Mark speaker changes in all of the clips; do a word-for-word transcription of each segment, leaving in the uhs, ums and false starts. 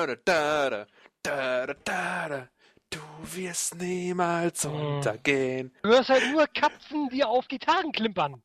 Speaker 1: da, da, da, da, da, da, da. Du wirst niemals untergehen.
Speaker 2: Du hörst halt nur Katzen, die auf Gitarren klimpern.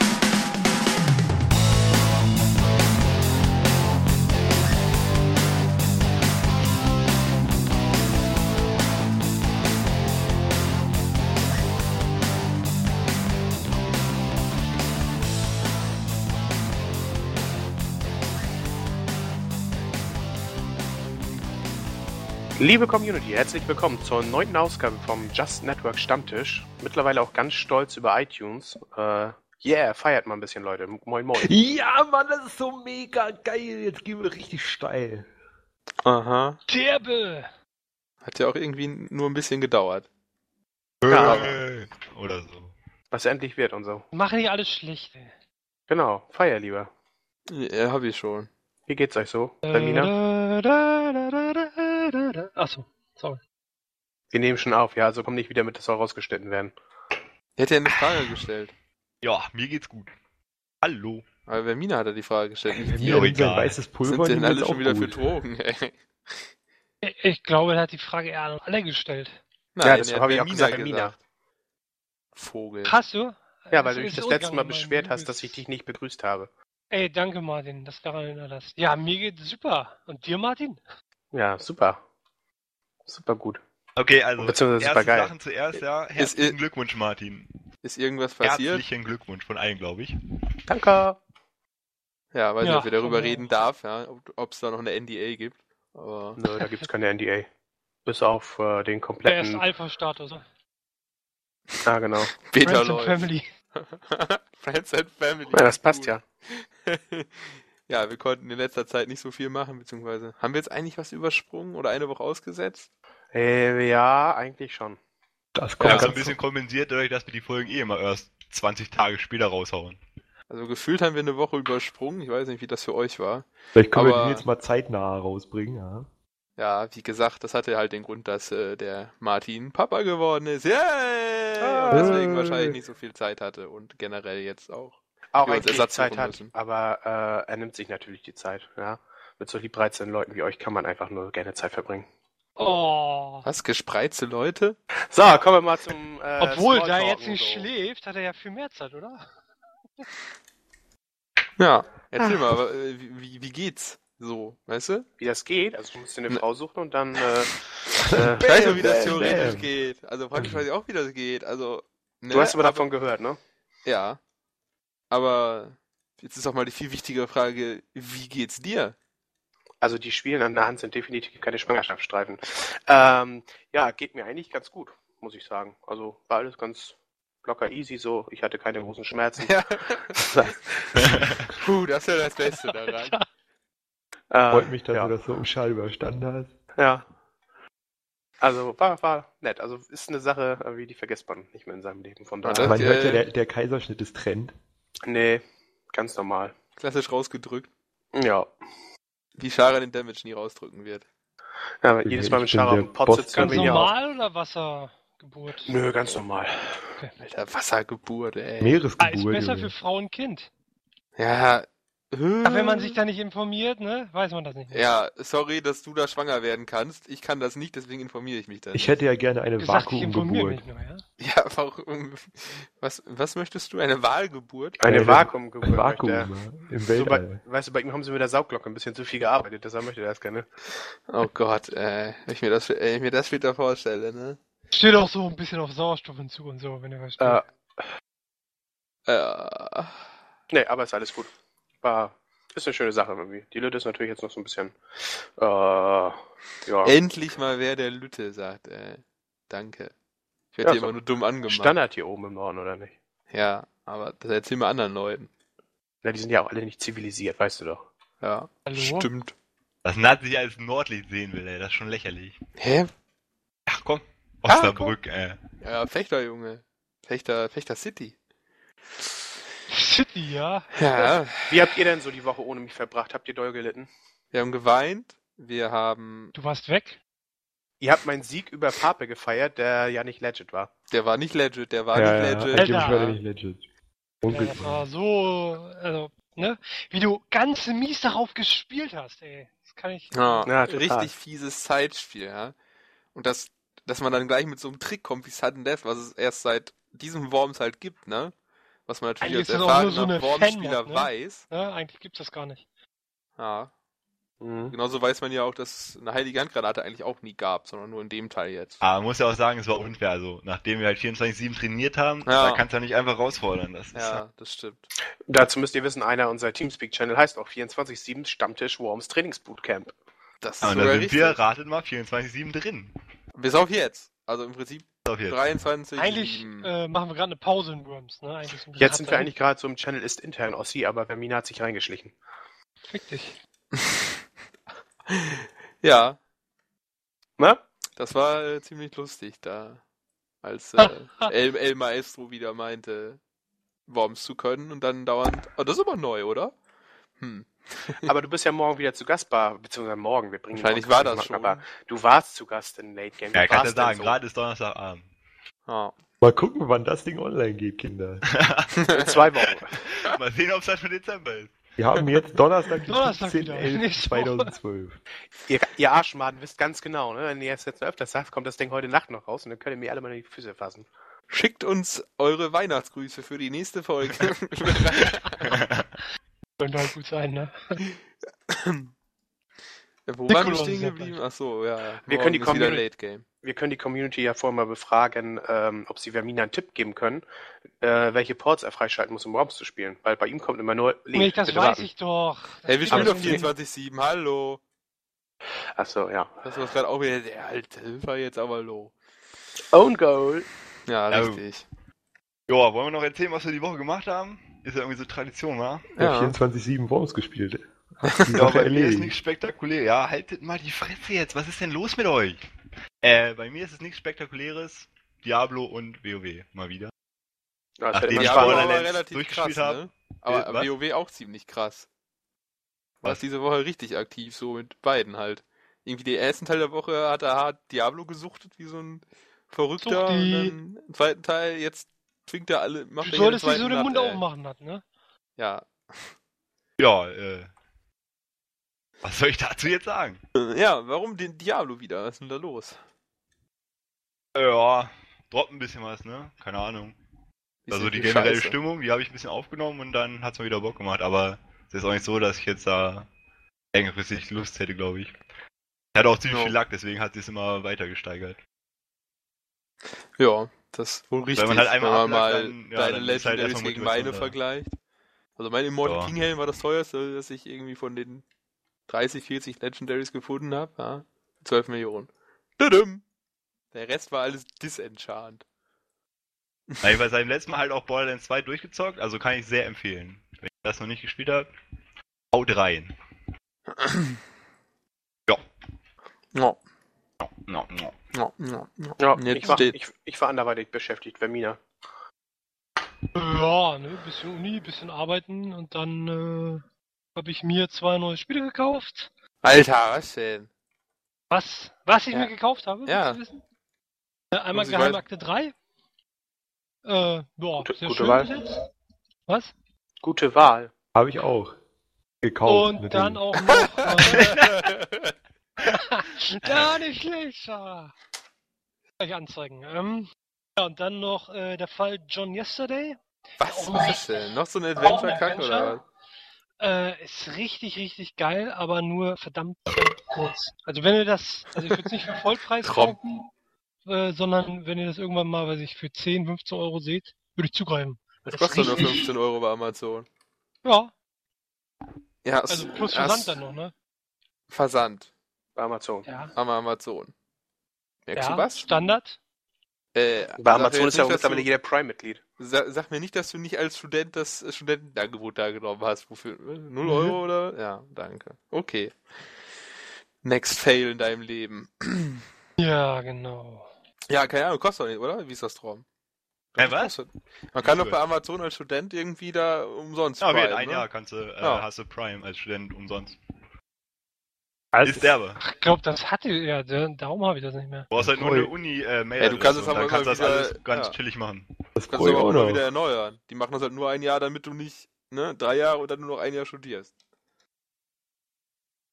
Speaker 3: Liebe Community, herzlich willkommen zur neunten Ausgabe vom Just Network Stammtisch. Mittlerweile auch ganz stolz über iTunes. Äh, yeah, feiert mal ein bisschen, Leute. Moin, moin.
Speaker 4: Ja, Mann, das ist so mega geil. Jetzt gehen wir richtig steil.
Speaker 1: Aha.
Speaker 2: Derbe!
Speaker 1: Hat ja auch irgendwie nur ein bisschen gedauert.
Speaker 3: Ja,
Speaker 4: oder so.
Speaker 3: was endlich wird und so.
Speaker 2: Mach nicht alles schlecht, ey.
Speaker 3: Genau, feier lieber.
Speaker 1: Ja, hab ich schon.
Speaker 3: Wie geht's euch so, Berliner?
Speaker 2: Achso, sorry.
Speaker 3: Wir nehmen schon auf, ja, also komm nicht wieder mit, das soll rausgeschnitten werden.
Speaker 1: Er hätte ja eine Frage gestellt.
Speaker 4: Ja, mir geht's gut. Hallo.
Speaker 1: Aber Vermina hat er die Frage gestellt. Nicht
Speaker 4: Mir
Speaker 1: wir.
Speaker 4: egal. Weißes Pulver.
Speaker 1: Sind denn
Speaker 4: dem
Speaker 1: alle
Speaker 4: geht's
Speaker 1: schon
Speaker 4: auch
Speaker 1: wieder
Speaker 4: gut.
Speaker 1: für Drogen, ey?
Speaker 2: Ich, ich glaube, er hat die Frage eher an alle gestellt.
Speaker 1: Nein,
Speaker 3: Ja, das
Speaker 1: er hat
Speaker 3: habe ich auch
Speaker 1: Vermina
Speaker 3: gesagt, Vermina.
Speaker 1: Vogel.
Speaker 2: Hast du?
Speaker 3: Ja, weil
Speaker 2: Ist
Speaker 3: du dich
Speaker 2: mir
Speaker 3: das
Speaker 2: so
Speaker 3: letzte Mal
Speaker 2: gegangen,
Speaker 3: beschwert
Speaker 2: Mann.
Speaker 3: hast, dass ich dich nicht begrüßt habe.
Speaker 2: Ey, danke Martin, dass du daran erinnert hast. Ja, mir geht's super. Und dir, Martin?
Speaker 3: Ja, super. Super gut.
Speaker 4: Okay, also
Speaker 3: Beziehungsweise
Speaker 4: erste
Speaker 3: super geil.
Speaker 4: Sachen zuerst, ja.
Speaker 1: Ist-
Speaker 4: Herzlichen Glückwunsch, Martin.
Speaker 1: Ist irgendwas passiert?
Speaker 4: Herzlichen Glückwunsch von allen, glaube ich.
Speaker 3: Danke.
Speaker 1: Ja, weiß
Speaker 2: Ja,
Speaker 1: nicht, ob wir darüber
Speaker 2: von mir
Speaker 1: reden
Speaker 2: auch.
Speaker 1: darf, ja, ob es da noch eine N D A gibt. Aber
Speaker 3: Nö, da gibt's keine N D A. Bis auf äh, den
Speaker 2: Der ist
Speaker 3: kompletten...
Speaker 2: Alpha-Status.
Speaker 3: Ah, genau.
Speaker 1: Beta
Speaker 2: Friends and
Speaker 1: läuft.
Speaker 2: Family.
Speaker 1: Friends and Family.
Speaker 3: Ja, das passt ja.
Speaker 1: Ja, wir konnten in letzter Zeit nicht so viel machen, beziehungsweise haben wir jetzt eigentlich was übersprungen oder eine Woche ausgesetzt?
Speaker 3: Äh, ja, eigentlich schon.
Speaker 4: Das
Speaker 5: Ja,
Speaker 4: kommt
Speaker 5: so ein
Speaker 4: ganz
Speaker 5: bisschen kompensiert dadurch, dass wir die Folgen eh immer erst zwanzig Tage später raushauen.
Speaker 1: Also gefühlt haben wir eine Woche übersprungen. Ich weiß nicht, wie das für euch war.
Speaker 4: Vielleicht können wir
Speaker 1: aber-
Speaker 4: den jetzt mal zeitnah rausbringen, ja.
Speaker 1: Ja, wie gesagt, das hatte halt den Grund, dass äh, der Martin Papa geworden ist. Yay!
Speaker 3: Ah.
Speaker 1: Und deswegen wahrscheinlich nicht so viel Zeit hatte und generell jetzt auch.
Speaker 3: Auch
Speaker 1: wir uns
Speaker 3: eigentlich
Speaker 1: Ersatz
Speaker 3: Zeit
Speaker 1: suchen
Speaker 3: hat,
Speaker 1: müssen.
Speaker 3: aber äh, er nimmt sich natürlich die Zeit. Ja? Mit so liebreizenden Leuten wie euch kann man einfach nur gerne Zeit verbringen.
Speaker 2: Oh.
Speaker 1: Was? Gespreizte Leute?
Speaker 3: So, kommen wir mal zum äh,
Speaker 2: Obwohl, da er
Speaker 3: Smalltalken
Speaker 2: jetzt nicht
Speaker 3: so.
Speaker 2: schläft, hat er ja viel mehr Zeit, oder?
Speaker 1: Ja. Erzähl mal, aber, äh, wie, wie- wie geht's? So, weißt du?
Speaker 3: Wie das geht, also du musst dir eine
Speaker 1: Ne.
Speaker 3: Frau suchen und dann... Äh,
Speaker 1: Ich
Speaker 3: äh,
Speaker 1: weiß ja, wie das
Speaker 4: bam,
Speaker 1: theoretisch
Speaker 4: bam.
Speaker 1: geht. Also praktisch weiß ich auch, wie das geht. Also, ne,
Speaker 3: du hast aber davon gehört, ne?
Speaker 1: Ja. Aber jetzt ist auch mal die viel wichtigere Frage, wie geht's dir?
Speaker 3: Also die Schwielen an der Hand sind definitiv keine Schwangerschaftsstreifen. Ähm, ja, geht mir eigentlich ganz gut, muss ich sagen. Also war alles ganz locker easy so. Ich hatte keine großen Schmerzen.
Speaker 1: Ja. Puh, das ist ja das Beste daran.
Speaker 3: Äh,
Speaker 4: Freut mich, dass
Speaker 3: ja.
Speaker 4: du das so im Schall überstanden hast.
Speaker 3: Ja. Also war, war nett. Also ist eine Sache, äh, wie die vergisst man nicht mehr in seinem Leben. Von
Speaker 1: Ja,
Speaker 3: daher.
Speaker 1: das-
Speaker 4: Man hört ja,
Speaker 1: äh,
Speaker 4: der, der Kaiserschnitt ist Trend.
Speaker 3: Nee, ganz normal.
Speaker 1: Klassisch rausgedrückt.
Speaker 3: Ja.
Speaker 1: Wie Schara den Damage nie rausdrücken wird.
Speaker 3: Ja, aber
Speaker 4: Ich
Speaker 3: jedes
Speaker 4: bin
Speaker 3: Mal mit
Speaker 4: der
Speaker 3: Schara auf dem Pott
Speaker 4: Boss.
Speaker 3: sitzt, können
Speaker 2: Ganz
Speaker 3: wir ihn ja auch.
Speaker 2: normal oder Wassergeburt?
Speaker 3: Nö, ganz normal.
Speaker 1: Alter, Wassergeburt, ey.
Speaker 2: Ah, ist
Speaker 4: Meeresgeburt.
Speaker 2: besser
Speaker 4: Junge.
Speaker 2: für Frau und Kind.
Speaker 1: Ja.
Speaker 2: Ach, wenn man sich da nicht informiert, ne, weiß man das nicht.
Speaker 1: Ja, sorry, dass du da schwanger werden kannst. Ich kann das nicht, deswegen informiere ich mich dann.
Speaker 4: Ich hätte ja gerne eine
Speaker 2: Gesagt, ich informiere mich
Speaker 4: Vakuumgeburt.
Speaker 2: nur, ja?
Speaker 1: Ja, warum? Was, was möchtest du? Eine Wahlgeburt?
Speaker 3: Eine
Speaker 4: Äh,
Speaker 3: Vakuumgeburt.
Speaker 4: Ein Vakuum
Speaker 3: möchte
Speaker 4: ja, im
Speaker 3: er. So bei,
Speaker 4: Weltall.
Speaker 3: weißt du, bei ihm haben sie mit der Saugglocke ein bisschen zu viel gearbeitet, deshalb möchte er das gerne.
Speaker 1: Oh Gott, äh, wenn ich mir das, wenn ich mir das später vorstelle, ne?
Speaker 2: Steht auch so ein bisschen auf Sauerstoffentzug und so, wenn ihr versteht.
Speaker 3: Äh,
Speaker 1: Äh,
Speaker 3: nee, aber ist alles gut. War, ist eine schöne Sache irgendwie. Die Lütte ist natürlich jetzt noch so ein bisschen, äh, ja.
Speaker 1: endlich mal wer der Lütte sagt, äh, danke. Ich werde
Speaker 3: Ja,
Speaker 1: hier
Speaker 3: so
Speaker 1: immer nur dumm angemacht.
Speaker 3: Standard hier oben im Norden, oder nicht?
Speaker 1: Ja, aber das erzählen wir anderen Leuten.
Speaker 3: Na, die sind ja auch alle nicht zivilisiert, weißt du doch.
Speaker 1: Ja,
Speaker 2: Hallo?
Speaker 1: stimmt.
Speaker 5: Was Nazi sich als Nordlicht sehen will, ey, das ist schon lächerlich.
Speaker 1: Hä?
Speaker 5: Ach komm,
Speaker 1: Ah,
Speaker 5: Osnabrück, ey.
Speaker 1: Ja, Fechter, Junge. Fechter, Fechter City.
Speaker 2: City, ja.
Speaker 1: Ja,
Speaker 3: Wie habt ihr denn so die Woche ohne mich verbracht? Habt ihr doll gelitten?
Speaker 1: wir haben geweint. Wir haben,
Speaker 2: Du warst weg?
Speaker 3: Ihr habt meinen Sieg über Pape gefeiert, der ja nicht legit war.
Speaker 1: der war nicht legit, der war
Speaker 4: Ja,
Speaker 1: nicht
Speaker 4: ja,
Speaker 1: legit.
Speaker 4: angeblich
Speaker 2: Alter.
Speaker 4: war der nicht legit.
Speaker 2: Ja,
Speaker 4: Onkel.
Speaker 2: das war so, also, ne? Wie du ganz mies darauf gespielt hast, ey. Das kann ich.
Speaker 1: Ja,
Speaker 3: Ja, total.
Speaker 1: richtig fieses Zeitspiel, ja. Und das, dass man dann gleich mit so einem Trick kommt wie Sudden Death, was es erst seit diesem Worms halt gibt, ne? Was man natürlich
Speaker 2: Eigentlich
Speaker 1: als
Speaker 2: ist das auch nur
Speaker 1: erfahrener
Speaker 2: so eine
Speaker 1: Worms-Spieler
Speaker 2: Fan-Mod, ne?
Speaker 1: weiß.
Speaker 2: Ja, eigentlich gibt's das gar nicht.
Speaker 1: Ja.
Speaker 3: Mhm.
Speaker 1: Genauso weiß man ja auch, dass es eine heilige Handgranate eigentlich auch nie gab, sondern nur in dem Teil jetzt.
Speaker 5: Aber man muss ja auch sagen, es war unfair. Also, nachdem wir halt vierundzwanzig sieben trainiert haben,
Speaker 1: Ja.
Speaker 5: da kannst du ja nicht einfach rausfordern. Das ist
Speaker 1: Ja, das stimmt.
Speaker 3: Dazu müsst ihr wissen, einer unserer Teamspeak-Channel heißt auch vierundzwanzig sieben Stammtisch Worms Trainingsbootcamp.
Speaker 1: Das ist
Speaker 5: ja, und da
Speaker 1: sogar
Speaker 5: sind
Speaker 1: richtig.
Speaker 5: wir, ratet mal, vierundzwanzig sieben drin.
Speaker 1: Bis auf jetzt. Also im Prinzip
Speaker 5: Auf jetzt.
Speaker 1: dreiundzwanzig
Speaker 2: Eigentlich
Speaker 1: sieben.
Speaker 2: äh, machen wir gerade eine Pause in Worms, ne? Eigentlich so ein bisschen
Speaker 3: Jetzt sind wir
Speaker 2: Abseits.
Speaker 3: eigentlich gerade so im Channel ist intern Ossi, aber Vermina hat sich reingeschlichen.
Speaker 2: Fick dich.
Speaker 1: Ja,
Speaker 3: Na?
Speaker 1: das war äh, ziemlich lustig da, als äh, El, El Maestro wieder meinte, Worms zu können und dann dauernd, oh, das ist aber neu, oder? Hm.
Speaker 3: Aber du bist ja morgen wieder zu Gast, bei, beziehungsweise morgen, wir bringen den
Speaker 1: Wahrscheinlich
Speaker 3: Podcast
Speaker 1: war das
Speaker 3: nicht
Speaker 1: schon.
Speaker 3: mal, Aber du warst zu Gast in Late Game.
Speaker 5: Ja,
Speaker 3: Wie
Speaker 5: kannst ja
Speaker 3: war's denn
Speaker 5: sagen,
Speaker 3: so?
Speaker 5: gerade ist Donnerstagabend.
Speaker 1: Ja.
Speaker 4: Mal gucken, wann das Ding online geht, Kinder.
Speaker 3: In zwei Wochen.
Speaker 5: Mal sehen, ob es halt schon Dezember ist.
Speaker 4: Wir haben jetzt Donnerstag, den
Speaker 2: Donnerstag
Speaker 4: fünfzehnten
Speaker 2: wieder.
Speaker 4: elften
Speaker 2: Nächste Woche.
Speaker 4: zweitausendzwölf.
Speaker 3: Ihr, ihr Arschmaden wisst ganz genau, ne? Wenn ihr es jetzt öfter sagt, kommt das Ding heute Nacht noch raus und dann könnt ihr mir alle mal in die Füße fassen.
Speaker 1: Schickt uns eure Weihnachtsgrüße für die nächste Folge.
Speaker 2: Könnte halt gut sein, ne?
Speaker 1: Ja, wo waren wir
Speaker 2: Nikolaus
Speaker 1: stehen
Speaker 2: ist ja
Speaker 1: geblieben?
Speaker 2: bald.
Speaker 1: Achso, ja.
Speaker 3: Wir
Speaker 1: morgen
Speaker 3: können die
Speaker 1: ist wieder
Speaker 3: Community-
Speaker 1: Late Game.
Speaker 3: Wir können die Community ja vorher mal befragen, ähm, ob sie Vermina einen Tipp geben können, äh, welche Ports er freischalten muss, um Worms zu spielen. Weil bei ihm kommt immer nur Link.
Speaker 2: Nee, das
Speaker 3: Bitte
Speaker 2: weiß
Speaker 3: warten.
Speaker 2: ich doch.
Speaker 1: Hey, wir
Speaker 2: Das
Speaker 1: spielen
Speaker 2: steht
Speaker 1: doch
Speaker 2: doch
Speaker 1: vierundzwanzig sieben, hallo.
Speaker 3: Achso, ja.
Speaker 1: Das war gerade auch wieder, der alte war jetzt aber low.
Speaker 3: Own Goal.
Speaker 1: Ja,
Speaker 5: Ja,
Speaker 1: richtig.
Speaker 5: Joa, wollen wir noch erzählen, was wir die Woche gemacht haben? Ist ja irgendwie so Tradition, wa?
Speaker 4: Ja,
Speaker 1: Ja.
Speaker 4: vierundzwanzig sieben Worms gespielt. Hat die
Speaker 5: Ja,
Speaker 4: Sache
Speaker 5: bei mir ist
Speaker 4: erledigt.
Speaker 5: nichts spektakulär. Ja, haltet mal die Fresse jetzt. Was ist denn los mit euch? Äh, bei mir ist es nichts Spektakuläres. Diablo und WoW mal wieder.
Speaker 3: Ja, das
Speaker 5: Nachdem
Speaker 3: hätte man
Speaker 5: ich
Speaker 1: Diablo
Speaker 3: sparen
Speaker 1: war
Speaker 5: Borderlands
Speaker 1: aber relativ
Speaker 5: durchgespielt
Speaker 1: krass,
Speaker 5: hab.
Speaker 1: ne? Aber
Speaker 5: Äh, was?
Speaker 1: WoW auch ziemlich krass. War
Speaker 5: Was?
Speaker 1: diese Woche richtig aktiv, so mit beiden halt. Irgendwie den ersten Teil der Woche hat er hart Diablo gesuchtet, wie so ein Verrückter. Und
Speaker 2: Suchti.
Speaker 1: dann im zweiten Teil, jetzt zwingt er alle, macht
Speaker 2: Du
Speaker 1: er
Speaker 2: solltest
Speaker 1: jeden
Speaker 2: nicht so
Speaker 1: zweiten
Speaker 2: den Mund
Speaker 1: Nut, ey.
Speaker 2: aufmachen, hat, ne?
Speaker 1: Ja.
Speaker 5: Ja, äh. Was soll ich dazu jetzt sagen?
Speaker 1: Äh, Ja, warum den Diablo wieder? Was ist denn da los?
Speaker 5: Ja, droppt ein bisschen was, ne? Keine Ahnung.
Speaker 1: Bisschen
Speaker 5: Also die
Speaker 1: viel
Speaker 5: generelle
Speaker 1: Scheiße.
Speaker 5: Stimmung, die habe ich ein bisschen aufgenommen und dann hat's mir wieder Bock gemacht. Aber es ist auch nicht so, dass ich jetzt da längerfristig Lust hätte, glaube ich. Ich hatte auch ziemlich
Speaker 1: Ja.
Speaker 5: viel Lack, deswegen hat es immer weiter gesteigert.
Speaker 1: Ja, das ist wohl richtig,
Speaker 5: man halt einmal
Speaker 1: wenn man
Speaker 5: ablackt,
Speaker 1: mal
Speaker 5: dann- ja,
Speaker 1: deine
Speaker 5: dann ist halt
Speaker 1: Legendaries
Speaker 5: erstmal
Speaker 1: gegen
Speaker 5: Motivation
Speaker 1: meine
Speaker 5: da.
Speaker 1: vergleicht. Also mein Immortal
Speaker 5: Ja.
Speaker 1: King Helm war das teuerste, das ich irgendwie von den dreißig, vierzig Legendaries gefunden habe. Ja, zwölf Millionen. Tudum. Der Rest war alles Disenchant.
Speaker 5: Na, ich war seit dem letzten Mal halt auch Borderlands zwei durchgezockt, also kann ich sehr empfehlen. Wenn ihr das noch nicht gespielt habt, haut rein. Ja.
Speaker 1: Ja,
Speaker 5: No, no.
Speaker 1: ja, ja, ja.
Speaker 3: Ja,
Speaker 1: Und jetzt
Speaker 3: ich, war,
Speaker 1: steht.
Speaker 3: ich, ich war anderweitig beschäftigt, Vermina.
Speaker 2: Ja, ne? Bisschen Uni, bisschen arbeiten und dann äh, habe ich mir zwei neue Spiele gekauft.
Speaker 1: Alter, was denn?
Speaker 2: Was? Was ich
Speaker 1: Ja.
Speaker 2: mir gekauft habe? willst
Speaker 1: Ja.
Speaker 2: du wissen? Äh, einmal
Speaker 1: Muss ich
Speaker 2: Geheimakte drei. Äh, ja,
Speaker 3: Gute-
Speaker 2: sehr
Speaker 3: gute
Speaker 2: schön
Speaker 3: Wahl.
Speaker 2: bis jetzt. Was?
Speaker 3: Gute Wahl.
Speaker 4: Habe ich auch. Gekauft.
Speaker 2: Und
Speaker 4: natürlich.
Speaker 2: dann auch noch. Äh, ja, nicht schlecht. Ja. Gleich anzeigen. Ähm, ja, und dann noch äh, der Fall John Yesterday.
Speaker 1: Was
Speaker 2: Auch
Speaker 1: ist das denn? Noch so ein Adventure-Kack
Speaker 2: Adventure?
Speaker 1: oder was?
Speaker 2: Äh, ist richtig, richtig geil, aber nur verdammt verdammt kurz. Also wenn ihr das, also ich würde es nicht für Vollpreis
Speaker 1: Trom.
Speaker 2: kaufen, äh, sondern wenn ihr das irgendwann mal, weiß ich, für zehn, fünfzehn Euro seht, würde ich zugreifen.
Speaker 1: Das
Speaker 2: Das
Speaker 1: kostet nur
Speaker 2: richtig-
Speaker 1: fünfzehn Euro bei Amazon.
Speaker 2: Ja,
Speaker 1: Ja,
Speaker 2: also
Speaker 1: es-
Speaker 2: plus
Speaker 1: es-
Speaker 2: Versand dann noch, ne?
Speaker 1: Versand.
Speaker 3: Bei Amazon.
Speaker 2: Ja.
Speaker 1: Am Amazon. Merkst
Speaker 2: ja,
Speaker 1: du was?
Speaker 2: Standard.
Speaker 1: Äh,
Speaker 3: Bei
Speaker 1: sag mir
Speaker 3: Amazon
Speaker 1: jetzt
Speaker 3: ist ja auch
Speaker 1: nicht, dass
Speaker 3: mittlerweile
Speaker 1: du-
Speaker 3: jeder Prime-Mitglied.
Speaker 1: Sag, sag mir nicht, dass du nicht als Student das äh, Studentenangebot da genommen hast. Wofür? null
Speaker 2: Mhm.
Speaker 1: Euro oder? Ja, danke. Okay. Next Fail in deinem Leben.
Speaker 2: Ja, genau.
Speaker 1: Ja, keine Ahnung, kostet doch nicht, oder? Wie ist das Traum?
Speaker 5: Hä,
Speaker 1: Das
Speaker 5: was?
Speaker 1: kostet. Man kann doch
Speaker 5: Gut.
Speaker 1: bei Amazon als Student irgendwie da umsonst
Speaker 5: Ja, okay,
Speaker 1: Prime,
Speaker 5: ein
Speaker 1: ne?
Speaker 5: Jahr kannst du, äh,
Speaker 1: Ja.
Speaker 5: hast du Prime als Student umsonst.
Speaker 4: Also,
Speaker 5: Ist derbe.
Speaker 2: Ach, ich glaube, das hatte ja, der- darum habe ich das nicht mehr.
Speaker 5: Du brauchst halt nur
Speaker 4: Ui.
Speaker 5: eine Uni-Mail.
Speaker 1: Ja, du kannst es aber
Speaker 5: dann
Speaker 1: immer
Speaker 5: kannst du das
Speaker 1: wieder-
Speaker 5: alles ganz
Speaker 1: ja.
Speaker 5: chillig machen.
Speaker 4: das
Speaker 1: Kannst
Speaker 4: brauche
Speaker 1: du
Speaker 4: ich
Speaker 1: aber
Speaker 4: auch
Speaker 1: immer
Speaker 4: noch.
Speaker 1: wieder erneuern. Die machen das halt nur ein Jahr, damit du nicht, ne, drei Jahre und dann nur noch ein Jahr studierst.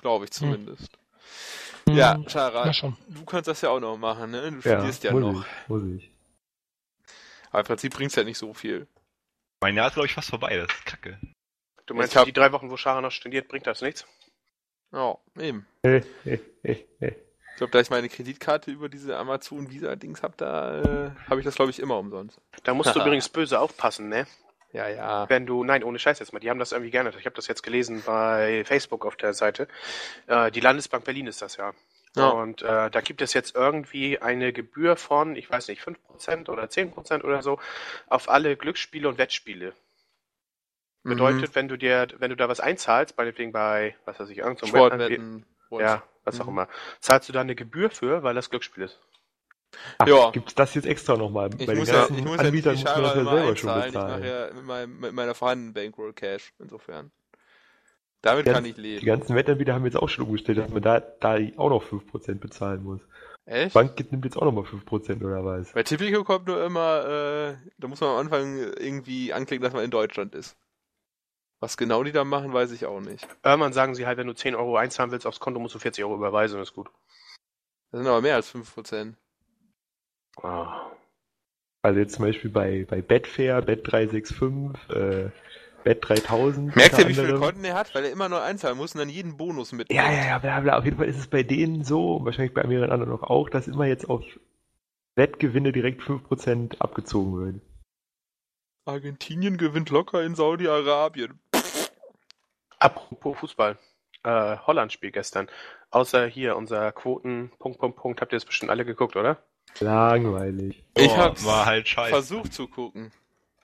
Speaker 1: Glaube ich
Speaker 3: Hm.
Speaker 1: zumindest. Ja,
Speaker 2: Hm,
Speaker 1: Schara,
Speaker 2: na schon.
Speaker 1: du kannst das ja auch noch machen, ne? Du
Speaker 6: Ja,
Speaker 1: studierst ja
Speaker 6: muss
Speaker 1: noch.
Speaker 6: ich, muss ich.
Speaker 1: Aber im Prinzip bringt's ja nicht so viel.
Speaker 5: Mein Jahr ist, glaube ich, fast vorbei, das ist kacke.
Speaker 3: Du meinst,
Speaker 1: Ich hab-
Speaker 3: die drei Wochen, wo Schara noch studiert, bringt das nichts?
Speaker 1: Ja, eben.
Speaker 6: Äh, äh, äh, äh.
Speaker 1: Ich glaube, da ich meine Kreditkarte über diese Amazon-Visa-Dings habe, da äh, habe ich das, glaube ich, immer umsonst.
Speaker 3: Da musst du übrigens böse aufpassen, ne?
Speaker 1: Ja, ja.
Speaker 3: Wenn du, nein, ohne Scheiß jetzt mal, die haben das irgendwie geändert. Ich habe das jetzt gelesen bei Facebook auf der Seite. Äh, die Landesbank Berlin ist das ja.
Speaker 1: Ja.
Speaker 3: Und äh, da gibt es jetzt irgendwie eine Gebühr von, ich weiß nicht, fünf Prozent oder zehn Prozent oder so auf alle Glücksspiele und Wettspiele. Bedeutet, wenn du dir, wenn du da was einzahlst, meinetwegen bei, was weiß ich,
Speaker 1: mhm.
Speaker 3: irgendeinem
Speaker 1: Sportwetten.
Speaker 3: ja, was auch
Speaker 1: Mhm.
Speaker 3: immer, zahlst du da eine Gebühr für, weil das Glücksspiel ist.
Speaker 6: Ach,
Speaker 1: Ja.
Speaker 6: gibt's das jetzt extra nochmal?
Speaker 1: Ich
Speaker 6: Bei den
Speaker 1: muss, ja,
Speaker 6: ganzen
Speaker 1: ich muss ja nicht
Speaker 6: Anbietern
Speaker 1: die
Speaker 6: muss man das
Speaker 1: Schara
Speaker 6: ja
Speaker 1: immer
Speaker 6: selber schon
Speaker 1: einzahlen. Ich
Speaker 6: bezahlen.
Speaker 1: mache ja mit, meinem, mit meiner vorhandenen Bankroll Cash, insofern. Damit
Speaker 6: Die
Speaker 1: kann
Speaker 6: ganzen-
Speaker 1: ich
Speaker 6: Die
Speaker 1: leben.
Speaker 6: ganzen Wettanbieter haben jetzt auch schon umgestellt, dass man da, da auch noch fünf Prozent bezahlen muss.
Speaker 1: Echt?
Speaker 6: Bank nimmt jetzt auch nochmal fünf Prozent oder was?
Speaker 1: Bei Tipico kommt nur immer, äh, da muss man am Anfang irgendwie anklicken, dass man in Deutschland ist. Was genau die da machen, weiß ich auch nicht.
Speaker 3: Irgendwann sagen sie halt, wenn du zehn Euro einzahlen willst aufs Konto, musst du vierzig Euro überweisen, ist gut.
Speaker 1: Das sind aber mehr als fünf Prozent.
Speaker 3: Ah.
Speaker 6: Also jetzt zum Beispiel bei, bei Betfair, Bet drei sechs fünf, äh, Bet dreitausend.
Speaker 1: Merkt
Speaker 6: unter
Speaker 1: ihr, wie viele
Speaker 6: anderem.
Speaker 1: Konten er hat? Weil er immer nur einzahlen muss und dann jeden Bonus mitnimmt.
Speaker 6: Ja, ja, ja, bla, bla. Auf jeden Fall ist es bei denen so, und wahrscheinlich bei mehreren anderen auch, auch, dass immer jetzt auf Wettgewinne direkt fünf Prozent abgezogen wird.
Speaker 1: Argentinien gewinnt locker in Saudi-Arabien.
Speaker 3: Apropos Fußball. Äh, Holland-Spiel gestern. Außer hier, unser Quoten, Punkt, Punkt, Punkt, habt ihr das bestimmt alle geguckt, oder?
Speaker 6: Langweilig.
Speaker 1: Ich
Speaker 5: Oh,
Speaker 1: hab's
Speaker 5: war halt scheiße.
Speaker 1: versucht zu gucken.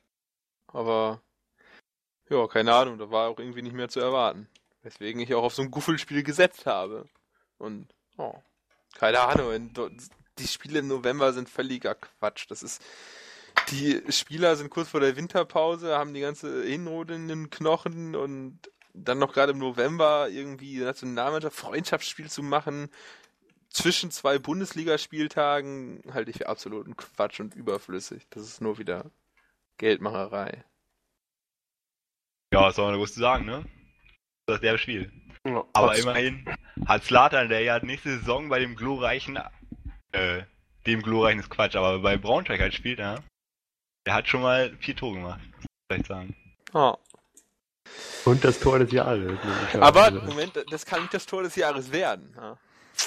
Speaker 1: Aber, ja, keine Ahnung, da war auch irgendwie nicht mehr zu erwarten. Weswegen ich auch auf so ein Guffelspiel gesetzt habe. Und, oh, keine Ahnung, in, Do- die Spiele im November sind völliger Quatsch. Das ist, die Spieler sind kurz vor der Winterpause, haben die ganze Hinrunde in den Knochen und dann noch gerade im November irgendwie Nationalmannschaft Freundschaftsspiel zu machen, zwischen zwei Bundesligaspieltagen, halte ich für absoluten Quatsch und überflüssig. Das ist nur wieder Geldmacherei.
Speaker 5: Ja, was soll man da groß zu sagen, ne? Das ist der Spiel.
Speaker 3: Ja,
Speaker 5: Aber
Speaker 3: trotz-
Speaker 5: immerhin hat Zlatan, der ja nächste Saison bei dem glorreichen, äh, dem glorreichen ist Quatsch, aber bei Braunschweig halt spielt, ja, der hat schon mal vier Tore gemacht, muss ich vielleicht sagen.
Speaker 1: Ah.
Speaker 6: Und das Tor des Jahres.
Speaker 1: Aber, Moment, das kann nicht das Tor des Jahres werden. Ja.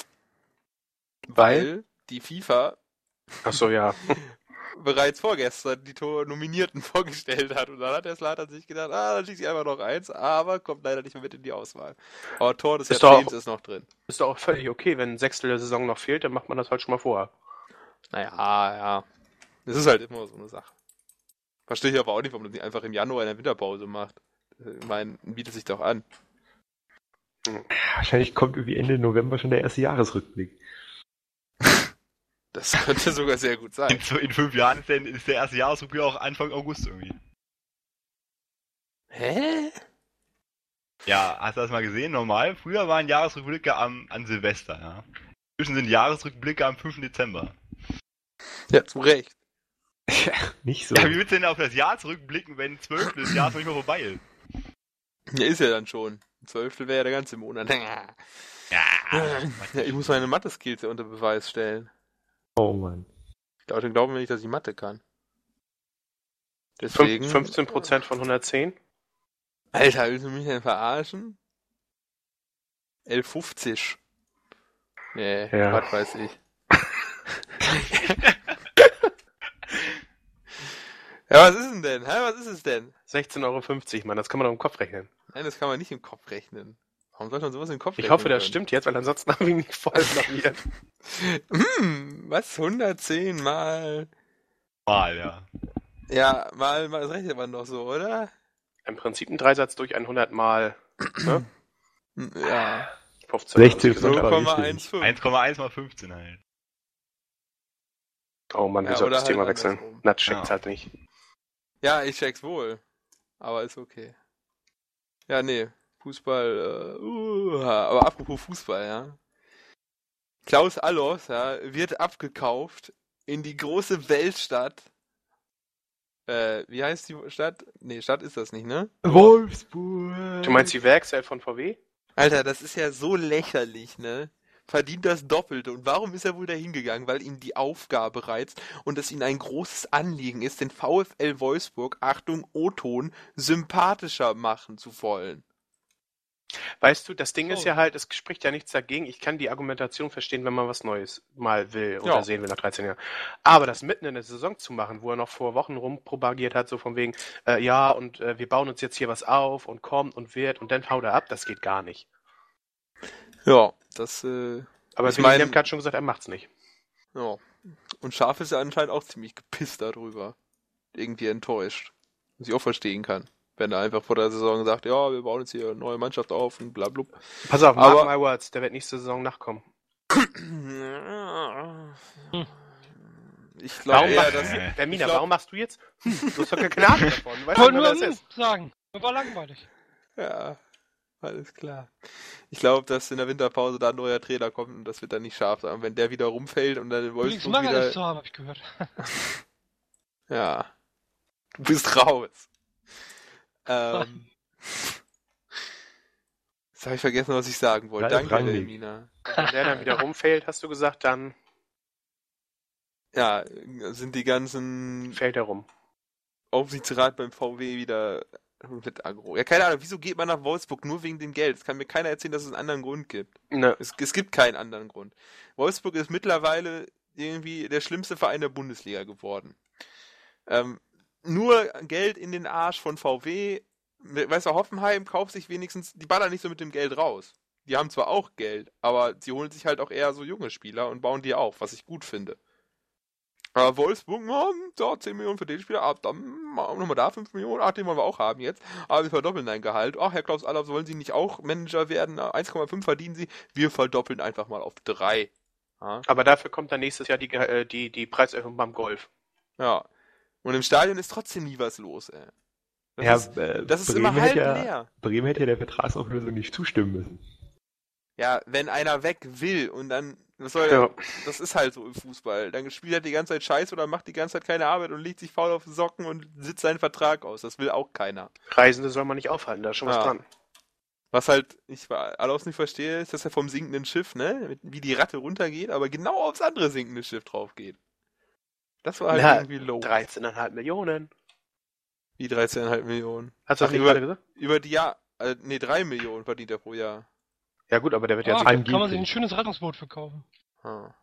Speaker 1: Weil die FIFA
Speaker 3: Ach so, ja.
Speaker 1: bereits vorgestern die Tor-Nominierten vorgestellt hat. Und dann hat der Zlatan sich gedacht, ah, dann schießt ich einfach noch eins, aber kommt leider nicht mehr mit in die Auswahl. Aber Tor des
Speaker 3: Ist doch
Speaker 1: Jahrzehnts
Speaker 3: auch-
Speaker 1: ist noch drin.
Speaker 3: Ist doch auch völlig okay, wenn ein Sechstel der Saison noch fehlt, dann macht man das halt schon mal vorher.
Speaker 1: Naja, ja. Das ist halt immer so eine Sache. Verstehe ich aber auch nicht, warum man das nicht einfach im Januar in der Winterpause macht. Ich meine, bietet sich doch an.
Speaker 6: Wahrscheinlich kommt irgendwie Ende November schon der erste Jahresrückblick.
Speaker 1: Das könnte sogar sehr gut sein.
Speaker 5: In, in fünf Jahren ist der, ist der erste Jahresrückblick auch Anfang August irgendwie.
Speaker 1: Hä?
Speaker 5: Ja, hast du das mal gesehen? Normal, früher waren Jahresrückblicke am, an Silvester, ja. Inzwischen sind Jahresrückblicke am fünften Dezember.
Speaker 1: Ja, zu Recht.
Speaker 6: Nicht so.
Speaker 5: Ja, wie willst du denn auf das Jahr zurückblicken, wenn zwölf des Jahres noch nicht mal vorbei ist?
Speaker 1: Ja, ist ja dann schon. Zwölftel wäre ja der ganze Monat. Ja,
Speaker 5: Ja,
Speaker 1: ich muss meine Mathe-Skills ja unter Beweis stellen.
Speaker 6: Oh Mann.
Speaker 1: Die Leute glauben mir nicht, dass ich Mathe kann. Deswegen.
Speaker 3: Fünf- fünfzehn Prozent von hundertzehn?
Speaker 1: Alter, willst du mich denn verarschen? elf fünfzig. Nee,
Speaker 3: Ja.
Speaker 1: was weiß ich. Ja, was ist denn denn? Hä, was ist es denn?
Speaker 3: sechzehn Euro fünfzig, Mann, das kann man doch im Kopf rechnen.
Speaker 1: Nein, das kann man nicht im Kopf rechnen. Warum sollte man sowas im Kopf
Speaker 3: Ich
Speaker 1: rechnen
Speaker 3: hoffe, das
Speaker 1: können?
Speaker 3: stimmt jetzt, weil ansonsten habe ich nicht voll blamiert.
Speaker 1: Hm, was? hundertzehn mal...
Speaker 5: mal, ja.
Speaker 1: Ja, mal, mal, das rechnet man doch so, oder?
Speaker 3: Im Prinzip ein Dreisatz durch hundert mal ne?
Speaker 1: Hm, Ja,
Speaker 3: fünfzehn.
Speaker 6: sechzehn
Speaker 3: Also,
Speaker 6: Prozent.
Speaker 1: null
Speaker 6: aber
Speaker 1: Komma
Speaker 6: richtig.
Speaker 1: eins fünf.
Speaker 5: eins Komma eins mal fünfzehn halt.
Speaker 3: Oh Mann, wir
Speaker 1: Ja,
Speaker 3: sollten
Speaker 1: oder
Speaker 3: das Thema
Speaker 1: halt
Speaker 3: wechseln.
Speaker 1: andersrum.
Speaker 3: Na, checkt's
Speaker 5: Ja.
Speaker 3: halt nicht.
Speaker 1: Ja, ich check's wohl. Aber ist okay. Ja, nee. Fußball, äh, uh, aber apropos Fußball, ja. Klaus Allofs, ja, wird abgekauft in die große Weltstadt. Äh, wie heißt die Stadt? Nee, Stadt ist das nicht, ne?
Speaker 6: Wolfsburg.
Speaker 3: Du meinst die Werkstatt von V W?
Speaker 1: Alter, das ist ja so lächerlich, ne? Verdient das Doppelte. Und warum ist er wohl da hingegangen? Weil ihm die Aufgabe reizt und es ihm ein großes Anliegen ist, den VfL Wolfsburg, Achtung, O-Ton, sympathischer machen zu wollen.
Speaker 3: Weißt du, das Ding ist
Speaker 2: So.
Speaker 3: ja halt, es spricht ja nichts dagegen. Ich kann die Argumentation verstehen, wenn man was Neues mal will oder
Speaker 1: Ja.
Speaker 3: sehen will nach dreizehn Jahren. Aber das mitten in der Saison zu machen, wo er noch vor Wochen rumpropagiert hat, so von wegen, äh, ja, und äh, wir bauen uns jetzt hier was auf und kommt und wird und dann haut er ab, das geht gar nicht.
Speaker 1: Ja, das, äh,
Speaker 3: Aber
Speaker 1: Ich
Speaker 3: Willi
Speaker 1: mein-
Speaker 3: Lemke hat schon gesagt, er macht's nicht.
Speaker 1: ja. Und Schaf ist ja anscheinend auch ziemlich gepisst darüber. Irgendwie enttäuscht. Was ich auch verstehen kann. Wenn er einfach vor der Saison sagt, ja, wir bauen jetzt hier eine neue Mannschaft auf und bla bla.
Speaker 3: Pass auf,
Speaker 1: Aber-
Speaker 3: mark my words, der wird nächste Saison nachkommen.
Speaker 1: Ich glaube
Speaker 3: Warum
Speaker 1: eher,
Speaker 3: machst
Speaker 1: dass...
Speaker 3: du,
Speaker 5: äh,
Speaker 3: Vermina,
Speaker 1: ich glaub-
Speaker 3: warum machst du jetzt? Hm, du hast doch keine Ahnung davon. Du weißt
Speaker 2: Ich
Speaker 3: nicht,
Speaker 2: wollte
Speaker 3: wer
Speaker 2: nur
Speaker 3: das
Speaker 2: hm
Speaker 3: ist.
Speaker 2: sagen. Mir war langweilig.
Speaker 1: Ja, alles klar. Ich glaube, dass in der Winterpause da ein neuer Trainer kommt und das wird dann nicht scharf sein. Und wenn der wieder rumfällt und dann in
Speaker 2: Felix
Speaker 1: Wolfsburg
Speaker 2: Magath ist
Speaker 1: wieder...
Speaker 2: zu haben, habe ich gehört.
Speaker 1: Ja. Du bist raus. Ähm... Jetzt habe ich vergessen, was ich sagen wollte.
Speaker 6: Ralf
Speaker 1: Danke,
Speaker 6: Rangnick.
Speaker 1: Elmina.
Speaker 3: Wenn der dann wieder rumfällt, hast du gesagt, dann
Speaker 1: Ja, sind die ganzen
Speaker 3: fällt er rum.
Speaker 1: Aufsichtsrat beim V W wieder komplett aggro. Ja, keine Ahnung, wieso geht man nach Wolfsburg nur wegen dem Geld? Es kann mir keiner erzählen, dass es einen anderen Grund gibt.
Speaker 3: Ne.
Speaker 1: Es, es gibt keinen anderen Grund. Wolfsburg ist mittlerweile irgendwie der schlimmste Verein der Bundesliga geworden. Ähm, nur Geld in den Arsch von V W. Weißt du, Hoffenheim kauft sich wenigstens, die ballern nicht so mit dem Geld raus. Die haben zwar auch Geld, aber sie holen sich halt auch eher so junge Spieler und bauen die auf, was ich gut finde. Aber Wolfsburg, oh, da zehn Millionen für den Spieler, ab, dann nochmal da fünf Millionen, ach, den wollen wir auch haben jetzt. Aber wir verdoppeln dein Gehalt. Ach, Herr Klaus Allofs, wollen Sie nicht auch Manager werden? eins Komma fünf verdienen Sie. Wir verdoppeln einfach mal auf drei. Ja.
Speaker 3: Aber dafür kommt dann nächstes Jahr die, äh, die, die Preiserhöhung beim Golf.
Speaker 1: ja. Und im Stadion ist trotzdem nie was los, ey. Das
Speaker 6: Ja,
Speaker 1: ist,
Speaker 6: äh,
Speaker 1: das ist
Speaker 6: Bremen
Speaker 1: immer halb
Speaker 6: hätte ja,
Speaker 1: leer.
Speaker 6: Bremen hätte ja der Vertragsauflösung nicht zustimmen müssen.
Speaker 1: Ja, wenn einer weg will und dann, was soll
Speaker 3: Ja.
Speaker 1: das ist halt so im Fußball. Dann spielt er die ganze Zeit Scheiße oder macht die ganze Zeit keine Arbeit und legt sich faul auf den Socken und sitzt seinen Vertrag aus. Das will auch keiner.
Speaker 3: Reisende soll man nicht aufhalten, da ist schon was
Speaker 1: Ja.
Speaker 3: dran.
Speaker 1: Was halt, ich alles nicht verstehe, ist, dass er vom sinkenden Schiff, ne, mit- wie die Ratte runtergeht, aber genau aufs andere sinkende Schiff drauf geht. Das war halt
Speaker 3: Na,
Speaker 1: irgendwie low.
Speaker 3: dreizehn Komma fünf Millionen.
Speaker 1: Wie dreizehn Komma fünf Millionen.
Speaker 3: Hast du das
Speaker 1: Ach,
Speaker 3: nicht
Speaker 1: über-
Speaker 3: gerade gesagt?
Speaker 1: Über die Jahr, äh, nee, drei Millionen verdient er pro Jahr.
Speaker 3: Ja gut, aber der wird ja
Speaker 2: Ah,
Speaker 3: sicher.
Speaker 2: kann man sich ein
Speaker 6: angeblich.
Speaker 2: schönes Rettungsboot verkaufen.
Speaker 1: Ah.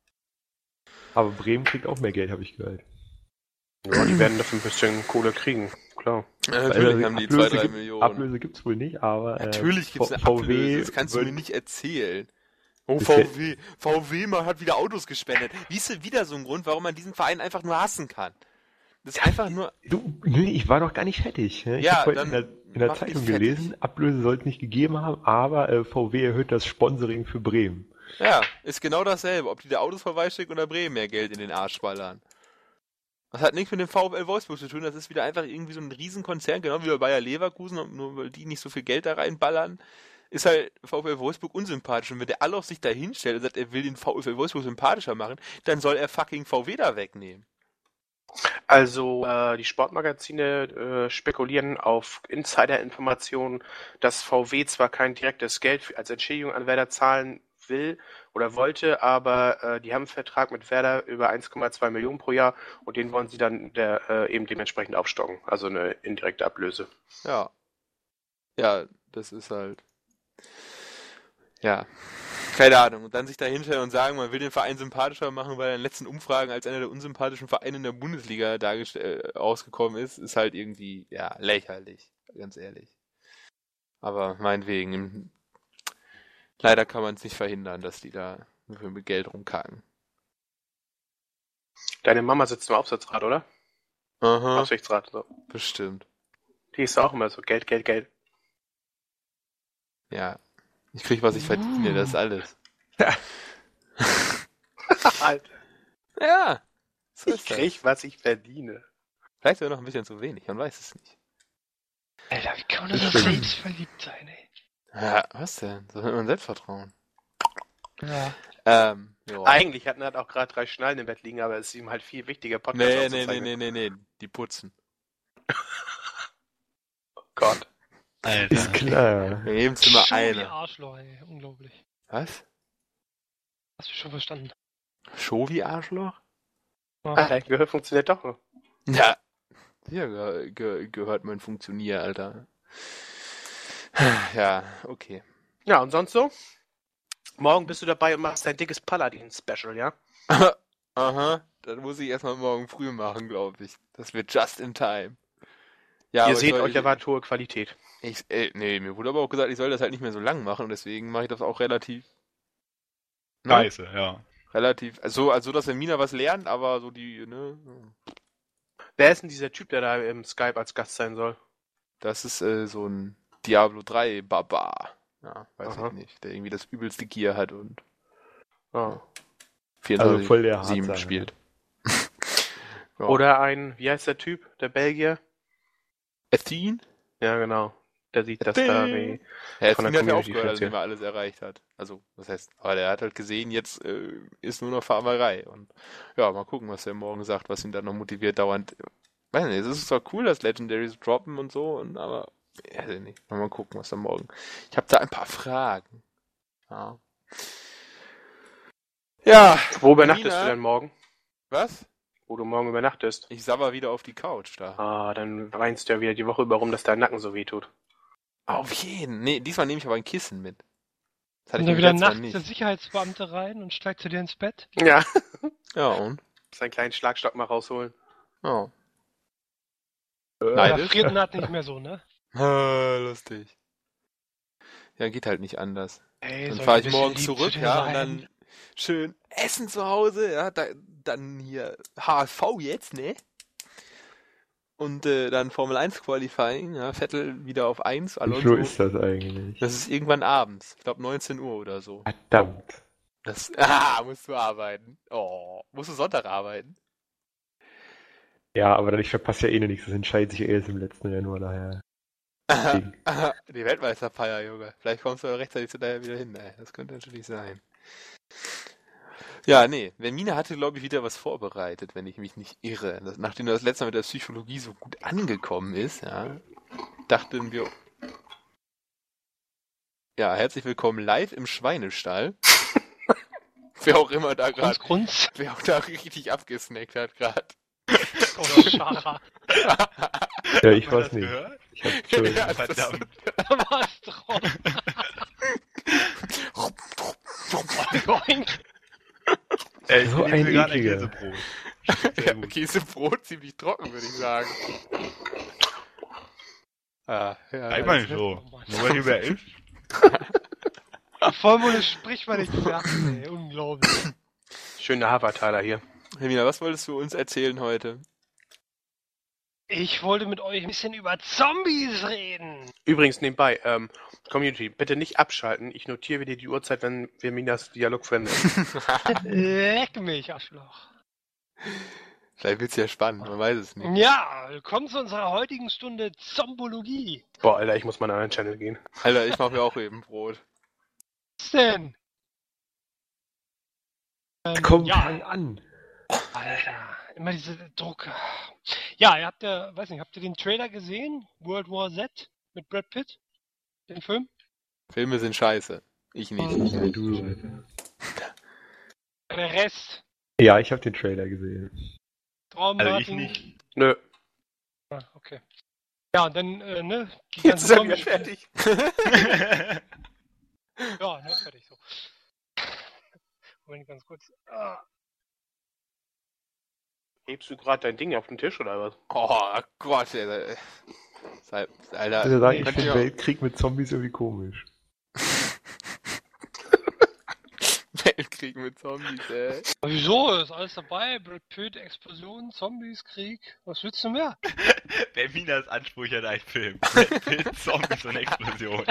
Speaker 6: Aber Bremen kriegt auch mehr Geld, habe ich gehört.
Speaker 3: Ja, die werden dafür ein bisschen Kohle kriegen, klar.
Speaker 1: Ja, natürlich
Speaker 6: Also
Speaker 1: haben die
Speaker 6: Ablöse
Speaker 1: zwei, drei
Speaker 6: gibt-
Speaker 1: Millionen.
Speaker 6: Ablöse gibt's wohl nicht, aber äh,
Speaker 1: Natürlich gibt's eine
Speaker 6: V-
Speaker 1: Ablöse, das kannst du
Speaker 6: wird-
Speaker 1: mir nicht erzählen. Oh,
Speaker 6: Das
Speaker 1: V W, V W mal hat wieder Autos gespendet. Wie ist denn wieder so ein Grund, warum man diesen Verein einfach nur hassen kann? Das ist einfach nur,
Speaker 6: Du, nee, ich war noch gar nicht fertig. Ne? Ich
Speaker 1: Ja,
Speaker 6: habe heute
Speaker 1: dann
Speaker 6: in der, in der
Speaker 1: mach
Speaker 6: Zeitung
Speaker 1: mich fertig.
Speaker 6: gelesen, Ablöse soll es nicht gegeben haben, aber äh, V W erhöht das Sponsoring für Bremen.
Speaker 1: ja, ist genau dasselbe, ob die der Autos vorbeischicken oder Bremen mehr Geld in den Arsch ballern. Das hat nichts mit dem VfL Wolfsburg zu tun, das ist wieder einfach irgendwie so ein Riesenkonzern, genau wie bei Bayer Leverkusen, und nur weil die nicht so viel Geld da reinballern, ist halt VfL Wolfsburg unsympathisch. Und wenn der Allof sich da hinstellt und sagt, er will den VfL Wolfsburg sympathischer machen, dann soll er fucking V W da wegnehmen.
Speaker 3: Also äh, die Sportmagazine äh, spekulieren auf Insider-Informationen, dass V W zwar kein direktes Geld für, als Entschädigung an Werder zahlen will oder wollte, aber äh, die haben einen Vertrag mit Werder über eins Komma zwei Millionen pro Jahr und den wollen sie dann der, äh, eben dementsprechend aufstocken. Also eine indirekte Ablöse.
Speaker 1: Ja. Ja, das ist halt. Ja. Keine Ahnung. Und dann sich da hinstellen und sagen, man will den Verein sympathischer machen, weil er in den letzten Umfragen als einer der unsympathischen Vereine in der Bundesliga dargestell- äh, rausgekommen ist, ist halt irgendwie, ja, lächerlich. Ganz ehrlich. Aber meinetwegen. Leider kann man es nicht verhindern, dass die da nur mit Geld rumkacken.
Speaker 3: Deine Mama sitzt im Aufsichtsrat, oder?
Speaker 1: Aha.
Speaker 3: Aufsichtsrat, so.
Speaker 1: Bestimmt.
Speaker 3: Die ist auch immer so Geld, Geld, Geld.
Speaker 1: Ja. Ich krieg, was ich verdiene, das ist alles.
Speaker 3: Alter,
Speaker 1: Ja. So
Speaker 3: ich
Speaker 1: ist das.
Speaker 3: krieg, was ich verdiene.
Speaker 1: Vielleicht wäre noch ein bisschen zu wenig, man weiß es nicht.
Speaker 2: Alter, wie kann man so selbstverliebt sein, ey?
Speaker 1: Ja, was denn? So hat man Selbstvertrauen.
Speaker 2: Ja.
Speaker 1: Ähm, ja.
Speaker 3: Eigentlich hat er auch gerade drei Schnallen im Bett liegen, aber es ist ihm halt viel wichtiger, Podcast
Speaker 1: Nee, nee, nee,
Speaker 3: aufzuzeichnen.
Speaker 1: nee, nee, nee, die putzen.
Speaker 3: Oh Gott.
Speaker 5: Alter.
Speaker 6: Ist klar.
Speaker 1: In jedem Zimmer
Speaker 2: Show wie
Speaker 1: eine.
Speaker 2: Arschloch, ey. Unglaublich.
Speaker 1: Was?
Speaker 2: Hast du schon verstanden?
Speaker 1: Show wie Arschloch?
Speaker 3: Ah, dein Gehör funktioniert doch.
Speaker 1: Ja. Ja, ge ge gehört mein Funktionier, Alter. Ja, okay.
Speaker 3: Ja, und sonst so? Morgen bist du dabei und machst dein dickes Paladin-Special, ja?
Speaker 1: Aha, das muss ich erstmal morgen früh machen, glaube ich. Das wird just in time. Ja,
Speaker 3: Ihr
Speaker 1: aber ich
Speaker 3: seht,
Speaker 1: soll-
Speaker 3: euch erwartet hohe Qualität.
Speaker 1: Ich, äh, nee, mir wurde aber auch gesagt, ich soll das halt nicht mehr so lang machen und deswegen mache ich das auch relativ. Ne?
Speaker 5: Scheiße, ja.
Speaker 1: Relativ. Also, also dass der Mina was lernt, aber so die, ne?
Speaker 3: Wer ist denn dieser Typ, der da im Skype als Gast sein soll?
Speaker 1: Das ist äh, so ein Diablo drei Baba. Ja, weiß
Speaker 3: Aha.
Speaker 1: ich nicht. Der irgendwie das übelste Gear hat und
Speaker 3: Oh.
Speaker 1: vierundzwanzig
Speaker 6: voll der
Speaker 1: sieben
Speaker 6: Hardsager.
Speaker 1: spielt. Ja.
Speaker 3: Oder ein, wie heißt der Typ? Der Belgier?
Speaker 1: Athene?
Speaker 3: Ja, genau. Der sieht das da wie...
Speaker 1: Ja,
Speaker 3: Von
Speaker 1: Athene hat
Speaker 3: der
Speaker 1: ja
Speaker 3: Community
Speaker 1: aufgehört,
Speaker 3: erzählt.
Speaker 1: nachdem er alles erreicht hat. Also, was heißt, aber der hat halt gesehen, jetzt äh, ist nur noch Farmerei. Und ja, mal gucken, was er morgen sagt, was ihn dann noch motiviert, dauernd. Weiß nicht, es ist zwar cool, dass Legendaries droppen und so, und, aber ja, weiß ich nicht. Mal gucken, was dann morgen. Ich habe da ein paar Fragen. Ja. Ja,
Speaker 3: Wo übernachtest
Speaker 1: Nina?
Speaker 3: du denn morgen?
Speaker 1: was?
Speaker 3: Wo du morgen übernachtest?
Speaker 1: Ich sabber wieder auf die Couch da.
Speaker 3: Ah, dann weinst du ja wieder die Woche über rum, dass dein Nacken so weh tut.
Speaker 1: Auf jeden. Nee, diesmal nehme ich aber ein Kissen mit. Das hatte
Speaker 2: Und
Speaker 1: ich
Speaker 2: dann
Speaker 1: nämlich
Speaker 2: wieder
Speaker 1: letztes Mal
Speaker 2: nachts der
Speaker 1: nicht.
Speaker 2: Sicherheitsbeamte rein und steigt zu dir ins Bett.
Speaker 3: Ja.
Speaker 1: Ja, und?
Speaker 3: Seinen kleinen Schlagstock mal rausholen.
Speaker 1: Ja.
Speaker 2: Da
Speaker 1: Neidisch?
Speaker 2: friert Naht nicht mehr so, ne?
Speaker 1: Ah, lustig. Ja, geht halt nicht anders.
Speaker 2: Ey,
Speaker 1: Dann
Speaker 2: soll
Speaker 1: fahre
Speaker 2: ein
Speaker 1: ich
Speaker 2: bisschen
Speaker 1: morgen
Speaker 2: lieb
Speaker 1: zurück,
Speaker 2: zu dir
Speaker 1: ja, und
Speaker 2: sein.
Speaker 1: dann schön essen zu Hause, ja, da, dann hier H S V jetzt, ne? Und äh, dann Formel eins Qualifying, ja, Vettel wieder auf eins,
Speaker 6: Wie viel
Speaker 1: Alonso.
Speaker 6: Uhr ist das eigentlich?
Speaker 1: Das ist irgendwann abends, ich glaube neunzehn Uhr oder so.
Speaker 6: Verdammt.
Speaker 1: Das, ah, musst du arbeiten. Oh, musst du Sonntag arbeiten?
Speaker 6: Ja, aber dann ich verpasse ja eh noch nichts. Das entscheidet sich ja erst im letzten Januar daher. Deswegen.
Speaker 1: Die Weltmeisterfeier, Junge. Vielleicht kommst du ja rechtzeitig zu daher wieder hin, ey. Das könnte natürlich sein. Ja, nee. Vermina hatte, glaube ich, wieder was vorbereitet, wenn ich mich nicht irre. Das, nachdem das letzte Mal mit der Psychologie so gut angekommen ist, ja, dachten wir. Ja, herzlich willkommen live im Schweinestall. Wer auch immer da gerade,
Speaker 2: Grunz, Grunz.
Speaker 1: wer auch da richtig abgesnackt hat gerade.
Speaker 2: Oder Schara.
Speaker 6: Ja, ich
Speaker 5: Hast du
Speaker 6: weiß
Speaker 5: das
Speaker 6: nicht.
Speaker 5: gehört?
Speaker 6: Ich hab so,
Speaker 1: Ja, das-
Speaker 5: Verdammt.
Speaker 2: Was drauf? Boing.
Speaker 5: Ey, ich
Speaker 6: So
Speaker 5: nehme
Speaker 6: ein
Speaker 5: mir gerade ein
Speaker 6: ekliger.
Speaker 5: Käsebrot. Sehr
Speaker 1: Ja,
Speaker 5: gut.
Speaker 1: Käsebrot ziemlich trocken, würde ich sagen. Ah, ja,
Speaker 5: Ich meine
Speaker 1: das-
Speaker 5: so. Nur wenn du wer isst.
Speaker 2: Vollmunde spricht man nicht fertig, ey. Unglaublich.
Speaker 3: Schöner Havertaler hier.
Speaker 1: Hermina, was wolltest du uns erzählen heute?
Speaker 2: Ich wollte mit euch ein bisschen über Zombies reden.
Speaker 3: Übrigens nebenbei, ähm, Community, bitte nicht abschalten. Ich notiere wieder die Uhrzeit, wenn wir Minas Dialog verändern.
Speaker 2: Leck mich, Arschloch.
Speaker 1: Vielleicht wird's ja spannend, man weiß es nicht.
Speaker 2: Ja, willkommen zu unserer heutigen Stunde Zombologie.
Speaker 3: Boah, Alter, ich muss mal in einen anderen Channel gehen.
Speaker 1: Alter, ich mach mir auch eben Brot.
Speaker 2: Was denn? Ähm,
Speaker 6: komm,
Speaker 2: ja,
Speaker 6: fang an.
Speaker 2: Alter, immer diese Druck. Ja, ihr habt ja, weiß nicht, habt ihr den Trailer gesehen? World War Z mit Brad Pitt? Den Film?
Speaker 1: Filme sind scheiße. Ich nicht.
Speaker 6: Ja, du.
Speaker 2: Der Rest.
Speaker 6: Ja, ich habe den Trailer gesehen.
Speaker 2: Traum
Speaker 5: Also ich
Speaker 2: Martin.
Speaker 5: nicht.
Speaker 3: Nö,
Speaker 2: Ah, okay. Ja, und dann, äh, ne? Die
Speaker 3: jetzt ist er wieder
Speaker 2: Zombie-
Speaker 3: fertig.
Speaker 2: Ja, ne, fertig so. Moment, ganz kurz. Ah.
Speaker 3: Hebst du gerade dein Ding auf den Tisch oder was?
Speaker 1: Oh Gott, Alter. Sei- Alter.
Speaker 6: Also sagen, ich
Speaker 1: könnt
Speaker 6: finde
Speaker 1: ihr-
Speaker 6: Weltkrieg mit Zombies irgendwie komisch.
Speaker 1: Weltkrieg mit Zombies, ey.
Speaker 2: Aber wieso? Ist alles dabei? Brad Pitt, Explosionen, Zombies, Krieg. Was willst du mehr?
Speaker 5: Verminas Ansprüche an einen Film. Brad Pitt, Zombies und Explosion.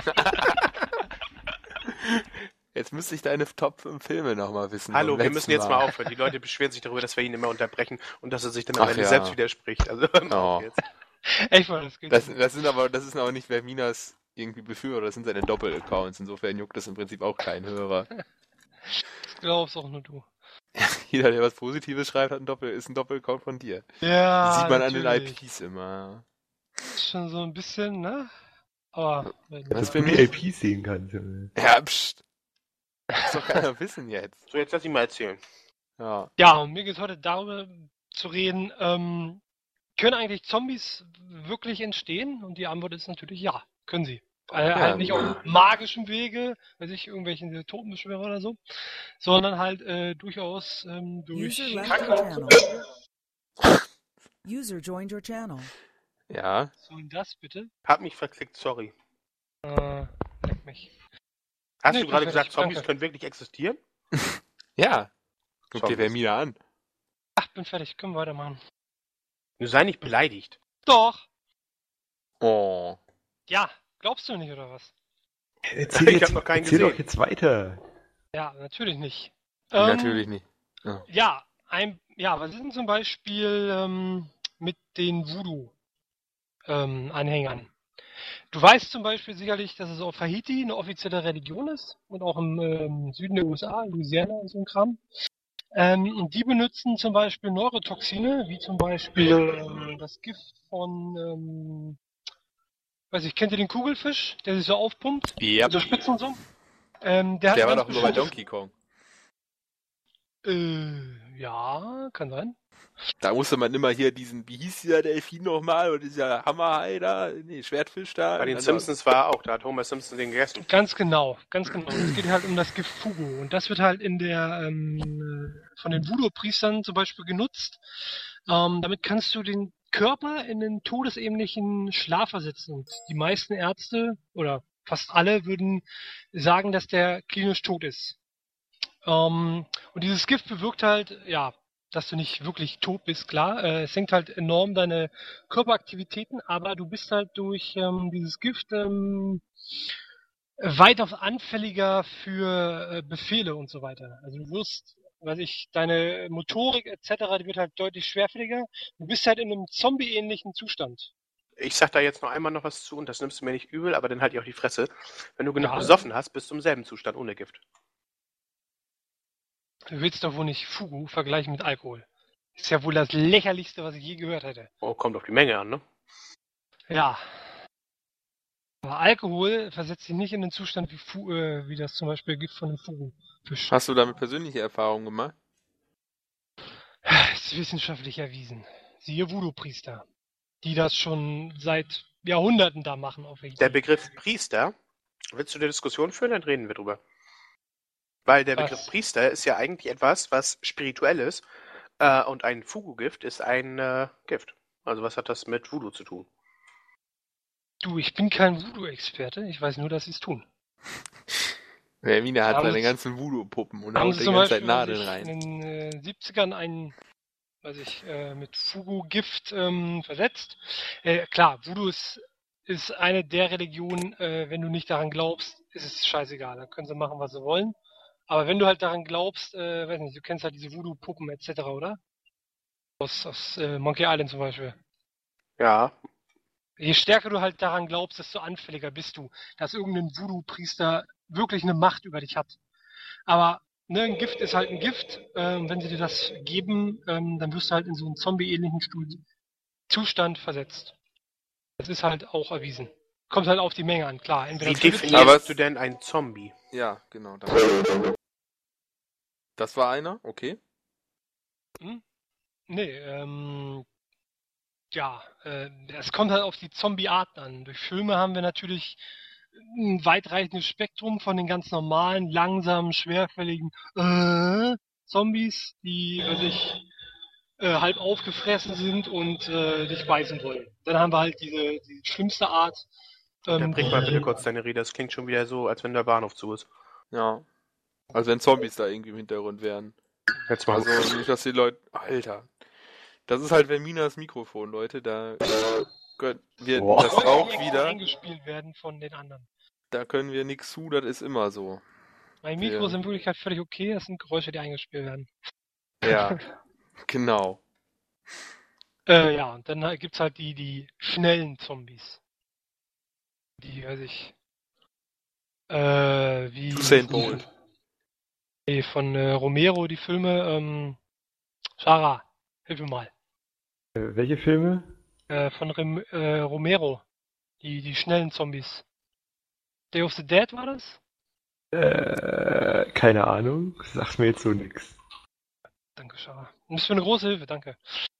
Speaker 1: Jetzt müsste ich deine Top fünf Filme nochmal wissen.
Speaker 3: Hallo,
Speaker 1: vom
Speaker 3: wir
Speaker 1: letzten
Speaker 3: müssen jetzt mal aufhören. Die Leute beschweren sich darüber, dass wir ihn immer unterbrechen und dass er sich dann am
Speaker 1: Ach
Speaker 3: Ende
Speaker 1: ja.
Speaker 3: selbst widerspricht. Also hör mal auf
Speaker 1: Oh.
Speaker 3: jetzt.
Speaker 2: Ich wollte das geht
Speaker 1: Das,
Speaker 2: nicht.
Speaker 1: das sind aber, das sind aber nicht Verminas irgendwie Befürworter, das sind seine Doppel-Accounts. Insofern juckt das im Prinzip auch keinen Hörer.
Speaker 2: Das glaubst auch nur du.
Speaker 1: Jeder, der was Positives schreibt, hat ein Doppel, ist ein Doppel-Account von dir.
Speaker 2: Ja,
Speaker 1: Das sieht man an den
Speaker 2: natürlich.
Speaker 1: I Ps immer.
Speaker 2: Ist schon so ein bisschen, ne? Aber wenn
Speaker 1: Das
Speaker 6: Dass du
Speaker 1: bin
Speaker 6: die
Speaker 1: ich.
Speaker 6: L Ps sehen kannst. Junge.
Speaker 1: Ja, pst. Das soll keiner wissen jetzt.
Speaker 3: So, jetzt lass ich mal erzählen.
Speaker 1: Ja.
Speaker 2: Ja, und mir geht es heute darüber zu reden, ähm, können eigentlich Zombies wirklich entstehen? Und die Antwort ist natürlich ja, können sie. Äh,
Speaker 1: Ja.
Speaker 2: halt nicht auf magischem Wege, weiß ich, irgendwelchen Totenbeschwörer oder so, sondern halt äh, durchaus ähm, durch
Speaker 7: User left
Speaker 2: Krankheit
Speaker 7: your
Speaker 2: zum
Speaker 7: channel.
Speaker 2: Beispiel.
Speaker 7: User joined your channel.
Speaker 1: Ja.
Speaker 2: Was soll denn das bitte?
Speaker 3: Hab mich verklickt, sorry.
Speaker 2: Äh, leck mich.
Speaker 3: Hast
Speaker 2: Nee,
Speaker 3: du gerade
Speaker 2: perfekt,
Speaker 3: gesagt, Zombies
Speaker 2: danke.
Speaker 3: können wirklich existieren?
Speaker 1: Ja. Guck dir
Speaker 3: Zombies.
Speaker 1: Vermina an.
Speaker 2: Ach, bin fertig, können wir weitermachen.
Speaker 3: Du sei nicht beleidigt.
Speaker 2: Doch!
Speaker 1: Oh.
Speaker 2: Ja, glaubst du nicht, oder was?
Speaker 6: Erzähl,
Speaker 3: Ich
Speaker 6: jetzt,
Speaker 3: hab noch keinen
Speaker 6: erzähl
Speaker 3: gesehen.
Speaker 6: doch jetzt weiter.
Speaker 2: Ja, natürlich nicht.
Speaker 1: Natürlich nicht. Ja.
Speaker 2: Ja, ein, ja, was ist denn zum Beispiel ähm, mit den Voodoo-Anhängern? Du weißt zum Beispiel sicherlich, dass es auf Haiti eine offizielle Religion ist und auch im ähm, Süden der U S A, Louisiana und so ein Kram. Ähm, und die benutzen zum Beispiel Neurotoxine, wie zum Beispiel ähm, das Gift von, ähm, weiß ich, kennt ihr den Kugelfisch, der sich so aufpumpt?
Speaker 1: Ja.
Speaker 2: Mit so Spitzen und so? Ähm, der hat
Speaker 1: Der war
Speaker 2: ganz
Speaker 1: doch nur bei
Speaker 2: bestimmte-
Speaker 1: Donkey Kong.
Speaker 2: Äh, ja, kann sein.
Speaker 1: Da musste man immer hier diesen, wie hieß dieser Delfin nochmal? Oder dieser Hammerhai da? Nee, Schwertfisch da.
Speaker 3: Bei den
Speaker 1: Dann
Speaker 3: Simpsons war auch, da hat Homer Simpson den gegessen.
Speaker 2: Ganz genau, ganz genau. Es geht halt um das Gift Fugo. Und das wird halt in der ähm, äh, von den Voodoo-Priestern zum Beispiel genutzt. Ähm, damit kannst du den Körper in den todesähnlichen Schlaf versetzen. Und die meisten Ärzte oder fast alle würden sagen, dass der klinisch tot ist. Ähm, und dieses Gift bewirkt halt, ja, dass du nicht wirklich tot bist, klar. Äh, es senkt halt enorm deine Körperaktivitäten, aber du bist halt durch ähm, dieses Gift ähm, weitaus anfälliger für äh, Befehle und so weiter. Also du wirst, weiß ich, deine Motorik et cetera, die wird halt deutlich schwerfälliger. Du bist halt in einem zombie-ähnlichen Zustand.
Speaker 3: Ich sag da jetzt noch einmal noch was zu und das nimmst du mir nicht übel, aber dann halt ich auch die Fresse. Wenn du genug
Speaker 2: Ja.
Speaker 3: besoffen hast, bist du im selben Zustand ohne Gift.
Speaker 2: Du willst doch wohl nicht Fugu vergleichen mit Alkohol. Ist ja wohl das lächerlichste, was ich je gehört hätte.
Speaker 3: Oh, kommt auf die Menge an, ne?
Speaker 2: Ja. Aber Alkohol versetzt dich nicht in den Zustand wie, Fu äh, wie das zum Beispiel Gift von einem Fugu-Fisch.
Speaker 1: Hast du damit persönliche Erfahrungen gemacht?
Speaker 2: Ist wissenschaftlich erwiesen. Siehe Voodoo-Priester, die das schon seit Jahrhunderten da machen. Auf Haiti.
Speaker 3: Der Begriff Priester, willst du eine Diskussion führen, dann reden wir drüber. Weil der
Speaker 2: Was?
Speaker 3: Begriff Priester ist ja eigentlich etwas, was Spirituelles äh, und ein Fugu-Gift ist ein äh, Gift. Also was hat das mit Voodoo zu tun?
Speaker 2: Du, ich bin kein Voodoo-Experte, ich weiß nur, dass sie es tun.
Speaker 1: Vermina hat
Speaker 2: Haben
Speaker 1: seine
Speaker 2: Sie-
Speaker 1: ganzen Voodoo-Puppen und
Speaker 2: Haben
Speaker 1: haut
Speaker 2: sie
Speaker 1: die
Speaker 2: zum
Speaker 1: ganze Zeit
Speaker 2: Beispiel
Speaker 1: Nadeln
Speaker 2: weiß ich,
Speaker 1: rein.
Speaker 2: in den äh, siebzigern einen, weiß ich, äh, mit Fugu-Gift ähm, versetzt. Äh, klar, Voodoo ist, ist eine der Religionen, äh, wenn du nicht daran glaubst, ist es scheißegal. Da können sie machen, was sie wollen. Aber wenn du halt daran glaubst, äh, weiß nicht, du kennst halt diese Voodoo-Puppen et cetera, oder? Aus, aus äh, Monkey Island zum Beispiel.
Speaker 3: Ja,
Speaker 2: Je stärker du halt daran glaubst, desto anfälliger bist du, dass irgendein Voodoo-Priester wirklich eine Macht über dich hat. Aber ne, ein Gift ist halt ein Gift. Ähm, wenn sie dir das geben, ähm, dann wirst du halt in so einen zombie-ähnlichen Stu- Zustand versetzt. Das ist halt auch erwiesen. Kommt halt auf die Menge an, klar. Entweder
Speaker 3: wie
Speaker 2: tötet
Speaker 3: definierst
Speaker 1: Aber es-
Speaker 3: du denn einen Zombie?
Speaker 1: Ja, genau. Danke. Das war einer, okay.
Speaker 2: Nee, ähm, ja, äh, es kommt halt auf die Zombie-Arten an. Durch Filme haben wir natürlich ein weitreichendes Spektrum von den ganz normalen, langsamen, schwerfälligen äh, Zombies, die wirklich äh, halb aufgefressen sind und äh, dich beißen wollen. Dann haben wir halt diese die schlimmste Art.
Speaker 3: Dann
Speaker 2: Ähm,
Speaker 3: bring mal bitte kurz deine Rede. Das klingt schon wieder so, als wenn der Bahnhof zu ist.
Speaker 1: Ja. Also wenn Zombies da irgendwie im Hintergrund wären.
Speaker 3: Jetzt mal.
Speaker 1: Also nicht, dass die Leute... Alter. Das ist halt Verminas Mikrofon, Leute. Da äh, können wir
Speaker 3: Boah.
Speaker 1: das auch
Speaker 2: die
Speaker 1: wieder.
Speaker 2: eingespielt werden von den anderen.
Speaker 1: Da können wir nichts zu, das ist immer so.
Speaker 2: Mein Mikro
Speaker 1: Ja.
Speaker 2: ist in Wirklichkeit völlig okay, das sind Geräusche, die eingespielt werden.
Speaker 1: Ja, genau.
Speaker 2: Äh, ja, und dann halt- gibt's halt die, die schnellen Zombies. Die, weiß ich. Äh, wie.
Speaker 1: Usain Bolt.
Speaker 2: Nee, von äh, Romero, die Filme, ähm. Sarah, hilf mir mal.
Speaker 6: Äh, welche Filme?
Speaker 2: Äh, von Rem, äh, Romero. Die, die schnellen Zombies. Day of the Dead war das?
Speaker 6: Äh, keine Ahnung. Sagt mir jetzt so nix.
Speaker 2: Danke, Schara. Das ist für eine große Hilfe, danke.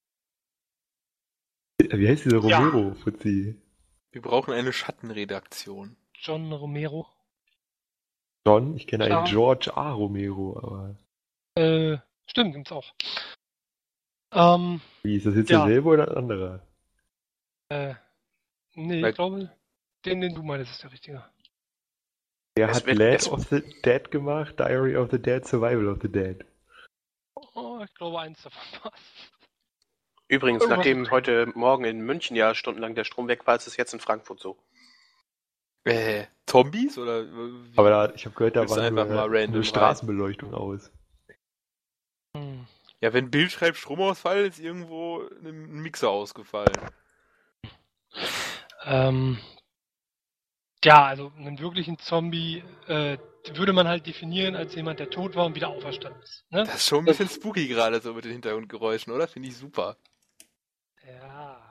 Speaker 6: Wie heißt dieser
Speaker 2: Ja.
Speaker 6: Romero, Fuzzi?
Speaker 1: Wir brauchen eine Schattenredaktion.
Speaker 2: John Romero.
Speaker 6: John? Ich kenne einen
Speaker 2: Ja.
Speaker 6: George A. Romero, aber
Speaker 2: Äh, stimmt, gibt's auch. Ähm,
Speaker 6: wie, ist das jetzt
Speaker 2: Ja.
Speaker 6: derselbe oder ein anderer?
Speaker 2: äh, nee,
Speaker 1: Weil-
Speaker 2: ich glaube, den, den du meinst, ist der richtige.
Speaker 6: Der
Speaker 3: Es
Speaker 6: hat
Speaker 3: wird-
Speaker 6: Land
Speaker 3: es-
Speaker 6: of the Dead gemacht, Diary of the Dead, Survival of the Dead.
Speaker 2: Oh, ich glaube, eins davon war's.
Speaker 3: Übrigens,
Speaker 2: Irgendwas
Speaker 3: nachdem
Speaker 2: mit-
Speaker 3: heute Morgen in München ja stundenlang der Strom weg war, ist es jetzt in Frankfurt so.
Speaker 1: Äh, Zombies oder? wie?
Speaker 6: Aber da, ich habe gehört, da
Speaker 1: Willst
Speaker 6: war
Speaker 1: du einfach
Speaker 6: nur
Speaker 1: mal random
Speaker 6: eine Straßenbeleuchtung aus.
Speaker 2: Hm.
Speaker 1: Ja, wenn Bild schreibt Stromausfall, ist irgendwo ein Mixer ausgefallen.
Speaker 2: Ähm, ja, also einen wirklichen Zombie äh, würde man halt definieren als jemand, der tot war und wieder auferstanden ist. Ne?
Speaker 1: Das ist schon ein bisschen spooky gerade so mit den Hintergrundgeräuschen, oder? Finde ich super.
Speaker 2: Ja.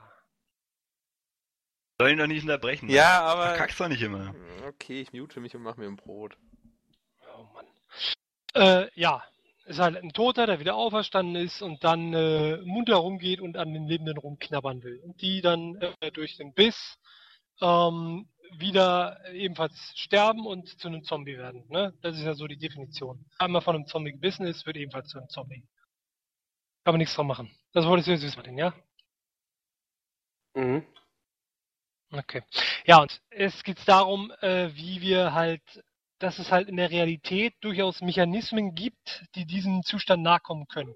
Speaker 5: Soll ihn doch nicht unterbrechen.
Speaker 1: Ja, aber...
Speaker 5: Verkackst doch nicht immer.
Speaker 1: Okay, ich mute mich und mach mir ein Brot.
Speaker 2: Oh Mann. Äh, ja, ist halt ein Toter, der wieder auferstanden ist und dann äh, munter rumgeht und an den Lebenden rumknabbern will. Und die dann äh, durch den Biss ähm, wieder ebenfalls sterben und zu einem Zombie werden. Ne? Das ist ja so die Definition. Einmal von einem Zombie gebissen ist, wird ebenfalls zu einem Zombie. Kann man nichts dran machen. Das wolltest du jetzt wissen, Martin, ja?
Speaker 3: Mhm.
Speaker 2: Okay. Ja, und es geht darum, äh, wie wir halt, dass es halt in der Realität durchaus Mechanismen gibt, die diesem Zustand nachkommen können.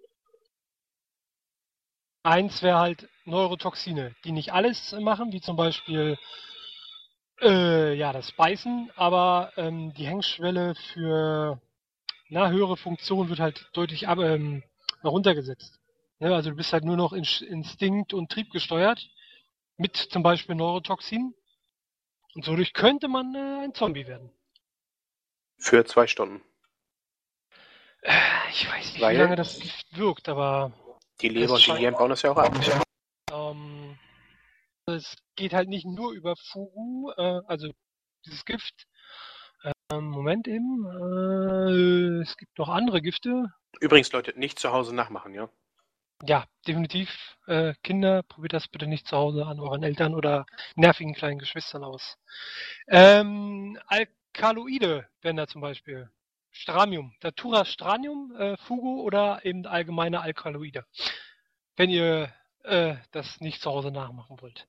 Speaker 2: Eins wäre halt Neurotoxine, die nicht alles machen, wie zum Beispiel äh, ja, das Beißen, aber ähm, die Hemmschwelle für na, höhere Funktion wird halt deutlich ab, ähm, runtergesetzt. Ne? Also du bist halt nur noch in Instinkt und Trieb gesteuert, mit zum Beispiel Neurotoxin. Und so durch könnte man äh, ein Zombie werden.
Speaker 3: Für zwei Stunden.
Speaker 2: Äh, ich weiß nicht,
Speaker 3: Weil-
Speaker 2: wie lange das Gift wirkt, aber
Speaker 3: Die Leber
Speaker 2: Es
Speaker 3: und die
Speaker 2: scheint-
Speaker 3: Nieren bauen das ja auch ab.
Speaker 2: ähm, es geht halt nicht nur über Fugu, äh, also dieses Gift. Ähm, Moment eben. Äh, es gibt noch andere Gifte.
Speaker 3: Übrigens, Leute, nicht zu Hause nachmachen, ja?
Speaker 2: Ja, definitiv. Äh, Kinder, probiert das bitte nicht zu Hause an euren Eltern oder nervigen kleinen Geschwistern aus. Ähm, Alkaloide wären da zum Beispiel. Stranium. Datura Stranium, äh, Fugu oder eben allgemeine Alkaloide. Wenn ihr äh, das nicht zu Hause nachmachen wollt.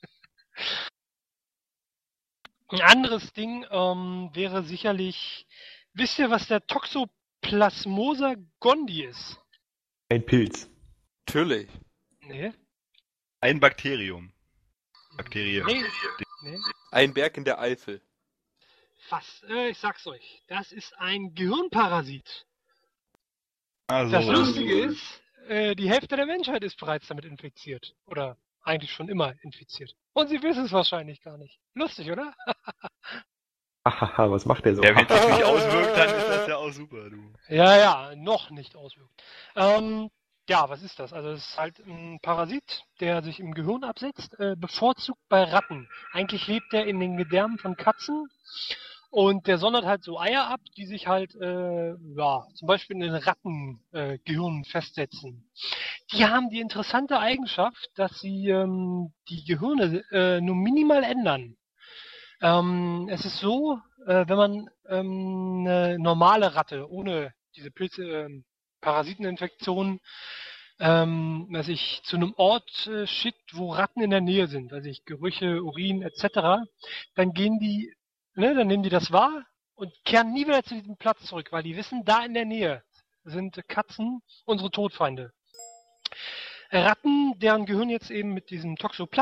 Speaker 2: Ein anderes Ding ähm, wäre sicherlich, wisst ihr, was der Toxoplasmosa gondii ist?
Speaker 6: Ein Pilz.
Speaker 1: Natürlich.
Speaker 2: Nee?
Speaker 5: Ein Bakterium. Bakterie.
Speaker 2: Nee. nee.
Speaker 1: Ein Berg in der Eifel.
Speaker 2: Fast. Äh, ich sag's euch. Das ist ein Gehirnparasit.
Speaker 5: Also,
Speaker 2: Das Lustige ist, äh, die Hälfte der Menschheit ist bereits damit infiziert. Oder eigentlich schon immer infiziert. Und sie wissen es wahrscheinlich gar nicht. Lustig, oder?
Speaker 6: Hahaha, was macht der so?
Speaker 5: ja, wenn es sich nicht auswirkt, dann ist das ja auch super, du.
Speaker 2: Ja, ja, noch nicht auswirkt. Ähm, ja, was ist das? Also es ist halt ein Parasit, der sich im Gehirn absetzt, äh, bevorzugt bei Ratten. Eigentlich lebt er in den Gedärmen von Katzen und der sondert halt so Eier ab, die sich halt, äh, ja, zum Beispiel in den Rattengehirn äh, Gehirn festsetzen. Die haben die interessante Eigenschaft, dass sie ähm, die Gehirne äh, nur minimal ändern. Ähm, es ist so, äh, wenn man ähm, eine normale Ratte ohne diese Pilze, ähm, Parasiteninfektionen, ähm, dass ich zu einem Ort äh, schickt, wo Ratten in der Nähe sind, also ich Gerüche, Urin et cetera, dann gehen die, ne, dann nehmen die das wahr und kehren nie wieder zu diesem Platz zurück, weil die wissen, da in der Nähe sind Katzen unsere Todfeinde. Ratten, deren Gehirn jetzt eben mit diesem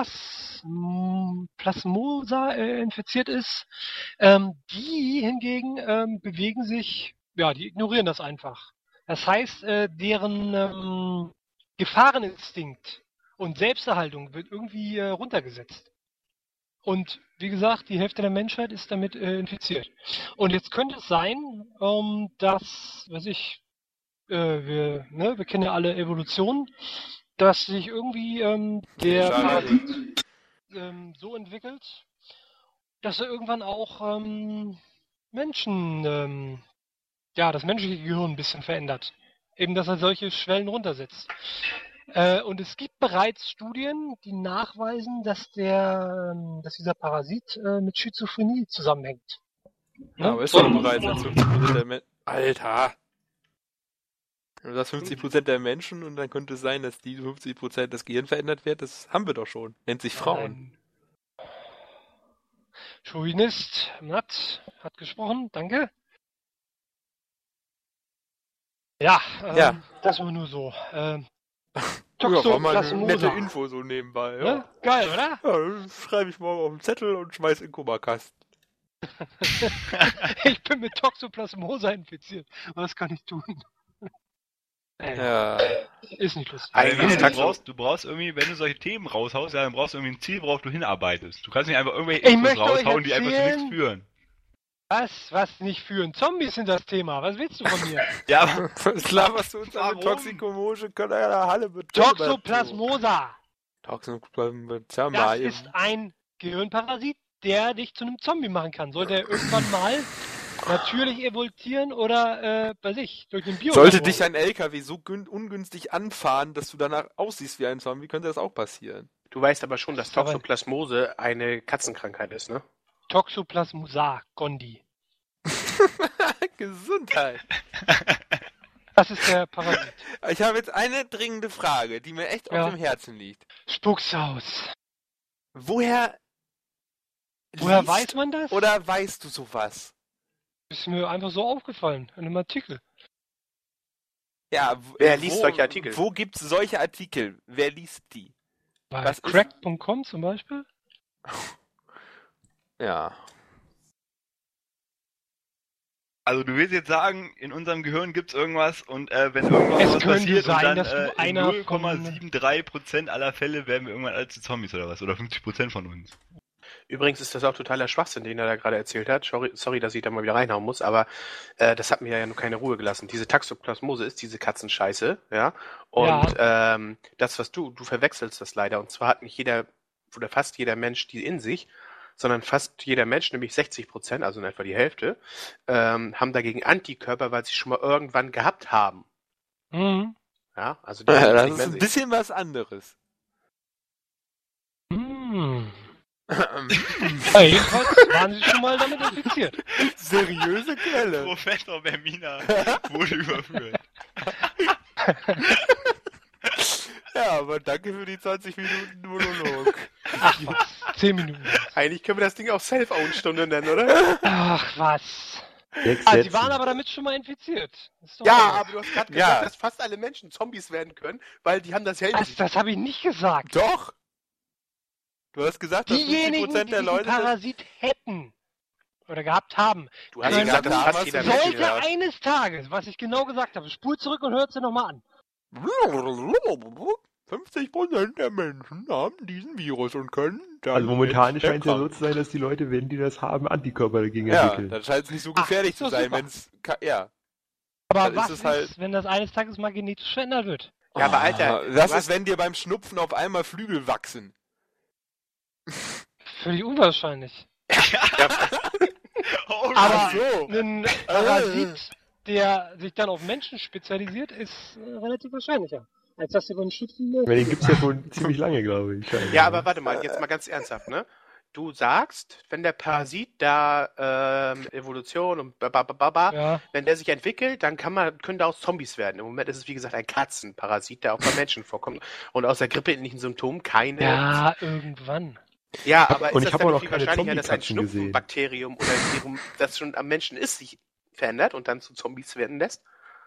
Speaker 2: Toxoplasmosa äh, infiziert ist, ähm, die hingegen ähm, bewegen sich, ja, die ignorieren das einfach. Das heißt, äh, deren ähm, Gefahreninstinkt und Selbsterhaltung wird irgendwie äh, runtergesetzt. Und wie gesagt, die Hälfte der Menschheit ist damit äh, infiziert. Und jetzt könnte es sein, ähm, dass, weiß ich, äh, wir, ne, wir kennen ja alle Evolution, dass sich irgendwie ähm, der
Speaker 1: Schade.
Speaker 2: Parasit ähm, so entwickelt, dass er irgendwann auch ähm, Menschen, ähm, ja, das menschliche Gehirn ein bisschen verändert. Eben, dass er solche Schwellen runtersetzt. Äh, und es gibt bereits Studien, die nachweisen, dass der, ähm, dass dieser Parasit äh, mit Schizophrenie zusammenhängt.
Speaker 1: Ja, aber ist doch bereits als fünfzig Prozent der Menschen. Alter! Du sagst fünfzig Prozent der Menschen und dann könnte es sein, dass die fünfzig Prozent das Gehirn verändert wird. Das haben wir doch schon. Nennt sich Frauen.
Speaker 2: Ein Chauvinist, Matt, hat gesprochen, danke. Ja, ähm,
Speaker 1: Ja.
Speaker 2: das war nur so. Ähm,
Speaker 1: Ja, war mal eine
Speaker 2: Toxoplasmosa.
Speaker 1: nette Info so nebenbei. Ja.
Speaker 2: Ne? Geil, oder?
Speaker 1: Ja, das schreibe ich morgen auf den Zettel und schmeiß in den Kummerkasten.
Speaker 2: Ich bin mit Toxoplasmosa infiziert. Was kann ich tun? Äh,
Speaker 1: Ja.
Speaker 2: Ist nicht lustig.
Speaker 3: Eigentlich
Speaker 5: Ja,
Speaker 3: ist
Speaker 5: du,
Speaker 3: Taxo-
Speaker 5: brauchst, du brauchst irgendwie, wenn du solche Themen raushaust, ja, dann brauchst du irgendwie ein Ziel, worauf du hinarbeitest. Du kannst nicht einfach irgendwelche
Speaker 2: Ich
Speaker 5: Infos
Speaker 2: möchte euch
Speaker 5: raushauen, die einfach zu
Speaker 2: erzählen-
Speaker 5: nichts führen.
Speaker 2: Was? Was nicht führen? Zombies sind das Thema. Was willst du von mir?
Speaker 5: Ja, aber
Speaker 1: Was laberst du uns an mit
Speaker 5: Warum?
Speaker 1: Toxikomoge? Können wir ja der Halle mit
Speaker 2: Toxoplasmosa.
Speaker 1: Toxoplasmosa.
Speaker 2: Das ist ein Gehirnparasit, der dich zu einem Zombie machen kann. Sollte er irgendwann mal natürlich evolutieren oder äh, bei sich durch den Bio.
Speaker 1: Sollte dich ein L K W so gün- ungünstig anfahren, dass du danach aussiehst wie ein Zombie, könnte das auch passieren.
Speaker 3: Du weißt aber schon, dass
Speaker 2: Das ist aber-
Speaker 3: Toxoplasmose eine Katzenkrankheit ist, ne?
Speaker 2: Toxoplasmosa gondii.
Speaker 1: Gesundheit.
Speaker 2: Das ist der Parasit.
Speaker 1: Ich habe jetzt eine dringende Frage, die mir echt
Speaker 2: Ja.
Speaker 1: auf dem Herzen liegt.
Speaker 2: Spuck's aus.
Speaker 1: Woher
Speaker 2: Woher
Speaker 1: liest
Speaker 2: weiß man das?
Speaker 1: oder weißt du sowas?
Speaker 2: Ist mir einfach so aufgefallen in einem Artikel.
Speaker 1: Ja, w-
Speaker 3: Wer
Speaker 1: wo,
Speaker 3: liest solche Artikel?
Speaker 1: Wo gibt's solche Artikel? Wer liest die?
Speaker 2: Bei
Speaker 1: Was ist-
Speaker 2: crack punkt com zum Beispiel.
Speaker 1: Ja.
Speaker 5: also du willst jetzt sagen, in unserem Gehirn gibt's irgendwas und äh, wenn irgendwas
Speaker 2: Es
Speaker 5: was
Speaker 2: könnte
Speaker 5: passiert
Speaker 2: sein,
Speaker 5: und dann
Speaker 2: dass du
Speaker 5: äh, in
Speaker 2: einer
Speaker 5: null Komma drei Prozent aller Fälle werden wir irgendwann alle zu Zombies oder was? Oder fünfzig Prozent von uns.
Speaker 3: Übrigens ist das auch totaler Schwachsinn, den er da gerade erzählt hat. Sorry, sorry, dass ich da mal wieder reinhauen muss, aber äh, das hat mir ja nur keine Ruhe gelassen. Diese Toxoplasmose ist diese Katzenscheiße, ja. Und ähm, das, was du, du verwechselst das leider. Und zwar hat nicht jeder oder fast jeder Mensch die in sich, sondern fast jeder Mensch, nämlich sechzig Prozent, also in etwa die Hälfte, ähm, haben dagegen Antikörper, weil sie schon mal irgendwann gehabt haben.
Speaker 2: Mhm.
Speaker 3: Ja, also die
Speaker 1: Das
Speaker 3: haben
Speaker 1: ist
Speaker 3: nicht mehr in
Speaker 1: ein
Speaker 3: sich.
Speaker 1: bisschen was anderes.
Speaker 2: Mhm. Ja, jedenfalls waren sie schon mal damit infiziert.
Speaker 1: Seriöse Quelle.
Speaker 5: Professor Bermina wurde überführt.
Speaker 1: Ja, aber danke für die zwanzig Minuten Monolog.
Speaker 2: Ach was, zehn Minuten.
Speaker 3: Eigentlich können wir das Ding auch Self-Own-Stunde nennen, oder?
Speaker 2: Ach was.
Speaker 6: Sechs
Speaker 2: Ah, sie
Speaker 6: Sätzen.
Speaker 2: waren aber damit schon mal infiziert. Ist doch
Speaker 3: Ja,
Speaker 2: was.
Speaker 3: aber du hast gerade
Speaker 1: Ja.
Speaker 3: gesagt, dass fast alle Menschen Zombies werden können, weil die haben das ja in
Speaker 2: Das,
Speaker 3: sich.
Speaker 2: das habe ich nicht gesagt.
Speaker 1: Doch. Du hast gesagt, dass fünfzig
Speaker 2: Diejenigen, die
Speaker 1: Prozent der
Speaker 2: diesen
Speaker 1: Leute... das-
Speaker 2: Parasit hätten oder gehabt haben,
Speaker 3: Du hast
Speaker 1: Ja,
Speaker 3: gesagt, dass
Speaker 1: da
Speaker 3: fast
Speaker 1: hast
Speaker 3: jeder
Speaker 1: du-
Speaker 3: Mensch
Speaker 1: Sollte
Speaker 3: gehört.
Speaker 2: sollte eines Tages, was ich genau gesagt habe, spul zurück und hört sie nochmal an.
Speaker 1: fünfzig Prozent der Menschen haben diesen Virus und können dann
Speaker 6: Also momentan
Speaker 1: jetzt
Speaker 6: scheint es ja so
Speaker 1: erkranken.
Speaker 6: zu sein, dass die Leute, wenn die das haben, Antikörper dagegen
Speaker 1: Ja,
Speaker 6: entwickeln.
Speaker 1: dann scheint es nicht so
Speaker 2: Ach,
Speaker 1: gefährlich
Speaker 2: ist
Speaker 1: zu
Speaker 2: doch
Speaker 1: sein,
Speaker 2: super.
Speaker 1: wenn es... Ja.
Speaker 2: Aber
Speaker 1: Dann ist
Speaker 2: was
Speaker 1: es
Speaker 2: ist,
Speaker 1: halt-
Speaker 2: wenn das eines Tages mal genetisch verändert wird?
Speaker 3: Ja, aber Alter,
Speaker 1: Ah,
Speaker 3: du
Speaker 1: das
Speaker 3: hast-
Speaker 1: ist, wenn dir beim Schnupfen auf einmal Flügel wachsen.
Speaker 2: Völlig unwahrscheinlich.
Speaker 5: Oh,
Speaker 2: Aber
Speaker 1: so.
Speaker 2: ein Parasit, der sich dann auf Menschen spezialisiert, ist äh, relativ wahrscheinlicher. Als dass sie beim Schnupfen...
Speaker 6: Weil den gibt's ja schon ziemlich lange, glaube ich. scheinbar.
Speaker 3: Ja, aber warte mal, jetzt mal ganz ernsthaft, ne? Du sagst, wenn der Parasit da ähm, Evolution und babababa,
Speaker 2: Ja.
Speaker 3: wenn der sich entwickelt, dann kann man, können daraus Zombies werden. Im Moment ist es wie gesagt ein Katzenparasit, der auch bei Menschen vorkommt und aus der grippeähnlichen Symptomen keine.
Speaker 2: Ja, irgendwann.
Speaker 3: Ja, aber
Speaker 6: Und
Speaker 3: ist
Speaker 6: ich
Speaker 3: das
Speaker 6: hab auch
Speaker 3: dann
Speaker 6: noch
Speaker 3: nicht viel
Speaker 6: keine
Speaker 3: wahrscheinlicher, dass ein
Speaker 6: Zombie-Katzen gesehen.
Speaker 3: Schnupfenbakterium oder ein Virum, das schon am Menschen ist, sich verändert und dann zu Zombies werden lässt?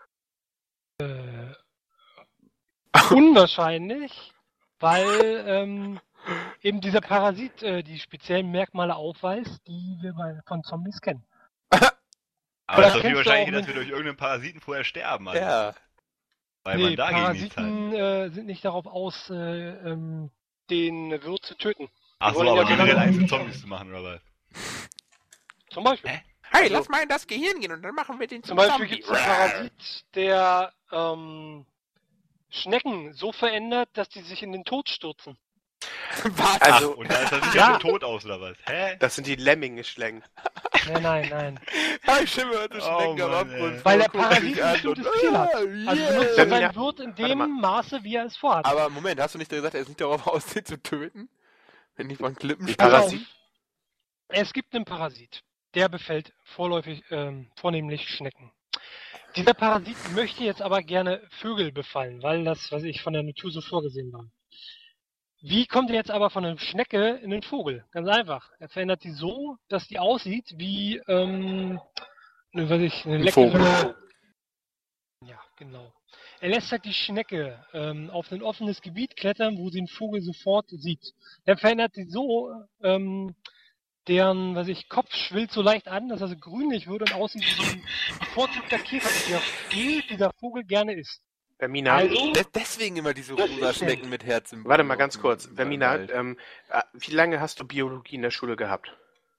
Speaker 2: Unwahrscheinlich, weil ähm, eben dieser Parasit äh, die speziellen Merkmale aufweist, die wir bei, von Zombies kennen.
Speaker 5: Aber es ist doch viel
Speaker 2: kennst du
Speaker 5: wahrscheinlicher,
Speaker 2: auch
Speaker 5: dass wir durch irgendeinen Parasiten vorher sterben. Also,
Speaker 1: Ja.
Speaker 5: Weil
Speaker 2: nee,
Speaker 5: man dagegen nichts hat.
Speaker 2: Parasiten äh, sind nicht darauf aus, äh, ähm, den Wirt zu töten.
Speaker 5: Ach so,
Speaker 2: wollen ja
Speaker 5: aber
Speaker 2: genau-
Speaker 5: generell einzelne Zombies zu machen, oder was?
Speaker 2: Zum Beispiel.
Speaker 5: Hä?
Speaker 1: Hey,
Speaker 3: Also-
Speaker 1: lass mal in das Gehirn gehen und dann machen wir den
Speaker 2: Zum Beispiel gibt es einen Parasit, der ähm, Schnecken so verändert, dass die sich in den Tod stürzen.
Speaker 1: Was?
Speaker 3: Also-
Speaker 5: Ach, und da ist er sicher
Speaker 2: Ja.
Speaker 5: schon tot aus, oder was? Hä?
Speaker 3: Das sind die Lemminge-Schlangen.
Speaker 2: Nein, nein, nein.
Speaker 1: Ja, ich stimme heute
Speaker 5: Oh,
Speaker 1: Schnecken am
Speaker 5: Mann,
Speaker 1: Abgrund.
Speaker 5: ey.
Speaker 2: Weil der
Speaker 1: Guck
Speaker 2: Parasit
Speaker 1: dich
Speaker 2: ein
Speaker 1: an
Speaker 2: bestimmtes
Speaker 1: und-
Speaker 2: Ziel hat.
Speaker 1: Ah,
Speaker 2: Also
Speaker 1: yeah.
Speaker 2: benutzt er
Speaker 3: Wenn
Speaker 2: sein
Speaker 3: wir-
Speaker 2: Wirt in
Speaker 3: Warte
Speaker 2: dem
Speaker 3: mal.
Speaker 2: Maße, wie er es vorhat.
Speaker 1: Aber Moment, hast du nicht gesagt, er ist nicht darauf aus, den zu töten? Wenn die von Klippen
Speaker 3: Die
Speaker 1: springen?
Speaker 3: Parasit-
Speaker 2: Es gibt einen Parasit, der befällt vorläufig ähm, vornehmlich Schnecken. Dieser Parasit möchte jetzt aber gerne Vögel befallen, weil das, was ich von der Natur so vorgesehen war. Wie kommt er jetzt aber von einer Schnecke in einen Vogel? Ganz einfach. Er verändert die so, dass die aussieht wie, ähm, ne, weiß ich, eine
Speaker 1: Ein
Speaker 2: leckere...
Speaker 1: Vogel.
Speaker 2: Ja, genau. Er lässt halt die Schnecke ähm, auf ein offenes Gebiet klettern, wo sie den Vogel sofort sieht. Er verändert sie so, ähm, deren, was ich, Kopf schwillt so leicht an, dass er so grünlich wird und aussieht wie so ein bevorzugter Käfer, der viel dieser Vogel gerne isst.
Speaker 3: Vermina,
Speaker 2: Also,
Speaker 1: De- Deswegen immer diese rosa Schnecken mit Herz im
Speaker 3: warte mal ganz
Speaker 1: im-
Speaker 3: kurz.
Speaker 1: im
Speaker 3: Vermina,
Speaker 1: Wald.
Speaker 3: ähm, äh, wie lange hast du Biologie in der Schule gehabt?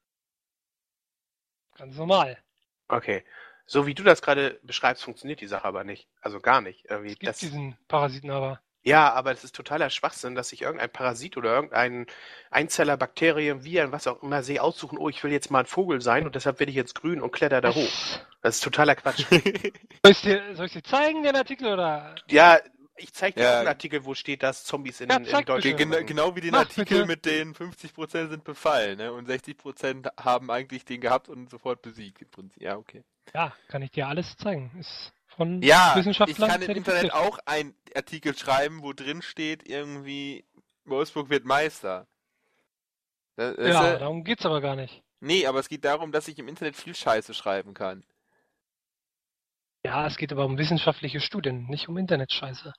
Speaker 2: ganz normal.
Speaker 3: Okay. So wie du das gerade beschreibst, funktioniert die Sache aber nicht. Also gar nicht. Irgendwie
Speaker 2: Es gibt
Speaker 3: das,
Speaker 2: diesen Parasiten aber.
Speaker 3: ja, aber es ist totaler Schwachsinn, dass sich irgendein Parasit oder irgendein Einzeller, Bakterien, Viren, was auch immer, sie aussuchen, oh, ich will jetzt mal ein Vogel sein und deshalb werde ich jetzt grün und kletter da hoch. Das ist totaler Quatsch.
Speaker 2: Soll ich dir, soll ich dir zeigen, den Artikel, oder?
Speaker 3: Ja, ich zeige dir
Speaker 1: Ja.
Speaker 3: auch einen Artikel, wo steht, dass Zombies in,
Speaker 2: Ja,
Speaker 3: in
Speaker 2: zeig
Speaker 3: Deutschland
Speaker 2: bitte.
Speaker 1: Gen
Speaker 3: sind.
Speaker 1: genau wie den
Speaker 2: Mach
Speaker 1: Artikel
Speaker 2: bitte.
Speaker 1: mit den fünfzig Prozent sind befallen, ne? Und sechzig Prozent haben eigentlich den gehabt und sofort besiegt im Prinzip. Ja, okay.
Speaker 2: Ja, kann ich dir alles zeigen. Ist von
Speaker 1: Ja, ich
Speaker 2: Wissenschaftlern
Speaker 1: kann im Internet
Speaker 2: zertifiziert.
Speaker 1: auch einen Artikel schreiben, wo drin steht, irgendwie, Wolfsburg wird Meister. Das, das,
Speaker 2: Ja,
Speaker 1: äh,
Speaker 2: darum geht's aber gar nicht.
Speaker 1: nee, aber es geht darum, dass ich im Internet viel Scheiße schreiben kann.
Speaker 2: Ja, es geht aber um wissenschaftliche Studien, nicht um Internetscheiße.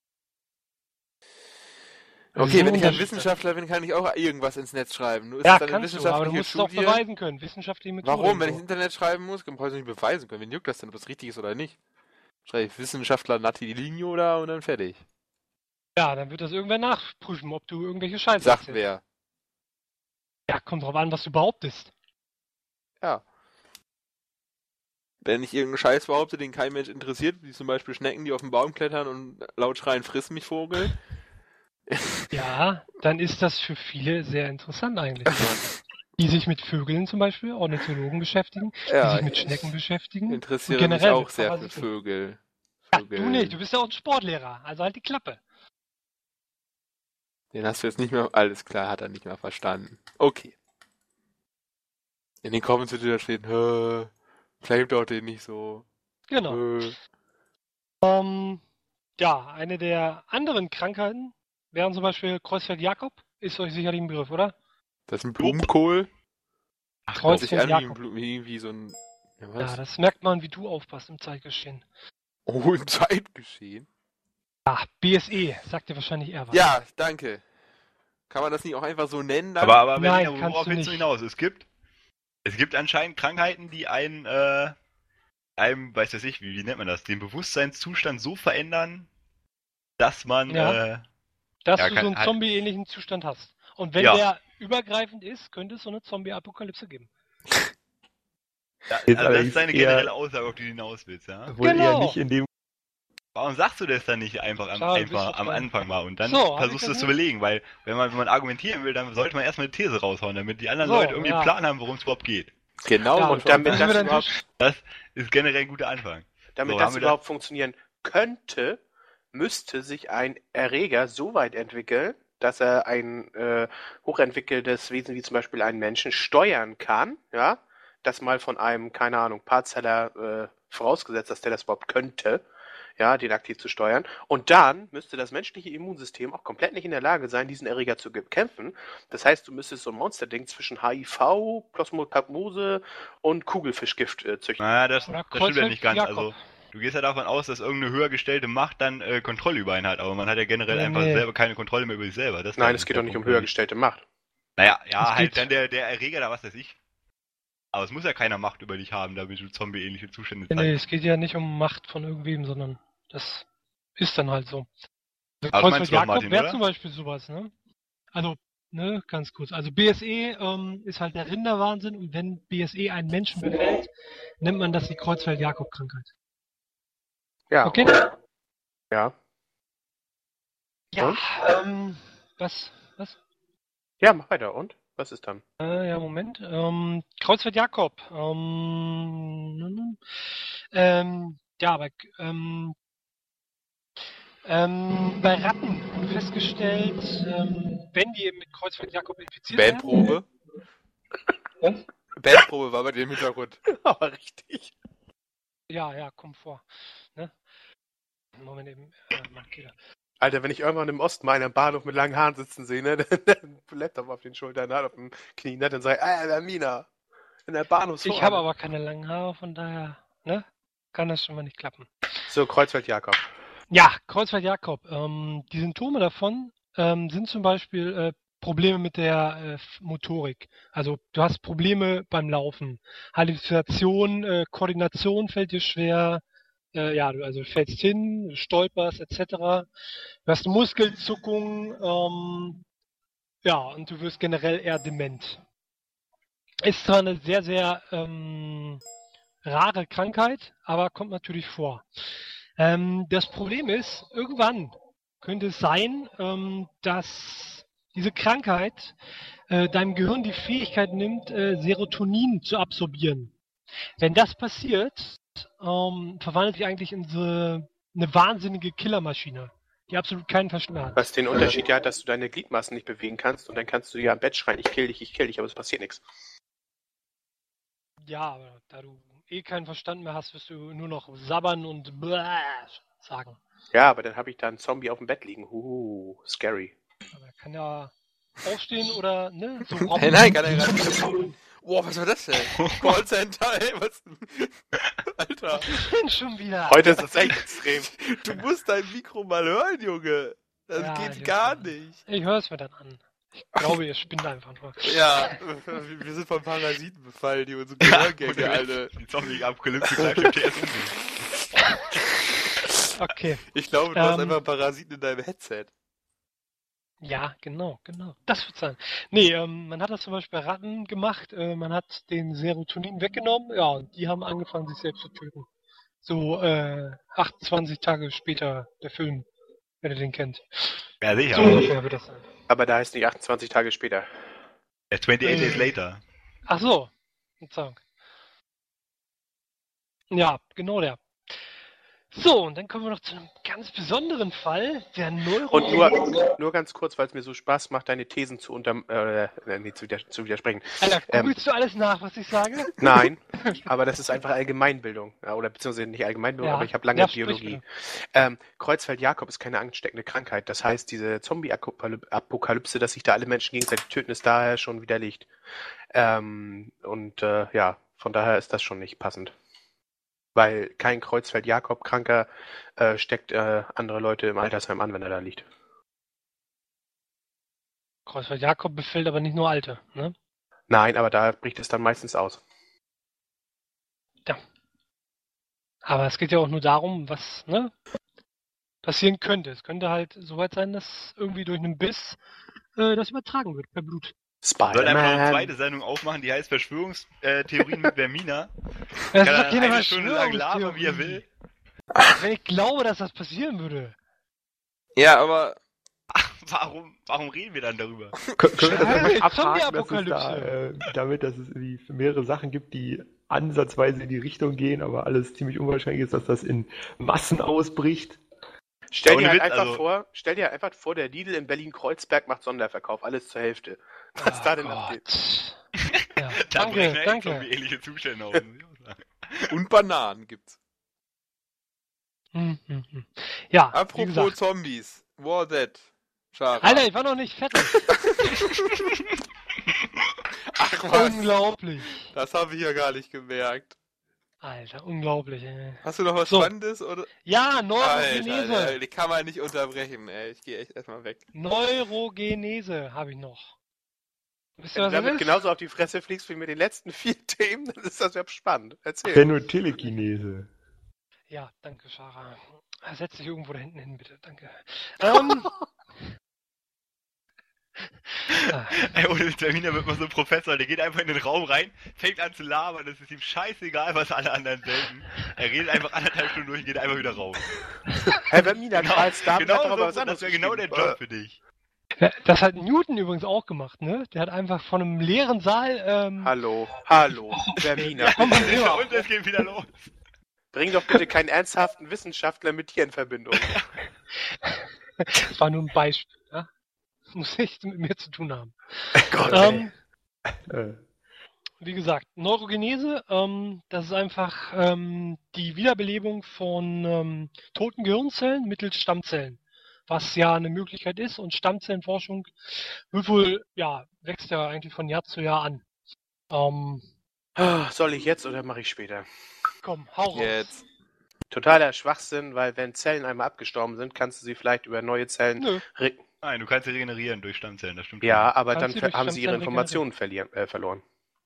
Speaker 2: Das ist
Speaker 1: Okay,
Speaker 2: ein
Speaker 1: wenn ich ein
Speaker 2: Unterschied.
Speaker 1: Wissenschaftler bin, kann ich auch irgendwas ins Netz schreiben. Nur ist
Speaker 2: Ja,
Speaker 1: es dann eine
Speaker 2: kannst du, aber du
Speaker 1: wissenschaftliche
Speaker 2: musst es auch
Speaker 1: Studie?
Speaker 2: beweisen können. Wissenschaftliche Methode.
Speaker 1: Warum?
Speaker 2: und
Speaker 1: Wenn ich
Speaker 2: so.
Speaker 1: ins Internet schreiben muss, kann ich es nicht beweisen können. Wen juckt das denn, ob das richtig ist oder nicht? Schreibe ich Wissenschaftler Natilinho da und dann fertig.
Speaker 2: Ja, dann wird das irgendwer nachprüfen, ob du irgendwelche Scheiße
Speaker 1: Sagt
Speaker 2: erzählst.
Speaker 1: wer.
Speaker 2: Ja, kommt drauf an, was du behauptest.
Speaker 1: Ja. Wenn ich irgendeinen Scheiß behaupte, den kein Mensch interessiert, wie zum Beispiel Schnecken, die auf den Baum klettern und laut schreien, friss mich, Vogel.
Speaker 2: Ja, dann ist das für viele sehr interessant eigentlich. Die sich mit Vögeln zum Beispiel, Ornithologen beschäftigen, die
Speaker 1: Ja,
Speaker 2: sich mit
Speaker 1: ich
Speaker 2: Schnecken beschäftigen.
Speaker 1: interessiere
Speaker 2: Und
Speaker 1: mich
Speaker 2: generell
Speaker 1: auch
Speaker 2: mit
Speaker 1: sehr für
Speaker 2: Parasiten.
Speaker 1: Vögel.
Speaker 2: Ja,
Speaker 1: Vögel.
Speaker 2: du nicht, du bist ja auch ein Sportlehrer, also halt die Klappe.
Speaker 1: Den hast du jetzt nicht mehr, alles klar, hat er nicht mehr verstanden. Okay. In den Comments wird wieder stehen, hä, claim doch den nicht so.
Speaker 2: Genau.
Speaker 1: Hä.
Speaker 2: Ähm, ja, eine der anderen Krankheiten wären zum Beispiel Kreuzfeld-Jakob. Ist euch sicherlich ein Begriff, oder?
Speaker 1: Das ist ein Blumenkohl.
Speaker 5: Ach,
Speaker 1: Hört sich an wie, ein
Speaker 2: Kreuzfeld-Jakob.
Speaker 1: Blu- wie, wie so ein... Ja,
Speaker 2: Ja,
Speaker 1: was?
Speaker 2: das merkt man, wie du aufpasst im Zeitgeschehen.
Speaker 1: Oh, im Zeitgeschehen.
Speaker 2: Ah, B S E, sagt dir wahrscheinlich eher was.
Speaker 1: Ja, danke. Kann man das nicht auch einfach so nennen? Dann?
Speaker 5: Aber, aber
Speaker 2: Nein,
Speaker 5: Berliner,
Speaker 2: kannst
Speaker 5: worauf
Speaker 2: du
Speaker 5: willst du
Speaker 2: nicht.
Speaker 5: hinaus? Es gibt, es gibt anscheinend Krankheiten, die einen, äh, einem, weiß das ich, wie, wie nennt man das, den Bewusstseinszustand so verändern, dass man,
Speaker 2: Ja.
Speaker 5: äh,
Speaker 2: Dass
Speaker 5: Ja,
Speaker 2: du
Speaker 5: kann-
Speaker 2: so einen
Speaker 5: halt-
Speaker 2: Zombie-ähnlichen Zustand hast. Und wenn
Speaker 5: Ja.
Speaker 2: der übergreifend ist, könnte es so eine Zombie-Apokalypse geben.
Speaker 5: da,
Speaker 6: Jetzt
Speaker 5: also das
Speaker 6: allerdings
Speaker 5: ist deine
Speaker 6: eher-
Speaker 5: generelle Aussage, auf die du hinaus willst, ja?
Speaker 6: Wohl
Speaker 2: Genau.
Speaker 6: eher nicht in dem.
Speaker 5: Warum sagst du das dann nicht einfach am,
Speaker 2: Schade,
Speaker 5: einfach
Speaker 2: bist du
Speaker 5: am
Speaker 2: dran.
Speaker 5: Anfang mal und dann
Speaker 2: So, hab
Speaker 5: versuchst
Speaker 2: ich
Speaker 5: du
Speaker 2: das
Speaker 5: es zu
Speaker 2: nicht?
Speaker 5: belegen, weil wenn man, wenn man argumentieren will, dann sollte man erstmal eine These raushauen, damit die anderen
Speaker 2: So,
Speaker 5: Leute irgendwie
Speaker 2: ja.
Speaker 5: einen Plan haben, worum es überhaupt geht.
Speaker 1: Genau.
Speaker 2: Ja,
Speaker 1: und
Speaker 3: und damit
Speaker 2: Dann sind
Speaker 3: das
Speaker 2: wir dann
Speaker 3: überhaupt,
Speaker 2: durch.
Speaker 5: Das ist generell ein guter Anfang.
Speaker 3: damit
Speaker 5: So,
Speaker 3: das
Speaker 5: haben wir
Speaker 3: überhaupt funktionieren könnte, müsste sich ein Erreger so weit entwickeln, dass er ein äh, hochentwickeltes Wesen wie zum Beispiel einen Menschen steuern kann, ja, das mal von einem, keine Ahnung, Paarzeller äh, vorausgesetzt, dass der das überhaupt könnte, ja, den aktiv zu steuern. Und dann müsste das menschliche Immunsystem auch komplett nicht in der Lage sein, diesen Erreger zu bekämpfen. Das heißt, du müsstest so ein Monsterding zwischen H I V, Plasmodium und Kugelfischgift äh, züchten.
Speaker 5: Naja, das,
Speaker 2: Oder
Speaker 5: das stimmt ja
Speaker 2: Kreuzfeld
Speaker 5: nicht ganz.
Speaker 2: Jakob.
Speaker 5: Also, du gehst ja davon aus, dass irgendeine höher gestellte Macht dann äh, Kontrolle über ihn hat, aber man hat ja generell
Speaker 2: Nee,
Speaker 5: einfach
Speaker 2: nee.
Speaker 5: selber keine Kontrolle mehr über sich selber. Das ist
Speaker 3: Nein,
Speaker 5: der-
Speaker 3: es geht
Speaker 5: der
Speaker 3: doch nicht um
Speaker 5: Punkt,
Speaker 3: höher
Speaker 5: glaube ich.
Speaker 3: gestellte Macht.
Speaker 5: Naja, ja,
Speaker 2: Es
Speaker 5: halt
Speaker 2: geht-
Speaker 5: dann der, der Erreger da, was weiß ich. Aber es muss ja keiner Macht über dich haben, damit du zombie-ähnliche Zustände
Speaker 2: Nee,
Speaker 5: zeigst.
Speaker 2: es geht ja nicht um Macht von irgendwem, sondern das ist dann halt so. Also
Speaker 5: Aber das meinst du doch,
Speaker 2: Kreuzfeld-Jakob
Speaker 5: Martin,
Speaker 2: wäre
Speaker 5: oder?
Speaker 2: zum Beispiel sowas, ne? Also, ne, ganz kurz. Also B S E ähm, ist halt der Rinderwahnsinn und wenn B S E einen Menschen befällt, nennt man das die Kreuzfeld-Jakob-Krankheit.
Speaker 3: Ja.
Speaker 2: Okay?
Speaker 3: Ja.
Speaker 2: Ja,
Speaker 3: Und?
Speaker 2: ähm, was, was?
Speaker 3: Ja, mach weiter. Und? Was ist dann?
Speaker 2: Äh, ja, Moment. Ähm, Kreuzfahrt Jakob. Ähm, ähm, ja, aber ähm, ähm, bei Ratten wurde festgestellt, ähm, wenn die eben mit Kreuzfahrt Jakob infiziert
Speaker 1: Bandprobe.
Speaker 2: werden.
Speaker 1: Bandprobe war bei dir im Hintergrund.
Speaker 3: Aber richtig.
Speaker 2: Ja, ja, kommt vor. Ne? Moment eben, äh, Markierer.
Speaker 3: Alter, wenn ich irgendwann im Osten mal einen am Bahnhof mit langen Haaren sitzen sehe, ne, dann Laptop auf den Schultern, hat auf dem Knie, ne, dann sag ich, ah, Mina, in der Bahnhofsvorhalle.
Speaker 2: Ich habe aber keine langen Haare, von daher, ne, kann das schon mal nicht klappen.
Speaker 3: So, Kreuzfeld Jakob.
Speaker 2: Ja, Kreuzfahrt Jakob. Ähm, die Symptome davon ähm, sind zum Beispiel äh, Probleme mit der äh, Motorik. Also du hast Probleme beim Laufen. Halluzination, äh, Koordination fällt dir schwer. Äh, ja, du also fällst hin, stolperst et cetera. Du hast Muskelzuckungen. Ähm, ja, und du wirst generell eher dement. Ist zwar eine sehr, sehr ähm, rare Krankheit, aber kommt natürlich vor. Ähm, das Problem ist, irgendwann könnte es sein, ähm, dass diese Krankheit äh, deinem Gehirn die Fähigkeit nimmt, äh, Serotonin zu absorbieren. Wenn das passiert, ähm, verwandelt sich eigentlich in so eine wahnsinnige Killermaschine, die absolut keinen Verstand mehr hat.
Speaker 3: Was den Unterschied ja hat, dass du deine Gliedmaßen nicht bewegen kannst und dann kannst du ja im Bett schreien, ich kill dich, ich kill dich, aber es passiert nichts.
Speaker 2: Ja, aber da du eh keinen Verstand mehr hast, wirst du nur noch sabbern und bläh sagen.
Speaker 3: Ja, aber dann habe ich da einen Zombie auf dem Bett liegen. Uh, scary.
Speaker 2: Aber er kann ja aufstehen oder, ne? So
Speaker 1: Nein, nein, kann er gerade nicht. Boah, was war das denn? Callcenter, ey, was? Alter.
Speaker 2: Schon wieder.
Speaker 3: Heute ist das echt extrem.
Speaker 1: Du musst dein Mikro mal hören, Junge. Das
Speaker 2: Ja,
Speaker 1: geht
Speaker 2: ich
Speaker 1: gar
Speaker 2: weiß.
Speaker 1: nicht.
Speaker 2: Ich höre es mir dann an. Ich glaube, ihr spinnt einfach nur.
Speaker 1: Ja, wir sind von Parasiten befallen, die unsere Gehörgänge alle.
Speaker 5: Die Zombie-Apokalypse greift im T S um.
Speaker 2: Okay.
Speaker 1: Ich glaube, du hast
Speaker 2: Ähm.
Speaker 1: einfach Parasiten in deinem Headset.
Speaker 2: Ja, genau, genau. Das wird sein. Nee, ähm, man hat das zum Beispiel bei Ratten gemacht. Äh, man hat den Serotonin weggenommen. Ja, und die haben angefangen, sich selbst zu töten. So äh, achtundzwanzig Tage später der Film, wenn ihr den kennt.
Speaker 5: Ja, sicher.
Speaker 2: So ungefähr wird das sein.
Speaker 3: Aber da heißt nicht achtundzwanzig Tage später.
Speaker 5: Ja, twenty-eight days later.
Speaker 2: Ach so. Verzeihung. Ja, genau der. So, und dann kommen wir noch zu einem ganz besonderen Fall, der Neuro...
Speaker 3: Und nur, nur ganz kurz, weil es mir so Spaß macht, deine Thesen zu unter, äh, nee, zu, wider, zu widersprechen.
Speaker 2: Alter,
Speaker 3: Ähm,
Speaker 2: googelst du alles nach, was ich sage?
Speaker 3: Nein, aber das ist einfach Allgemeinbildung. Ja, oder beziehungsweise nicht Allgemeinbildung,
Speaker 2: Ja.
Speaker 3: aber ich habe lange
Speaker 2: Ja, sprich
Speaker 3: Biologie.
Speaker 2: bitte.
Speaker 3: Ähm, Kreuzfeld-Jakob ist keine ansteckende Krankheit. Das heißt, diese Zombie-Apokalypse, dass sich da alle Menschen gegenseitig töten, ist daher schon widerlegt. Ähm, und äh, ja, von daher ist das schon nicht passend. Weil kein Kreuzfeld-Jakob-Kranker äh, steckt äh, andere Leute im Altersheim an, wenn er da liegt.
Speaker 2: Kreuzfeld Jakob befällt aber nicht nur Alte, ne?
Speaker 3: Nein, aber da bricht es dann meistens aus.
Speaker 2: Aber es geht ja auch nur darum, was, ne? Passieren könnte. Es könnte halt soweit sein, dass irgendwie durch einen Biss äh, das übertragen wird per Blut.
Speaker 5: Wir sollten einfach noch eine
Speaker 3: Spider-Man.
Speaker 5: zweite Sendung aufmachen, die heißt Verschwörungstheorien mit Vermina.
Speaker 2: Das
Speaker 5: Kann
Speaker 2: ist
Speaker 5: er
Speaker 2: doch keine
Speaker 5: eine Stunde lang labern, wie er
Speaker 2: Verschwörungstheorie.
Speaker 5: will.
Speaker 2: Wenn ich glaube, dass das passieren würde.
Speaker 1: Ja, aber
Speaker 5: Warum, warum reden wir dann darüber?
Speaker 6: Können wir das
Speaker 2: Ja,
Speaker 6: einfach
Speaker 2: jetzt
Speaker 6: abhaken, dass es da,
Speaker 2: Zombie-Apokalypse.
Speaker 6: äh, damit, dass es irgendwie mehrere Sachen gibt, die ansatzweise in die Richtung gehen, aber alles ziemlich unwahrscheinlich ist, dass das in Massen ausbricht?
Speaker 3: Stell
Speaker 5: Ohne
Speaker 3: dir halt
Speaker 5: Witz,
Speaker 3: einfach
Speaker 5: also-
Speaker 3: vor, stell dir einfach vor, der Lidl in Berlin-Kreuzberg macht Sonderverkauf, alles zur Hälfte. Was
Speaker 2: Oh
Speaker 3: da denn
Speaker 2: Gott.
Speaker 3: abgeht?
Speaker 2: Ja,
Speaker 5: Da
Speaker 2: danke,
Speaker 5: brechen echt
Speaker 2: danke.
Speaker 5: zombie-ähnliche Zustände auf. muss ich auch sagen.
Speaker 1: und Bananen gibt's.
Speaker 2: Hm, hm, hm. Ja, wie
Speaker 1: Apropos
Speaker 2: gesagt.
Speaker 1: Zombies. War that? Schade.
Speaker 2: Alter, ich war noch nicht fertig.
Speaker 1: Ach was,
Speaker 2: Unglaublich.
Speaker 1: das habe ich ja gar nicht gemerkt.
Speaker 2: Alter, unglaublich, ey.
Speaker 1: Hast du noch was
Speaker 2: So.
Speaker 1: Spannendes? Oder?
Speaker 2: Ja,
Speaker 1: Alter,
Speaker 2: Neurogenese.
Speaker 1: Alter, die kann man nicht unterbrechen, ey. Ich gehe echt erstmal weg.
Speaker 2: Neurogenese habe ich noch. Wisst ihr, was
Speaker 3: Wenn du
Speaker 2: das
Speaker 3: damit
Speaker 2: ist?
Speaker 3: genauso auf die Fresse fliegst wie mit den letzten vier Themen, dann ist das ja spannend. Erzähl.
Speaker 6: Phenotelekinese.
Speaker 2: Ja, danke, Sarah. Setz dich irgendwo da hinten hin, bitte. Danke. Ähm, ah,
Speaker 5: Ey, ohne Vermina wird man so ein Professor, der geht einfach in den Raum rein, fängt an zu labern, das ist ihm scheißegal, was alle anderen denken. Er redet einfach anderthalb Stunden durch und geht einfach wieder raus.
Speaker 3: Herr Vermina, Karl Star
Speaker 5: genau
Speaker 3: hat doch aber
Speaker 5: so,
Speaker 3: was anderes
Speaker 5: das wäre genau der
Speaker 3: geschrieben.
Speaker 5: Job für dich.
Speaker 2: Ja, das hat Newton übrigens auch gemacht, ne? Der hat einfach von einem leeren Saal, ähm,
Speaker 3: Hallo, hallo, Vermina,
Speaker 2: Komm mal
Speaker 3: bitte.
Speaker 2: rüber.
Speaker 5: Und es geht wieder los.
Speaker 3: Bring doch bitte keinen ernsthaften Wissenschaftler mit dir in Verbindung.
Speaker 2: das war nur ein Beispiel, ja? Das muss nichts mit mir zu tun haben.
Speaker 3: Gott,
Speaker 2: Ähm,
Speaker 6: Äh,
Speaker 2: wie gesagt, Neurogenese, ähm, das ist einfach ähm, die Wiederbelebung von ähm, toten Gehirnzellen mittels Stammzellen, was ja eine Möglichkeit ist, und Stammzellenforschung wird wohl, ja, wächst ja eigentlich von Jahr zu Jahr an. Ähm,
Speaker 3: Ah, soll ich jetzt oder mache ich später?
Speaker 2: komm, hau raus.
Speaker 1: Jetzt.
Speaker 3: Totaler Schwachsinn, weil wenn Zellen einmal abgestorben sind, kannst du sie vielleicht über neue Zellen...
Speaker 2: Nö,
Speaker 3: Re
Speaker 5: Nein, du kannst sie regenerieren durch Stammzellen, das stimmt.
Speaker 3: ja, aber
Speaker 2: Kannst
Speaker 3: dann
Speaker 2: du
Speaker 3: ver-
Speaker 2: durch
Speaker 3: haben sie ihre
Speaker 2: Stammzellen
Speaker 3: Informationen verlieren, äh, verloren.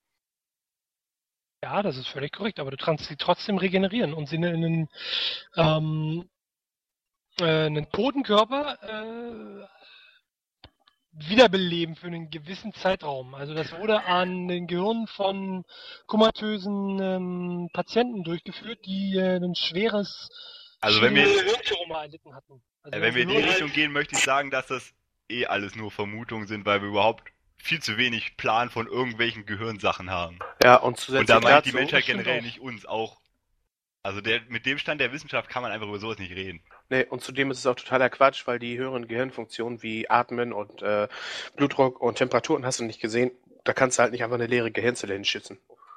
Speaker 2: ja, das ist völlig korrekt, aber du kannst sie trotzdem regenerieren und sie in einen, ähm, äh, einen toten Körper äh, wiederbeleben für einen gewissen Zeitraum. Also das wurde an den Gehirnen von komatösen ähm, Patienten durchgeführt, die äh, ein schweres
Speaker 5: Also wenn wir-
Speaker 2: Hirntrauma erlitten hatten. Also
Speaker 5: Äh, Wenn wir in die
Speaker 2: Gehirn-
Speaker 5: Richtung gehen, möchte ich sagen, dass das eh alles nur Vermutungen sind, weil wir überhaupt viel zu wenig Plan von irgendwelchen Gehirnsachen haben.
Speaker 3: Ja, und zusätzlich
Speaker 5: Und da meint die
Speaker 3: dazu...
Speaker 5: Menschheit
Speaker 2: das stimmt
Speaker 5: generell
Speaker 2: auch.
Speaker 5: nicht uns auch. Also der, mit dem Stand der Wissenschaft kann man einfach über sowas nicht reden.
Speaker 3: Nee, und zudem ist es auch totaler Quatsch, weil die höheren Gehirnfunktionen wie Atmen und äh, Blutdruck und Temperaturen hast du nicht gesehen. Da kannst du halt nicht einfach eine leere Gehirnzelle hinschützen.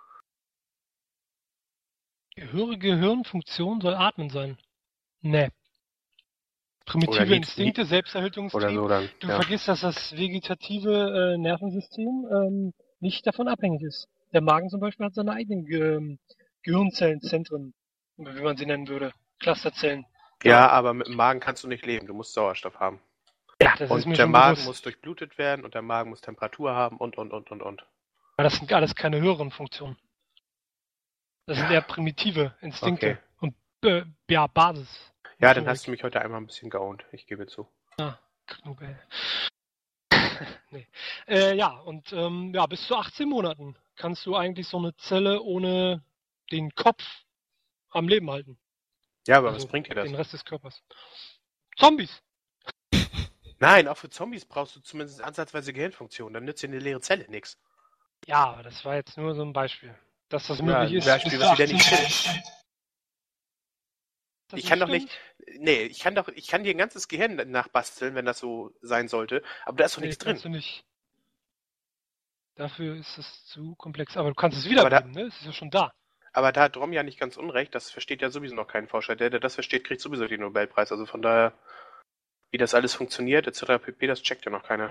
Speaker 2: Höhere Gehirnfunktion soll Atmen sein. Nee. Primitive
Speaker 3: Oder Lied-
Speaker 2: Instinkte, Selbsterhaltungstrieb.
Speaker 3: Oder so dann.
Speaker 2: Du
Speaker 3: Ja.
Speaker 2: vergisst, dass das vegetative äh, Nervensystem ähm, nicht davon abhängig ist. Der Magen zum Beispiel hat seine eigenen Ge Gehirnzellenzentren, wie man sie nennen würde. Clusterzellen.
Speaker 3: ja, aber mit dem Magen kannst du nicht leben. Du musst Sauerstoff haben.
Speaker 2: Ja, das ist
Speaker 3: Und
Speaker 2: mir
Speaker 3: der
Speaker 2: schon
Speaker 3: Magen
Speaker 2: bewusst.
Speaker 3: muss durchblutet werden und der Magen muss Temperatur haben und, und, und, und, und.
Speaker 2: Aber das sind alles keine höheren Funktionen. Das sind eher primitive Instinkte.
Speaker 3: Okay.
Speaker 2: Und äh, ja, Basis.
Speaker 3: Ja, dann
Speaker 2: Motorik.
Speaker 3: hast du mich heute einmal ein bisschen geowned. Ich gebe zu.
Speaker 2: Knubbel. nee. Äh, ja, und ähm, ja, bis zu achtzehn Monaten kannst du eigentlich so eine Zelle ohne den Kopf am Leben halten.
Speaker 3: Ja, aber
Speaker 2: Also
Speaker 3: was bringt dir das?
Speaker 2: Den Rest des Körpers. Zombies!
Speaker 3: Nein, auch für Zombies brauchst du zumindest ansatzweise Gehirnfunktion. Dann nützt dir eine leere Zelle nichts.
Speaker 2: Ja, aber das war jetzt nur so ein Beispiel. Dass das
Speaker 3: Ja,
Speaker 2: möglich
Speaker 3: ein
Speaker 2: ist.
Speaker 3: Beispiel,
Speaker 2: bis
Speaker 3: was
Speaker 2: zu
Speaker 3: wieder nicht
Speaker 2: achtzehn
Speaker 3: stimmt.
Speaker 2: Das
Speaker 3: Ich kann doch
Speaker 2: stimmt.
Speaker 3: nicht. Nee, ich kann doch, ich kann dir ein ganzes Gehirn nachbasteln, wenn das so sein sollte, aber da ist doch
Speaker 2: Nee,
Speaker 3: nichts drin.
Speaker 2: kannst du nicht. Dafür ist es zu komplex. Aber du kannst es
Speaker 3: Aber da-
Speaker 2: wiederbeleben, ne? Es ist ja schon da.
Speaker 3: Aber da hat Drom ja nicht ganz unrecht, das versteht ja sowieso noch kein Forscher. Der, der das versteht, kriegt sowieso den Nobelpreis. Also von daher, wie das alles funktioniert, et cetera pp., das checkt ja noch keiner.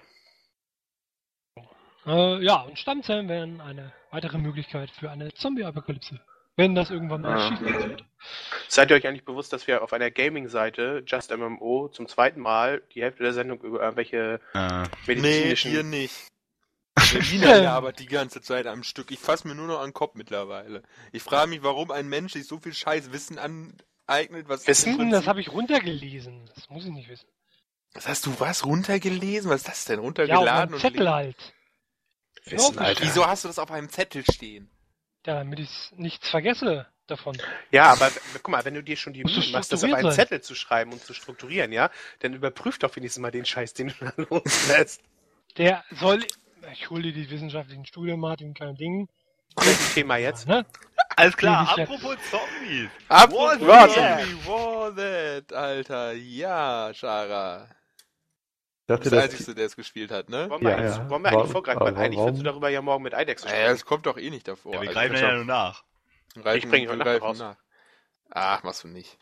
Speaker 2: Äh, ja, und Stammzellen wären eine weitere Möglichkeit für eine Zombie-Apokalypse. Wenn das irgendwann mal
Speaker 3: Ah.
Speaker 2: schief geht.
Speaker 3: Seid ihr euch eigentlich bewusst, dass wir auf einer Gaming-Seite, JustMMO, zum zweiten Mal die Hälfte der Sendung über irgendwelche
Speaker 5: Äh,
Speaker 1: Nee,
Speaker 3: medizinischen...
Speaker 1: hier nicht. Der Wiener labert die ganze Zeit am Stück. Ich fasse mir nur noch an den Kopf mittlerweile. Ich frage mich, warum ein Mensch sich so viel scheiß Wissen aneignet, was
Speaker 3: Wissen?
Speaker 1: im Prinzip-
Speaker 2: Das habe ich runtergelesen. Das muss ich nicht wissen.
Speaker 1: Was hast du was runtergelesen? Was ist das denn?
Speaker 2: Ja, auf
Speaker 1: Runtergeladen
Speaker 2: einem Zettel
Speaker 1: und
Speaker 2: halt.
Speaker 3: Wissen,
Speaker 2: Ja,
Speaker 3: Alter.
Speaker 1: Wieso hast du das auf einem Zettel stehen?
Speaker 2: Ja, damit ich nichts vergesse davon.
Speaker 3: Ja, aber w- guck mal, wenn du dir schon die
Speaker 2: Muss
Speaker 3: Mühe
Speaker 2: doch
Speaker 3: machst, das auf
Speaker 2: strukturiert
Speaker 3: einen
Speaker 2: sein.
Speaker 3: Zettel zu schreiben und zu strukturieren, ja, dann überprüf doch wenigstens mal den Scheiß, den du da loslässt.
Speaker 2: Der soll. Ich hole dir die wissenschaftlichen Studien, Martin, kein Ding.
Speaker 3: Welches Thema jetzt?
Speaker 2: Ne?
Speaker 5: alles klar,
Speaker 2: Nee, nicht
Speaker 5: apropos Zombies.
Speaker 1: Apropos
Speaker 3: War
Speaker 1: Zombie, war that, Alter. Ja, Shara.
Speaker 6: Ich
Speaker 1: Das
Speaker 6: dachte,
Speaker 1: ist der
Speaker 6: das,
Speaker 1: Einzige, der es gespielt hat, ne?
Speaker 3: Wollen wir,
Speaker 6: Ja,
Speaker 3: eigentlich,
Speaker 6: ja.
Speaker 3: wollen wir
Speaker 6: Warum-
Speaker 3: eigentlich vorgreifen?
Speaker 6: aber
Speaker 3: Weil eigentlich
Speaker 6: warum-
Speaker 3: willst du darüber ja morgen mit Eidex
Speaker 1: Ja,
Speaker 3: sprechen.
Speaker 1: das kommt doch eh nicht davor.
Speaker 5: Ja, wir
Speaker 1: Also,
Speaker 5: greifen
Speaker 3: das
Speaker 5: ja
Speaker 3: auch-
Speaker 5: nur nach.
Speaker 1: Reifen,
Speaker 3: Ich bringe heute Nacht
Speaker 1: greifen
Speaker 3: raus.
Speaker 1: nach. Ach, machst du nicht.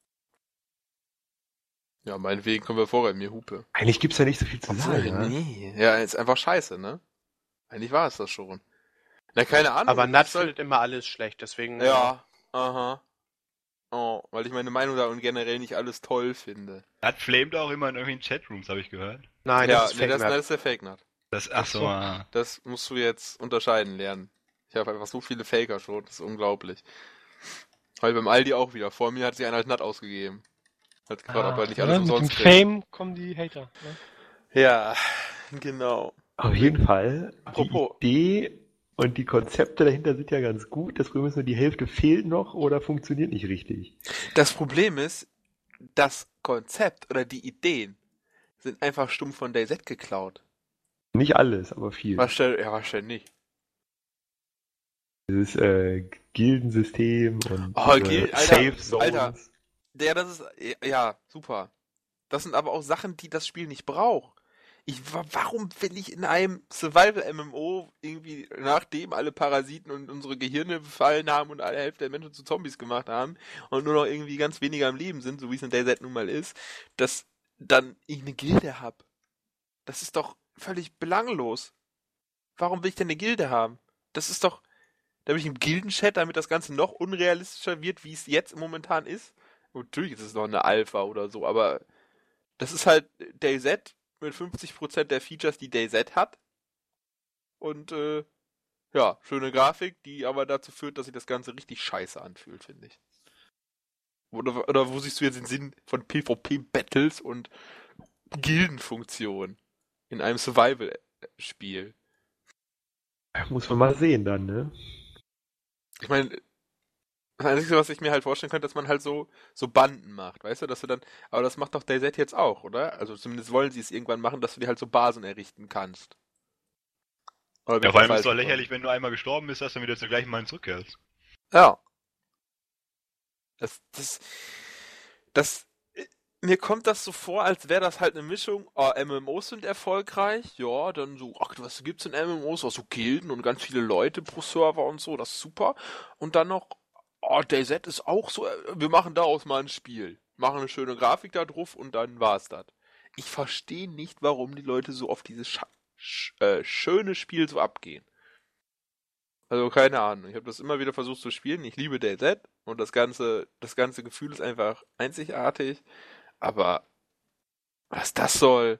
Speaker 1: Ja, meinetwegen können wir vorher mir Hupe.
Speaker 6: eigentlich gibt's ja nicht so viel zu
Speaker 1: Obwohl,
Speaker 6: sagen. Ne?
Speaker 1: nee. Ja, ist einfach scheiße, ne? Eigentlich war es das schon. Na, keine Ahnung.
Speaker 3: Aber Nat
Speaker 1: ich soll-
Speaker 3: findet immer alles schlecht, deswegen...
Speaker 1: Ja, aha. Oh, weil ich meine Meinung da und generell nicht alles toll finde.
Speaker 5: Hat flamed auch immer in irgendwelchen Chatrooms, habe ich gehört.
Speaker 3: Nein,
Speaker 1: ja,
Speaker 3: das ist
Speaker 1: nee,
Speaker 3: Fake
Speaker 1: das,
Speaker 3: Nat.
Speaker 1: das ist der Fake-Nut.
Speaker 5: Das, ach so,
Speaker 2: so.
Speaker 5: ah.
Speaker 1: Das musst du jetzt unterscheiden lernen. Ich habe einfach so viele Faker schon, das ist unglaublich. Heute beim Aldi auch wieder. Vor mir hat sich einer als Nut ausgegeben. Hat gerade aber nicht
Speaker 2: ja,
Speaker 1: alles
Speaker 2: mit dem
Speaker 1: umsonst kriegt.
Speaker 2: Fame kommen die Hater. Ne?
Speaker 1: Ja, genau.
Speaker 6: Auf jeden Fall,
Speaker 3: Apropos.
Speaker 6: die Idee und die Konzepte dahinter sind ja ganz gut. Das Problem ist nur, die Hälfte fehlt noch oder funktioniert nicht richtig.
Speaker 1: Das Problem ist, das Konzept oder die Ideen, sind einfach stumpf von DayZ geklaut.
Speaker 6: Nicht alles, aber viel.
Speaker 1: Wahrscheinlich, ja, wahrscheinlich nicht.
Speaker 6: Dieses äh, Gildensystem und
Speaker 1: Oh,
Speaker 6: diese
Speaker 1: Gil- Alter,
Speaker 6: Safe Zones.
Speaker 1: Alter. Ja, das ist, ja, super. Das sind aber auch Sachen, die das Spiel nicht braucht. Ich, wa- warum will ich in einem Survival-M M O irgendwie, nachdem alle Parasiten und unsere Gehirne befallen haben und alle Hälfte der Menschen zu Zombies gemacht haben und nur noch irgendwie ganz wenige am Leben sind, so wie es in DayZ nun mal ist, dass dann ich eine Gilde hab? Das ist doch völlig belanglos. Warum will ich denn eine Gilde haben? Das ist doch, da bin ich im Gildenchat, damit das Ganze noch unrealistischer wird, wie es jetzt momentan ist. Natürlich ist es noch eine Alpha oder so, aber das ist halt DayZ mit fünfzig Prozent der Features, die DayZ hat. Und, äh, ja, schöne Grafik, die aber dazu führt, dass sich das Ganze richtig scheiße anfühlt, finde ich. Oder, oder wo siehst du jetzt den Sinn von PvP-Battles und Gildenfunktionen in einem Survival-Spiel?
Speaker 6: Muss man mal sehen dann, ne?
Speaker 1: Ich meine, das Einzige, was ich mir halt vorstellen könnte, dass man halt so, so Banden macht, weißt du, dass du dann, aber das macht doch DayZ jetzt auch, oder? Also zumindest wollen sie es irgendwann machen, dass du dir halt so Basen errichten kannst. Oder bin
Speaker 5: Ja,
Speaker 1: ich
Speaker 5: vor allem
Speaker 1: da
Speaker 5: ist es doch
Speaker 1: falsch
Speaker 5: lächerlich, wenn du einmal gestorben bist, dass du wieder zur gleichen Mal zurückkehrst.
Speaker 1: Ja. Das, das, das, mir kommt das so vor, als wäre das halt eine Mischung, oh, M M Os sind erfolgreich, ja, dann so, ach, was gibt's in M M Os? Auch so Gilden und ganz viele Leute pro Server und so, das ist super. Und dann noch, oh, DayZ ist auch so, wir machen daraus mal ein Spiel. Machen eine schöne Grafik da drauf und dann war's das. Ich verstehe nicht, warum die Leute so auf dieses Scha sch äh, schöne Spiel so abgehen. Also keine Ahnung. Ich habe das immer wieder versucht zu spielen. Ich liebe DayZ und das ganze, das ganze Gefühl ist einfach einzigartig. Aber was das soll,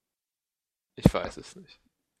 Speaker 1: ich weiß es nicht.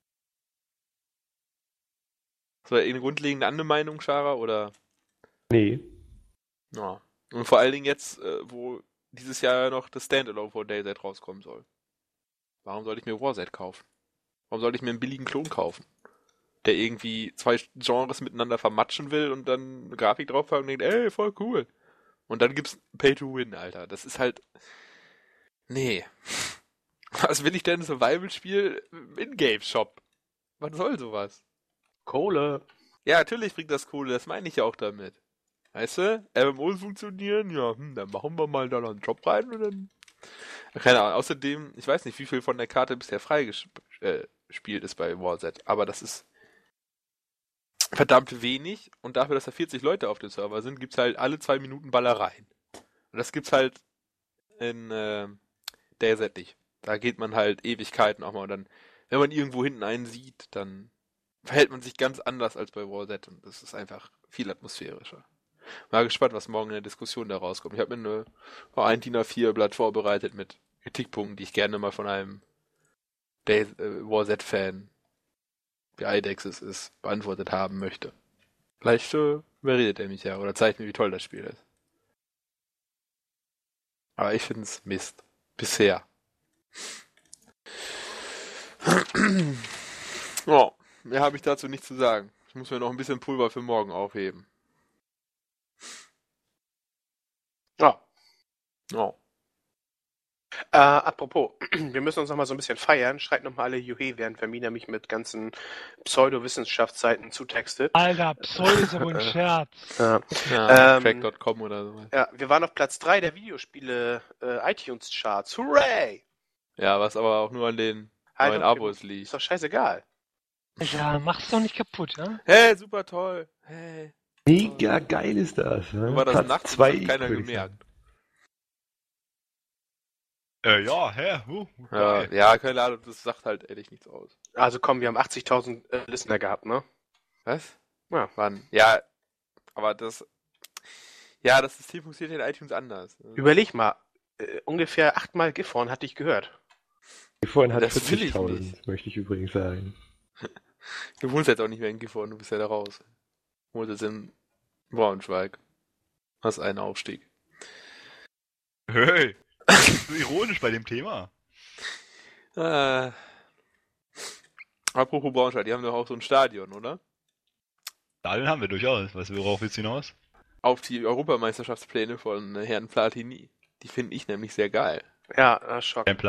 Speaker 1: Ist da irgendeine grundlegende andere Meinung, Schara, oder?
Speaker 6: Nee.
Speaker 1: Ja. Und vor allen Dingen jetzt, äh, wo dieses Jahr noch das Standalone von DayZ rauskommen soll. Warum soll ich mir WarZ kaufen? Warum soll ich mir einen billigen Klon kaufen? Der irgendwie zwei Genres miteinander vermatschen will und dann eine Grafik draufpacken und denkt, ey, voll cool. Und dann gibt's Pay to Win, Alter. Das ist halt... Nee. Was will ich denn? Ein Survival-Spiel in Game-Shop? Was soll sowas?
Speaker 3: Kohle.
Speaker 1: Ja, natürlich bringt das Kohle, das meine ich ja auch damit. Weißt du? M M Os funktionieren, ja, hm, dann machen wir mal da noch einen Job rein und dann... Keine Ahnung, außerdem, ich weiß nicht, wie viel von der Karte bisher freigespielt äh, ist bei WarZ, aber das ist verdammt wenig und dafür, dass da vierzig Leute auf dem Server sind, gibt's halt alle zwei Minuten Ballereien. Und das gibt's halt in äh, DayZ nicht. Da geht man halt Ewigkeiten auch mal und dann, wenn man irgendwo hinten einen sieht, dann verhält man sich ganz anders als bei WarZ und das ist einfach viel atmosphärischer. Mal gespannt, was morgen in der Diskussion da rauskommt. Ich habe mir eine, oh, ein D I N A vier Blatt vorbereitet mit Kritikpunkten, die ich gerne mal von einem Day, äh, WarZ-Fan, wie Idex es ist, beantwortet haben möchte. Vielleicht äh, überredet er mich ja oder zeigt mir, wie toll das Spiel ist. Aber ich finde es Mist. Bisher. Oh, mehr habe ich dazu nicht zu sagen. Ich muss mir noch ein bisschen Pulver für morgen aufheben.
Speaker 3: Ja.
Speaker 1: Oh.
Speaker 3: Äh, apropos, wir müssen uns noch mal so ein bisschen feiern. Schreibt noch mal alle Juhe, während Vermina mich mit ganzen Pseudowissenschaftsseiten zutextet.
Speaker 2: Alter, Pseudo ist ja wohl ein Scherz.
Speaker 3: Ja.
Speaker 1: Ja,
Speaker 3: Ähm,
Speaker 1: Crack Punkt com oder so.
Speaker 3: Ja, wir waren auf Platz drei der Videospiele äh, iTunes-Charts. Hooray!
Speaker 1: Ja, was aber auch nur an den
Speaker 3: Halt
Speaker 1: neuen
Speaker 3: doch,
Speaker 1: Abos
Speaker 3: Ist
Speaker 1: liegt.
Speaker 3: doch scheißegal.
Speaker 2: Ja, mach's doch nicht kaputt, ja?
Speaker 1: Hey, super toll. Hey.
Speaker 6: Mega geil ist das. Ne?
Speaker 1: Nur war das
Speaker 6: Platz
Speaker 1: nachts,
Speaker 6: zwei,
Speaker 1: das hat keiner
Speaker 6: würde ich
Speaker 1: gemerkt.
Speaker 6: sagen.
Speaker 5: Äh, ja, hä? Huh,
Speaker 1: Ja,
Speaker 5: geil.
Speaker 1: ja, keine Ahnung, das sagt halt ehrlich nichts aus.
Speaker 3: Also komm, wir haben achtzigtausend äh, Listener gehabt, ne?
Speaker 1: Was?
Speaker 3: Ja.
Speaker 1: Wann? Ja, aber das... Ja, das System funktioniert in iTunes anders.
Speaker 3: Überleg mal, äh, ungefähr achtmal Gifhorn hatte ich gehört.
Speaker 6: Vorhin hat
Speaker 1: Das will ich
Speaker 6: vierzigtausend,
Speaker 1: nicht.
Speaker 6: möchte ich übrigens sagen.
Speaker 1: Du wohnst jetzt auch nicht mehr in Gifhorn, du bist ja da raus. Du wohnst jetzt in Braunschweig. Hast einen Aufstieg.
Speaker 5: Hey, bist du ironisch bei dem Thema?
Speaker 1: Äh, apropos Braunschweig, die haben doch auch so ein Stadion, oder?
Speaker 5: Stadion haben wir durchaus. Was, worauf willst du hinaus?
Speaker 1: Auf die Europameisterschaftspläne von Herrn Platini. Die finde ich nämlich sehr geil.
Speaker 3: Ja, äh, Schock.
Speaker 5: Kein Plan.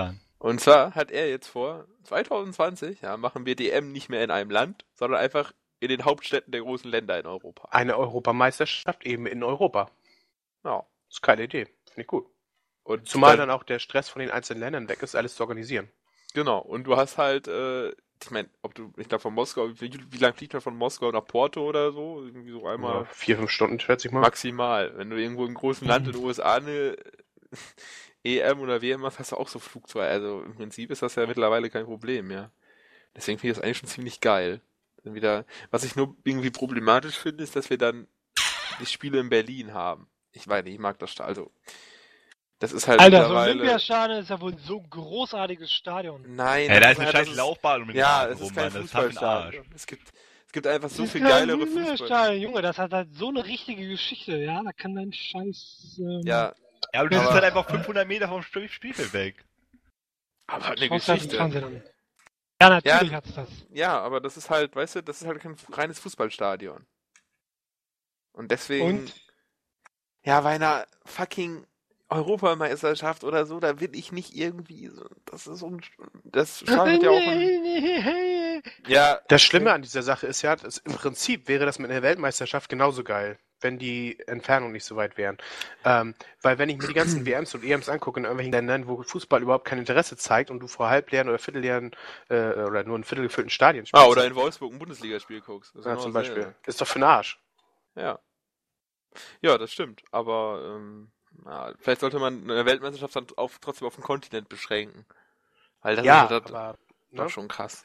Speaker 1: Und zwar hat er jetzt vor, zwanzig zwanzig, ja, machen wir D M nicht mehr in einem Land, sondern einfach in den Hauptstädten der großen Länder in Europa.
Speaker 3: Eine Europameisterschaft eben in Europa.
Speaker 1: Ja.
Speaker 3: Das ist keine Idee. Finde ich gut.
Speaker 1: Und
Speaker 3: Zumal dann auch der Stress von den einzelnen Ländern weg ist, alles zu organisieren.
Speaker 1: Genau, und du hast halt, äh, ich meine, ob du, ich glaube von Moskau, wie, wie lange fliegt man von Moskau nach Porto oder so? Irgendwie so einmal
Speaker 3: Ja, vier, fünf Stunden, schätze ich mal.
Speaker 1: maximal. Wenn du irgendwo im großen Land in den U S A eine E M oder W M machst, hast du auch so Flugzeuge. Also im Prinzip ist das ja mittlerweile kein Problem, ja. Deswegen finde ich das eigentlich schon ziemlich geil. Dann wieder, was ich nur irgendwie problematisch finde, ist, dass wir dann die Spiele in Berlin haben. Ich weiß nicht, ich mag das Stadion. Also, das ist halt
Speaker 2: Alter, so
Speaker 1: mittlerweile...
Speaker 2: Olympiastadion ist ja wohl so ein großartiges Stadion.
Speaker 1: Nein,
Speaker 5: Ja, da
Speaker 1: das
Speaker 5: ist eine
Speaker 1: halt-
Speaker 5: scheiß
Speaker 1: das ist-
Speaker 5: Laufbahn um den
Speaker 1: Ja,
Speaker 5: Rasen
Speaker 1: es ist
Speaker 5: rum,
Speaker 1: kein
Speaker 5: Mann. Das ist für den Arsch.
Speaker 1: Fußballstadion. Es gibt, es gibt einfach so
Speaker 2: Das ist
Speaker 1: viel
Speaker 2: kein
Speaker 1: geilere Fußball.
Speaker 2: Olympiastadion, Junge, das hat halt so eine richtige Geschichte, ja, da kann dein Scheiß... Ähm,
Speaker 1: Ja,
Speaker 5: Ja, aber du
Speaker 1: Aber-
Speaker 5: sitzt halt einfach fünfhundert Meter vom Spiel- Spielfeld weg.
Speaker 1: aber hat eine
Speaker 2: schaust halt im
Speaker 1: Geschichte.
Speaker 2: Fernsehen an. Ja, natürlich
Speaker 1: Ja.
Speaker 2: hat's das.
Speaker 1: Ja, aber das ist halt, weißt du, das ist halt kein reines Fußballstadion. Und deswegen...
Speaker 2: Und?
Speaker 1: Ja, bei einer fucking Europameisterschaft oder so, da will ich nicht irgendwie so, das ist so ein, das schadet ja auch ein, ja,
Speaker 3: Das Schlimme an dieser Sache ist ja, dass im Prinzip wäre das mit einer Weltmeisterschaft genauso geil, wenn die Entfernungen nicht so weit wären. Ähm, weil wenn ich mir die ganzen W Ms und E Ms angucke in irgendwelchen Ländern, wo Fußball überhaupt kein Interesse zeigt und du vor halbleeren oder viertelleeren äh, oder nur in viertel gefüllten Stadien spielst.
Speaker 1: ah, oder in Wolfsburg ein Bundesligaspiel guckst. Das ist
Speaker 3: ja,
Speaker 1: genau
Speaker 3: zum
Speaker 1: dasselbe.
Speaker 3: Beispiel. Ist doch für den Arsch.
Speaker 1: Ja. Ja, das stimmt, aber ähm, ja, vielleicht sollte man eine Weltmeisterschaft dann auf, trotzdem auf den Kontinent beschränken. Weil das
Speaker 3: Ja,
Speaker 1: ist das,
Speaker 3: aber
Speaker 1: doch
Speaker 3: ne?
Speaker 1: schon krass.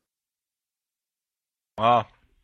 Speaker 5: Ah.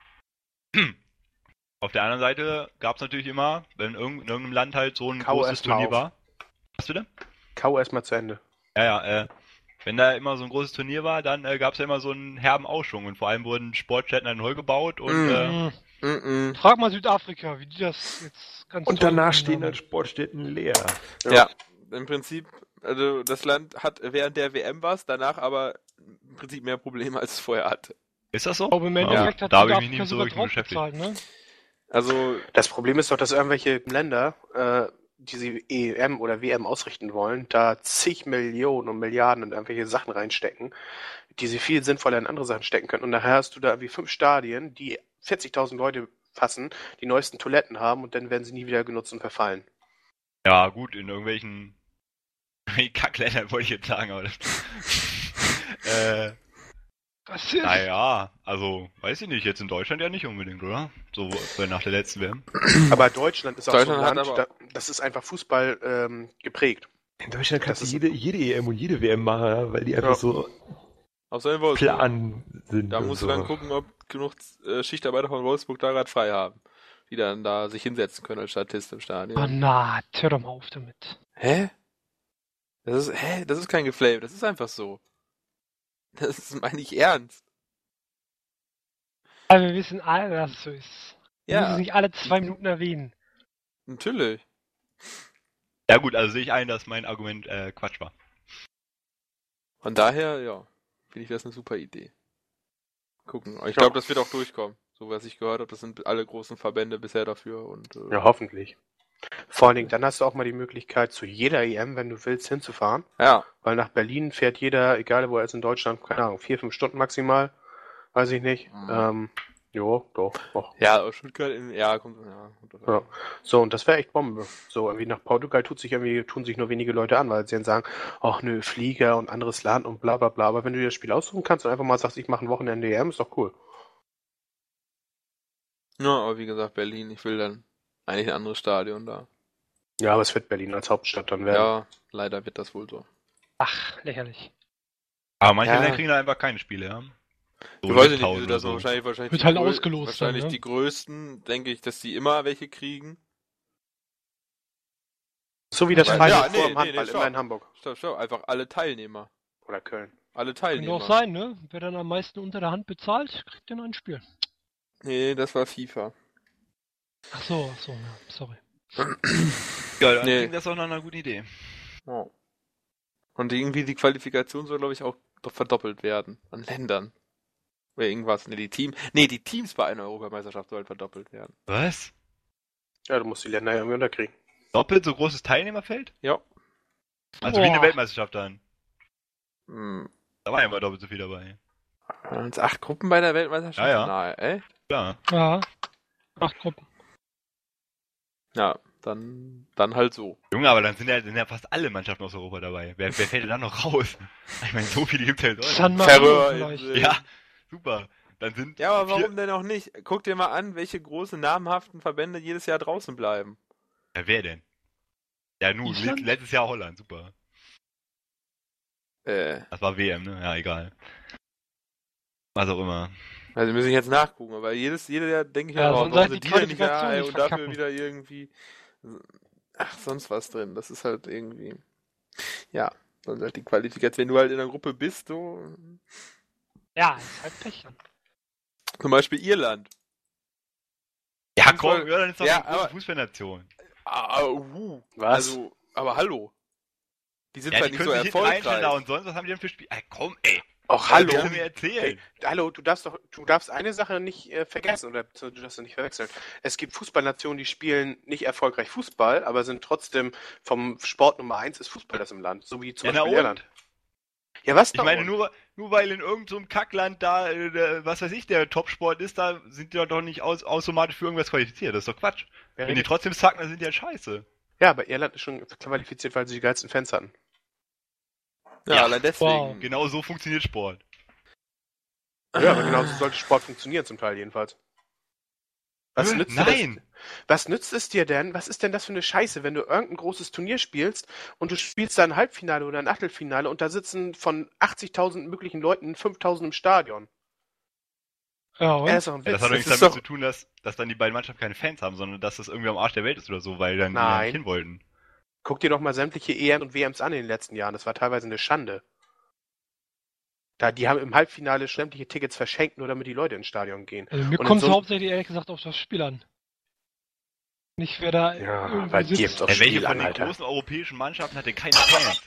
Speaker 5: Auf der anderen Seite gab es natürlich immer, wenn irgend- in irgendeinem Land halt so ein
Speaker 3: Kau
Speaker 5: großes
Speaker 3: erst mal
Speaker 5: Turnier
Speaker 3: auf.
Speaker 5: war. Was bitte?
Speaker 3: Kau erstmal zu Ende.
Speaker 5: Ja, ja, äh, wenn da immer so ein großes Turnier war, dann äh, gab es ja immer so einen herben Aufschwung und vor allem wurden Sportstätten dann neu gebaut und
Speaker 1: Mhm.
Speaker 5: äh,
Speaker 2: Mhm.
Speaker 1: Mm-mm.
Speaker 2: Frag mal Südafrika, wie die das jetzt ganz
Speaker 6: Und
Speaker 2: toll
Speaker 6: danach
Speaker 2: gemacht
Speaker 6: stehen
Speaker 2: haben.
Speaker 6: dann Sportstätten leer.
Speaker 1: Ja, im Prinzip, also das Land hat während der W M was, danach aber im Prinzip mehr Probleme, als es vorher hatte.
Speaker 5: ist das so?
Speaker 2: Ich glaube, im
Speaker 5: Ja,
Speaker 2: Endeffekt hat
Speaker 5: da habe ich mich
Speaker 2: Südafrika
Speaker 5: nicht so
Speaker 2: sogar
Speaker 5: richtig
Speaker 2: drauf
Speaker 5: beschäftigt.
Speaker 2: bezahlt, ne?
Speaker 1: Also,
Speaker 3: Das Problem ist doch, dass irgendwelche Länder, äh, die sie E M oder W M ausrichten wollen, da zig Millionen und Milliarden in irgendwelche Sachen reinstecken, die sie viel sinnvoller in andere Sachen stecken können. Und nachher hast du da irgendwie fünf Stadien, die vierzigtausend Leute fassen, die neuesten Toiletten haben und dann werden sie nie wieder genutzt und verfallen.
Speaker 5: Ja, gut, in irgendwelchen Kackländern wollte ich jetzt sagen, aber das... äh,
Speaker 2: Was ist?
Speaker 5: naja, also, weiß ich nicht, jetzt in Deutschland ja nicht unbedingt, oder? So äh, nach der letzten W M.
Speaker 3: Aber Deutschland ist auch
Speaker 1: Deutschland
Speaker 3: so ein
Speaker 1: hat
Speaker 3: Land,
Speaker 1: aber-
Speaker 3: da, das ist einfach Fußball ähm, geprägt.
Speaker 6: In Deutschland kannst
Speaker 3: Das
Speaker 6: du
Speaker 3: ist-
Speaker 6: jede, jede E M und jede W M machen, ja, weil die einfach
Speaker 3: Ja.
Speaker 6: so
Speaker 1: außer in Wolfsburg.
Speaker 6: plan sind.
Speaker 1: Da
Speaker 6: und
Speaker 1: musst
Speaker 6: so.
Speaker 1: du dann gucken, ob genug äh, Schichtarbeiter von Wolfsburg da gerade frei haben, die dann da sich hinsetzen können als Statist im Stadion.
Speaker 2: Oh na, hör doch mal auf damit.
Speaker 1: Hä? Das ist, hä? Das ist kein Geflame, das ist einfach so. Das ist, meine ich ernst.
Speaker 2: Aber wir wissen alle, dass es so ist. Wir müssen
Speaker 1: Ja,
Speaker 2: es nicht alle zwei Minuten erwähnen.
Speaker 1: natürlich.
Speaker 5: Ja gut, also sehe ich ein, dass mein Argument äh, Quatsch war.
Speaker 1: Von daher, ja, finde ich das eine super Idee. Gucken. Ich glaube, das wird auch durchkommen. So was ich gehört habe, das sind alle großen Verbände bisher dafür und äh,
Speaker 3: Ja, hoffentlich. Vor allen Dingen, dann hast du auch mal die Möglichkeit, zu jeder E M, wenn du willst, hinzufahren.
Speaker 1: ja.
Speaker 3: Weil nach Berlin fährt jeder, egal wo er ist in Deutschland, keine Ahnung, vier, fünf Stunden maximal. Weiß ich nicht.
Speaker 1: Mhm.
Speaker 3: Ähm, jo, doch, doch.
Speaker 1: Ja, aber Stuttgart in, ja, kommt, ja. Kommt
Speaker 3: Ja. So, und das wäre echt Bombe. So, irgendwie nach Portugal tut sich irgendwie, tun sich nur wenige Leute an, weil sie dann sagen, ach nö, Flieger und anderes Land und bla bla bla. Aber wenn du dir das Spiel aussuchen kannst und einfach mal sagst, ich mache ein Wochenende E M, ist doch cool.
Speaker 1: Ja, aber wie gesagt, Berlin, ich will dann eigentlich ein anderes Stadion da.
Speaker 3: Ja, aber es wird Berlin als Hauptstadt dann werden.
Speaker 1: Ja, leider wird das wohl so.
Speaker 2: Ach, lächerlich.
Speaker 5: Aber manche
Speaker 1: Ja.
Speaker 5: Länder kriegen da einfach keine Spiele, ja. So
Speaker 1: Ich weiß nicht, wie
Speaker 5: siebtausend
Speaker 1: sie
Speaker 5: oder
Speaker 1: das
Speaker 5: so.
Speaker 1: wahrscheinlich, wahrscheinlich
Speaker 2: Wird
Speaker 1: die
Speaker 2: halt
Speaker 1: grö-
Speaker 2: ausgelost
Speaker 1: Wahrscheinlich
Speaker 2: dann, ne?
Speaker 1: die größten, denke ich, dass die immer welche kriegen.
Speaker 3: So wie das
Speaker 1: Ja,
Speaker 3: Final
Speaker 1: ja,
Speaker 3: Four
Speaker 1: nee,
Speaker 3: im
Speaker 1: nee,
Speaker 3: Handball
Speaker 1: nee,
Speaker 3: immer
Speaker 1: stopp.
Speaker 3: in Hamburg
Speaker 1: Stopp, stopp, einfach alle Teilnehmer.
Speaker 3: oder Köln.
Speaker 1: Alle
Speaker 2: Könnte
Speaker 1: Teilnehmer.
Speaker 2: auch sein, ne? Wer dann am meisten unter der Hand bezahlt, kriegt dann ein Spiel.
Speaker 1: Nee, das war FIFA.
Speaker 2: Ach so, ach so, ja, sorry.
Speaker 5: Ja, dann
Speaker 1: Nee.
Speaker 5: klingt das auch nach einer guten Idee.
Speaker 1: Ja. Und irgendwie die Qualifikation soll, glaube ich, auch doch verdoppelt werden an Ländern. Oder irgendwas. Nee, die Team. Nee, die Teams bei einer Europameisterschaft sollen verdoppelt werden.
Speaker 5: Was?
Speaker 3: Ja, du musst die Länder irgendwie unterkriegen.
Speaker 5: Doppelt so großes Teilnehmerfeld?
Speaker 1: Ja.
Speaker 5: Also wie eine
Speaker 2: Boah.
Speaker 5: Weltmeisterschaft dann.
Speaker 1: Hm.
Speaker 5: Da war ja immer doppelt so viel dabei.
Speaker 1: Waren es acht Gruppen bei der Weltmeisterschaft?
Speaker 5: Ja, ja.
Speaker 1: Nein, echt?
Speaker 5: Klar.
Speaker 2: Ja. Acht Gruppen.
Speaker 1: Ja, dann, dann halt so.
Speaker 5: Junge, aber dann sind ja, sind ja fast alle Mannschaften aus Europa dabei. Wer, wer fällt denn da noch raus? Ich meine, so viele gibt's ja in
Speaker 2: San
Speaker 5: Deutschland.
Speaker 2: Marino
Speaker 1: Färöer
Speaker 2: vielleicht.
Speaker 1: Inseln.
Speaker 5: Ja, super. Dann sind
Speaker 1: Ja, aber
Speaker 5: vier-
Speaker 1: warum denn auch nicht? Guck dir mal an, welche großen namhaften Verbände jedes Jahr draußen bleiben.
Speaker 5: Ja, wer denn? Ja, nun,
Speaker 2: Island?
Speaker 5: let- letztes Jahr Holland, super.
Speaker 1: Äh,
Speaker 5: Das war W M, ne? Ja, egal. Was auch immer.
Speaker 1: also muss ich jetzt nachgucken, aber jedes, jedes Jahr denke ich mir,
Speaker 2: Ja,
Speaker 1: oh,
Speaker 2: sonst
Speaker 1: warum
Speaker 2: halt
Speaker 1: sind
Speaker 2: die
Speaker 1: die denn nicht da,
Speaker 2: Qualifikation
Speaker 1: ey,
Speaker 2: nicht
Speaker 1: und dafür
Speaker 2: verkacken.
Speaker 1: wieder irgendwie, ach, sonst was drin. Das ist halt irgendwie, ja, sonst halt die Qualifikation, wenn du halt in der Gruppe bist, so,
Speaker 2: Ja, ist halt Pech.
Speaker 1: zum Beispiel Irland.
Speaker 5: Ja,
Speaker 1: Fußball-
Speaker 5: komm, Irland ist doch
Speaker 1: Ja,
Speaker 5: eine große
Speaker 1: aber-
Speaker 5: Fußballnation.
Speaker 1: Ah, uh,
Speaker 3: Was?
Speaker 1: also, aber hallo. Die sind
Speaker 5: Ja,
Speaker 1: zwar
Speaker 5: die
Speaker 1: nicht
Speaker 5: können
Speaker 1: so
Speaker 5: sich hinten reinstellen da
Speaker 1: erfolgreich.
Speaker 5: und sonst, was haben die denn für Spiele? Ey, komm, ey.
Speaker 3: Och,
Speaker 5: Hallo.
Speaker 3: hallo.
Speaker 5: Kannst du mir erzählen?
Speaker 3: Hey, hallo, du darfst doch, du darfst eine Sache nicht äh, vergessen oder du darfst sie nicht verwechseln. Es gibt Fußballnationen, die spielen nicht erfolgreich Fußball, aber sind trotzdem vom Sport Nummer eins ist Fußball das im Land, so wie zum
Speaker 5: Ja, na
Speaker 3: Beispiel
Speaker 5: und?
Speaker 3: Irland. Ja, was
Speaker 5: Ich
Speaker 3: da
Speaker 5: meine,
Speaker 3: und?
Speaker 5: nur, nur weil in irgendeinem so einem Kackland da, äh, der, was weiß ich, der Topsport ist, da sind die doch nicht aus, automatisch für irgendwas qualifiziert. Das ist doch Quatsch.
Speaker 3: Wer
Speaker 5: Wenn die
Speaker 3: redet-
Speaker 5: trotzdem zacken, dann sind die halt scheiße.
Speaker 3: Ja, aber Irland ist schon qualifiziert, weil sie die geilsten Fans hatten.
Speaker 1: Ja,
Speaker 5: Ja,
Speaker 1: allein deswegen.
Speaker 2: wow.
Speaker 5: Genau so funktioniert Sport.
Speaker 3: Ja, aber genauso sollte Sport funktionieren, zum Teil jedenfalls. Was
Speaker 5: Hä?
Speaker 3: nützt dir
Speaker 5: Nein!
Speaker 3: Das, was nützt es dir denn? Was ist denn das für eine Scheiße, wenn du irgendein großes Turnier spielst und du spielst da ein Halbfinale oder ein Achtelfinale und da sitzen von achtzigtausend möglichen Leuten fünftausend im Stadion?
Speaker 2: Ja, und?
Speaker 3: Ja, das ist doch ein
Speaker 5: Ja,
Speaker 3: Witz.
Speaker 5: das hat doch
Speaker 1: das
Speaker 5: nichts
Speaker 1: ist
Speaker 5: damit
Speaker 1: doch-
Speaker 5: zu tun, dass, dass dann die beiden Mannschaften keine Fans haben, sondern dass das irgendwie am Arsch der Welt ist oder so, weil dann die da
Speaker 3: Nein.
Speaker 5: nicht hin wollten.
Speaker 3: Guck dir doch mal sämtliche E M und W Ms an in den letzten Jahren. Das war teilweise eine Schande. Da, die haben im Halbfinale sämtliche Tickets verschenkt, nur damit die Leute ins Stadion gehen.
Speaker 2: Also mir
Speaker 3: Und in
Speaker 2: kommt es
Speaker 3: so-
Speaker 2: hauptsächlich ehrlich gesagt auf das Spiel an. Nicht wer da
Speaker 3: Ja,
Speaker 2: irgendwie
Speaker 3: bei
Speaker 2: sitzt.
Speaker 3: dir gibt's auch
Speaker 5: Ja, welche
Speaker 3: Spiel
Speaker 5: von
Speaker 3: an,
Speaker 5: den
Speaker 3: Alter.
Speaker 5: großen europäischen Mannschaften hatte keine Fans?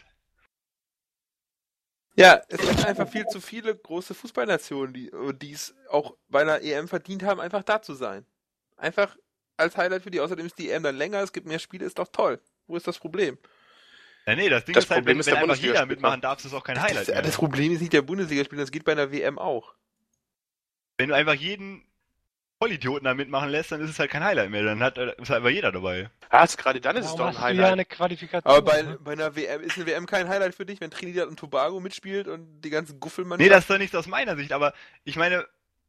Speaker 1: Ja, es gibt einfach viel zu viele große Fußballnationen, die die es auch bei einer E M verdient haben, einfach da zu sein. Einfach als Highlight für die. Außerdem ist die E M dann länger, es gibt mehr Spiele, ist doch toll. Wo ist das Problem?
Speaker 5: Ja, nee, das Ding
Speaker 3: Das
Speaker 5: ist halt,
Speaker 3: Problem
Speaker 5: wenn,
Speaker 3: ist
Speaker 5: wenn
Speaker 3: der
Speaker 5: einfach jeder
Speaker 3: Bundesligaspiel,
Speaker 5: mitmachen
Speaker 3: ne?
Speaker 5: darf, ist das auch kein
Speaker 1: Das,
Speaker 5: Highlight mehr.
Speaker 1: das Problem ist nicht der Bundesligaspiel, das geht bei einer W M auch.
Speaker 5: Wenn du einfach jeden Vollidioten da mitmachen lässt, dann ist es halt kein Highlight mehr. Dann hat, ist halt einfach jeder dabei.
Speaker 3: Ah, also gerade dann ist es
Speaker 2: Warum
Speaker 3: doch
Speaker 2: hast
Speaker 3: ein
Speaker 2: du ja
Speaker 3: Highlight.
Speaker 2: eine Qualifikation?
Speaker 1: Aber bei,
Speaker 2: ne?
Speaker 1: bei einer W M ist eine W M kein Highlight für dich, wenn Trinidad und Tobago mitspielt und die ganzen Guffelmannschaften.
Speaker 5: Nee, das ist doch nichts aus meiner Sicht, aber ich meine,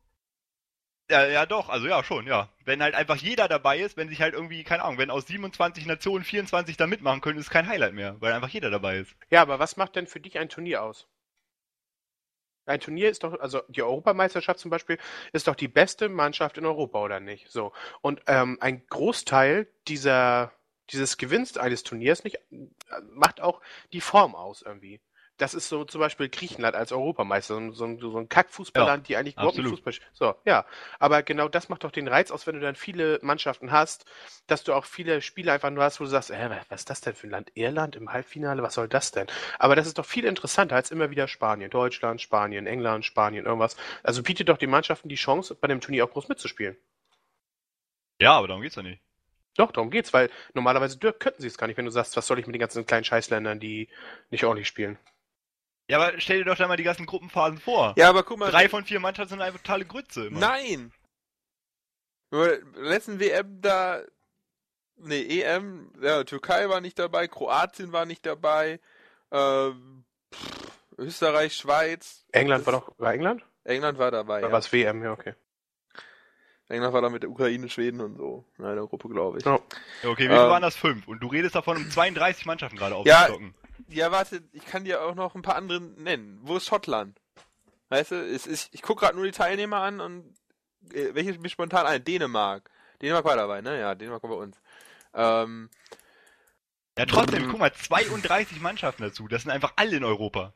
Speaker 5: ja, ja doch, also ja, schon, ja. Wenn halt einfach jeder dabei ist, wenn sich halt irgendwie, keine Ahnung, wenn aus siebenundzwanzig Nationen vierundzwanzig da mitmachen können, ist es kein Highlight mehr, weil einfach jeder dabei ist.
Speaker 3: Ja, aber was macht denn für dich ein Turnier aus? Ein Turnier ist doch, also die Europameisterschaft zum Beispiel, ist doch die beste Mannschaft in Europa, oder nicht? So. Und ähm, ein Großteil dieser, dieses Gewinns eines Turniers nicht, äh, macht auch die Form aus irgendwie. Das ist so zum Beispiel Griechenland als Europameister, so, ein- so ein Kackfußballland, die eigentlich überhaupt nicht
Speaker 5: absolut.
Speaker 3: Fußball spielen. So, ja. Aber genau das macht doch den Reiz aus, wenn du dann viele Mannschaften hast, dass du auch viele Spiele einfach nur hast, wo du sagst, äh, was ist das denn für ein Land? Irland im Halbfinale? Was soll das denn? Aber das ist doch viel interessanter als immer wieder Spanien. Deutschland, Spanien, England, Spanien, irgendwas. Also bietet doch den Mannschaften die Chance, bei dem Turnier auch groß mitzuspielen.
Speaker 5: Ja, aber darum geht's doch nicht.
Speaker 3: Doch, darum geht's, weil normalerweise dür- könnten sie es gar nicht, wenn du sagst, was soll ich mit den ganzen kleinen Scheißländern, die nicht ordentlich spielen.
Speaker 5: Ja, aber stell dir doch da mal die ganzen Gruppenphasen vor.
Speaker 1: Ja, aber guck mal.
Speaker 5: Drei von vier Mannschaften sind einfach totale Grütze immer.
Speaker 1: Nein! Bei der letzten W M da. Nee, E M, ja, Türkei war nicht dabei, Kroatien war nicht dabei, ähm, pff, Österreich, Schweiz.
Speaker 3: England
Speaker 1: Das-
Speaker 3: war doch, war England?
Speaker 1: England war dabei,
Speaker 3: Oder
Speaker 1: ja.
Speaker 3: war es W M? Ja, okay.
Speaker 1: England war da mit der Ukraine, Schweden und so. In einer Gruppe, glaube ich.
Speaker 3: Ja.
Speaker 5: Ja, okay, wie viel
Speaker 1: Ähm.
Speaker 5: waren das? Fünf. Und du redest davon, um zweiunddreißig Mannschaften gerade
Speaker 1: Ja.
Speaker 5: aufzustocken.
Speaker 1: Ja, warte, ich kann dir auch noch ein paar andere nennen. Wo ist Schottland? Weißt du, es ist, ich gucke gerade nur die Teilnehmer an und äh, welche mir spontan ein? Dänemark. Dänemark war dabei, ne? Ja, Dänemark war bei uns. Ähm,
Speaker 5: Ja, trotzdem, guck mal, zweiunddreißig Mannschaften dazu. Das sind einfach alle in Europa.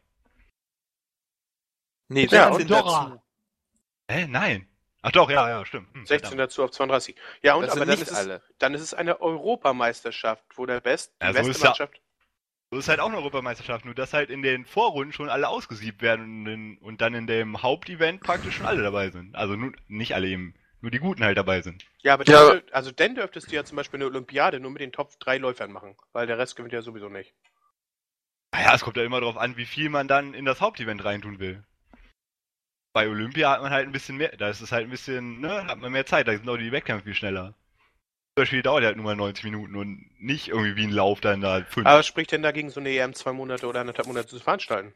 Speaker 1: nee,
Speaker 3: Ja,
Speaker 1: sechzehn
Speaker 2: und Dora.
Speaker 1: dazu.
Speaker 5: Hä? Nein. Ach doch, ja, ja, stimmt. Hm,
Speaker 3: sechzehn
Speaker 5: verdammt.
Speaker 3: dazu auf zweiunddreißig. Ja, und
Speaker 1: Das
Speaker 3: aber
Speaker 1: sind
Speaker 3: dann
Speaker 1: nicht
Speaker 3: ist, es,
Speaker 1: alle.
Speaker 3: dann ist es eine Europameisterschaft, wo der Best, die
Speaker 5: Ja, so
Speaker 3: beste
Speaker 5: ist ja-
Speaker 3: Mannschaft.
Speaker 5: So ist halt auch eine Europameisterschaft, nur dass halt in den Vorrunden schon alle ausgesiebt werden und, in, und dann in dem Hauptevent praktisch schon alle dabei sind. Also nur, nicht alle eben, nur die Guten halt dabei sind.
Speaker 3: Ja, aber
Speaker 1: Ja,
Speaker 3: dann, also dann dürftest du ja zum Beispiel eine Olympiade nur mit den Top drei Läufern machen, weil der Rest gewinnt ja sowieso nicht.
Speaker 5: Naja, es kommt ja immer drauf an, wie viel man dann in das Hauptevent reintun will. Bei Olympia hat man halt ein bisschen mehr, da ist es halt ein bisschen, ne, hat man mehr Zeit, da sind auch die Wettkämpfe viel schneller. Das Spiel dauert halt nur mal neunzig Minuten und nicht irgendwie wie ein Lauf dann da fünf.
Speaker 3: Aber was spricht denn dagegen, so eine E M zwei Monate oder anderthalb Monate zu veranstalten?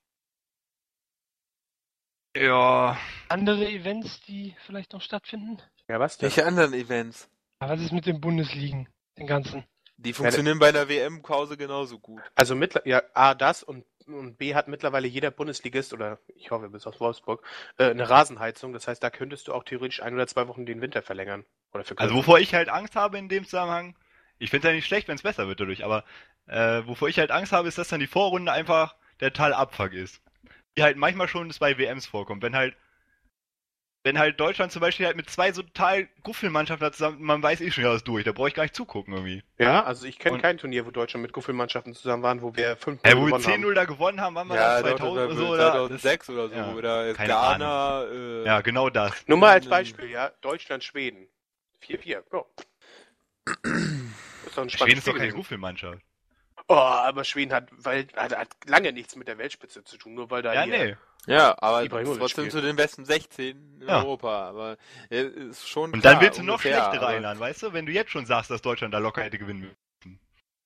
Speaker 5: Ja.
Speaker 2: Andere Events, die vielleicht noch stattfinden?
Speaker 3: Ja, was denn?
Speaker 1: Welche anderen Events?
Speaker 2: Aber was ist mit den Bundesligen? Den ganzen?
Speaker 1: Die funktionieren bei einer W M-Pause genauso gut.
Speaker 3: Also mittler ja, A, das und, und B hat mittlerweile jeder Bundesligist, oder ich hoffe bis aus Wolfsburg, äh, eine Rasenheizung. Das heißt, da könntest du auch theoretisch ein oder zwei Wochen den Winter verlängern. Oder
Speaker 5: Also
Speaker 3: verkürzen.
Speaker 5: wovor ich halt Angst habe in dem Zusammenhang, ich finde es ja nicht schlecht, wenn es besser wird dadurch, aber äh, wovor ich halt Angst habe, ist, dass dann die Vorrunde einfach der total Abfuck ist. Wie halt manchmal schon das bei W Ms vorkommt. Wenn halt wenn halt Deutschland zum Beispiel halt mit zwei so total Guffelmannschaften da zusammen, man weiß eh schon, ja, das ist durch, da brauche ich gar nicht zugucken irgendwie.
Speaker 3: Ja, also ich kenne
Speaker 5: Und-
Speaker 3: kein Turnier, wo Deutschland mit Guffelmannschaften zusammen waren, wo wir fünf
Speaker 5: Ja, wo wir
Speaker 3: gewonnen
Speaker 5: zehn
Speaker 3: haben.
Speaker 5: null da gewonnen haben, waren wir
Speaker 1: Ja,
Speaker 5: dann
Speaker 1: doch,
Speaker 5: zweitausend oder
Speaker 1: das
Speaker 5: so,
Speaker 1: war
Speaker 5: oder?
Speaker 1: zweitausendsechs oder so.
Speaker 5: ja,
Speaker 1: Oder
Speaker 5: keine
Speaker 1: Ghana. Äh,
Speaker 5: Ja, genau das.
Speaker 3: Nur mal als
Speaker 1: Ähm,
Speaker 3: Beispiel, ja, Deutschland, Schweden. vier vier, ja. Ist doch ein spannendes
Speaker 5: Schweden ist
Speaker 3: Spiel
Speaker 5: doch keine
Speaker 3: gewesen.
Speaker 5: Guffelmannschaft.
Speaker 3: Oh, aber Schweden hat, weil, hat, hat lange nichts mit der Weltspitze zu tun, nur weil da
Speaker 5: Ja,
Speaker 3: hier-
Speaker 5: nee.
Speaker 1: Ja, aber
Speaker 3: Ibrahimovic
Speaker 1: trotzdem
Speaker 3: spielt.
Speaker 1: zu den besten sechzehn in
Speaker 5: Ja.
Speaker 1: Europa. Aber äh, ist schon
Speaker 5: Und
Speaker 1: klar,
Speaker 5: dann willst du noch
Speaker 1: ungefähr,
Speaker 5: schlechtere
Speaker 1: aber-
Speaker 5: einladen, weißt du? Wenn du jetzt schon sagst, dass Deutschland da locker hätte gewinnen müssen.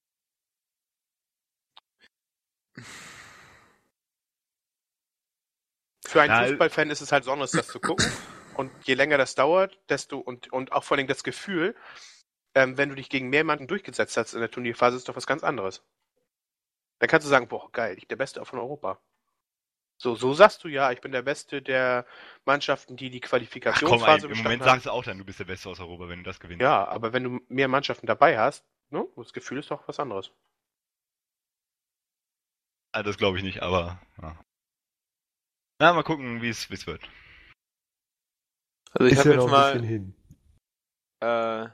Speaker 3: Für einen
Speaker 5: Ja,
Speaker 3: Fußballfan ist es halt besonders, das zu gucken. Und je länger das dauert, desto und, und auch vor allem das Gefühl, ähm, wenn du dich gegen mehr Mannschaften durchgesetzt hast in der Turnierphase, ist doch was ganz anderes. Dann kannst du sagen, boah, geil, ich bin der Beste von Europa. So, so sagst du ja, ich bin der Beste der Mannschaften, die die
Speaker 5: Ach komm,
Speaker 3: Qualifikationsphase
Speaker 5: ey, im Moment
Speaker 3: bestanden
Speaker 5: sagst
Speaker 3: haben.
Speaker 5: du auch dann, du bist der Beste aus Europa, wenn du das gewinnst.
Speaker 3: Ja, aber wenn du mehr Mannschaften dabei hast, ne, das Gefühl ist doch was anderes.
Speaker 5: Ah, das glaube ich nicht, aber ja. Na, mal gucken, wie es wird.
Speaker 1: Also ich
Speaker 6: Ist
Speaker 1: habe
Speaker 6: ja
Speaker 1: jetzt
Speaker 6: noch ein
Speaker 1: mal.
Speaker 6: bisschen hin.
Speaker 1: Äh,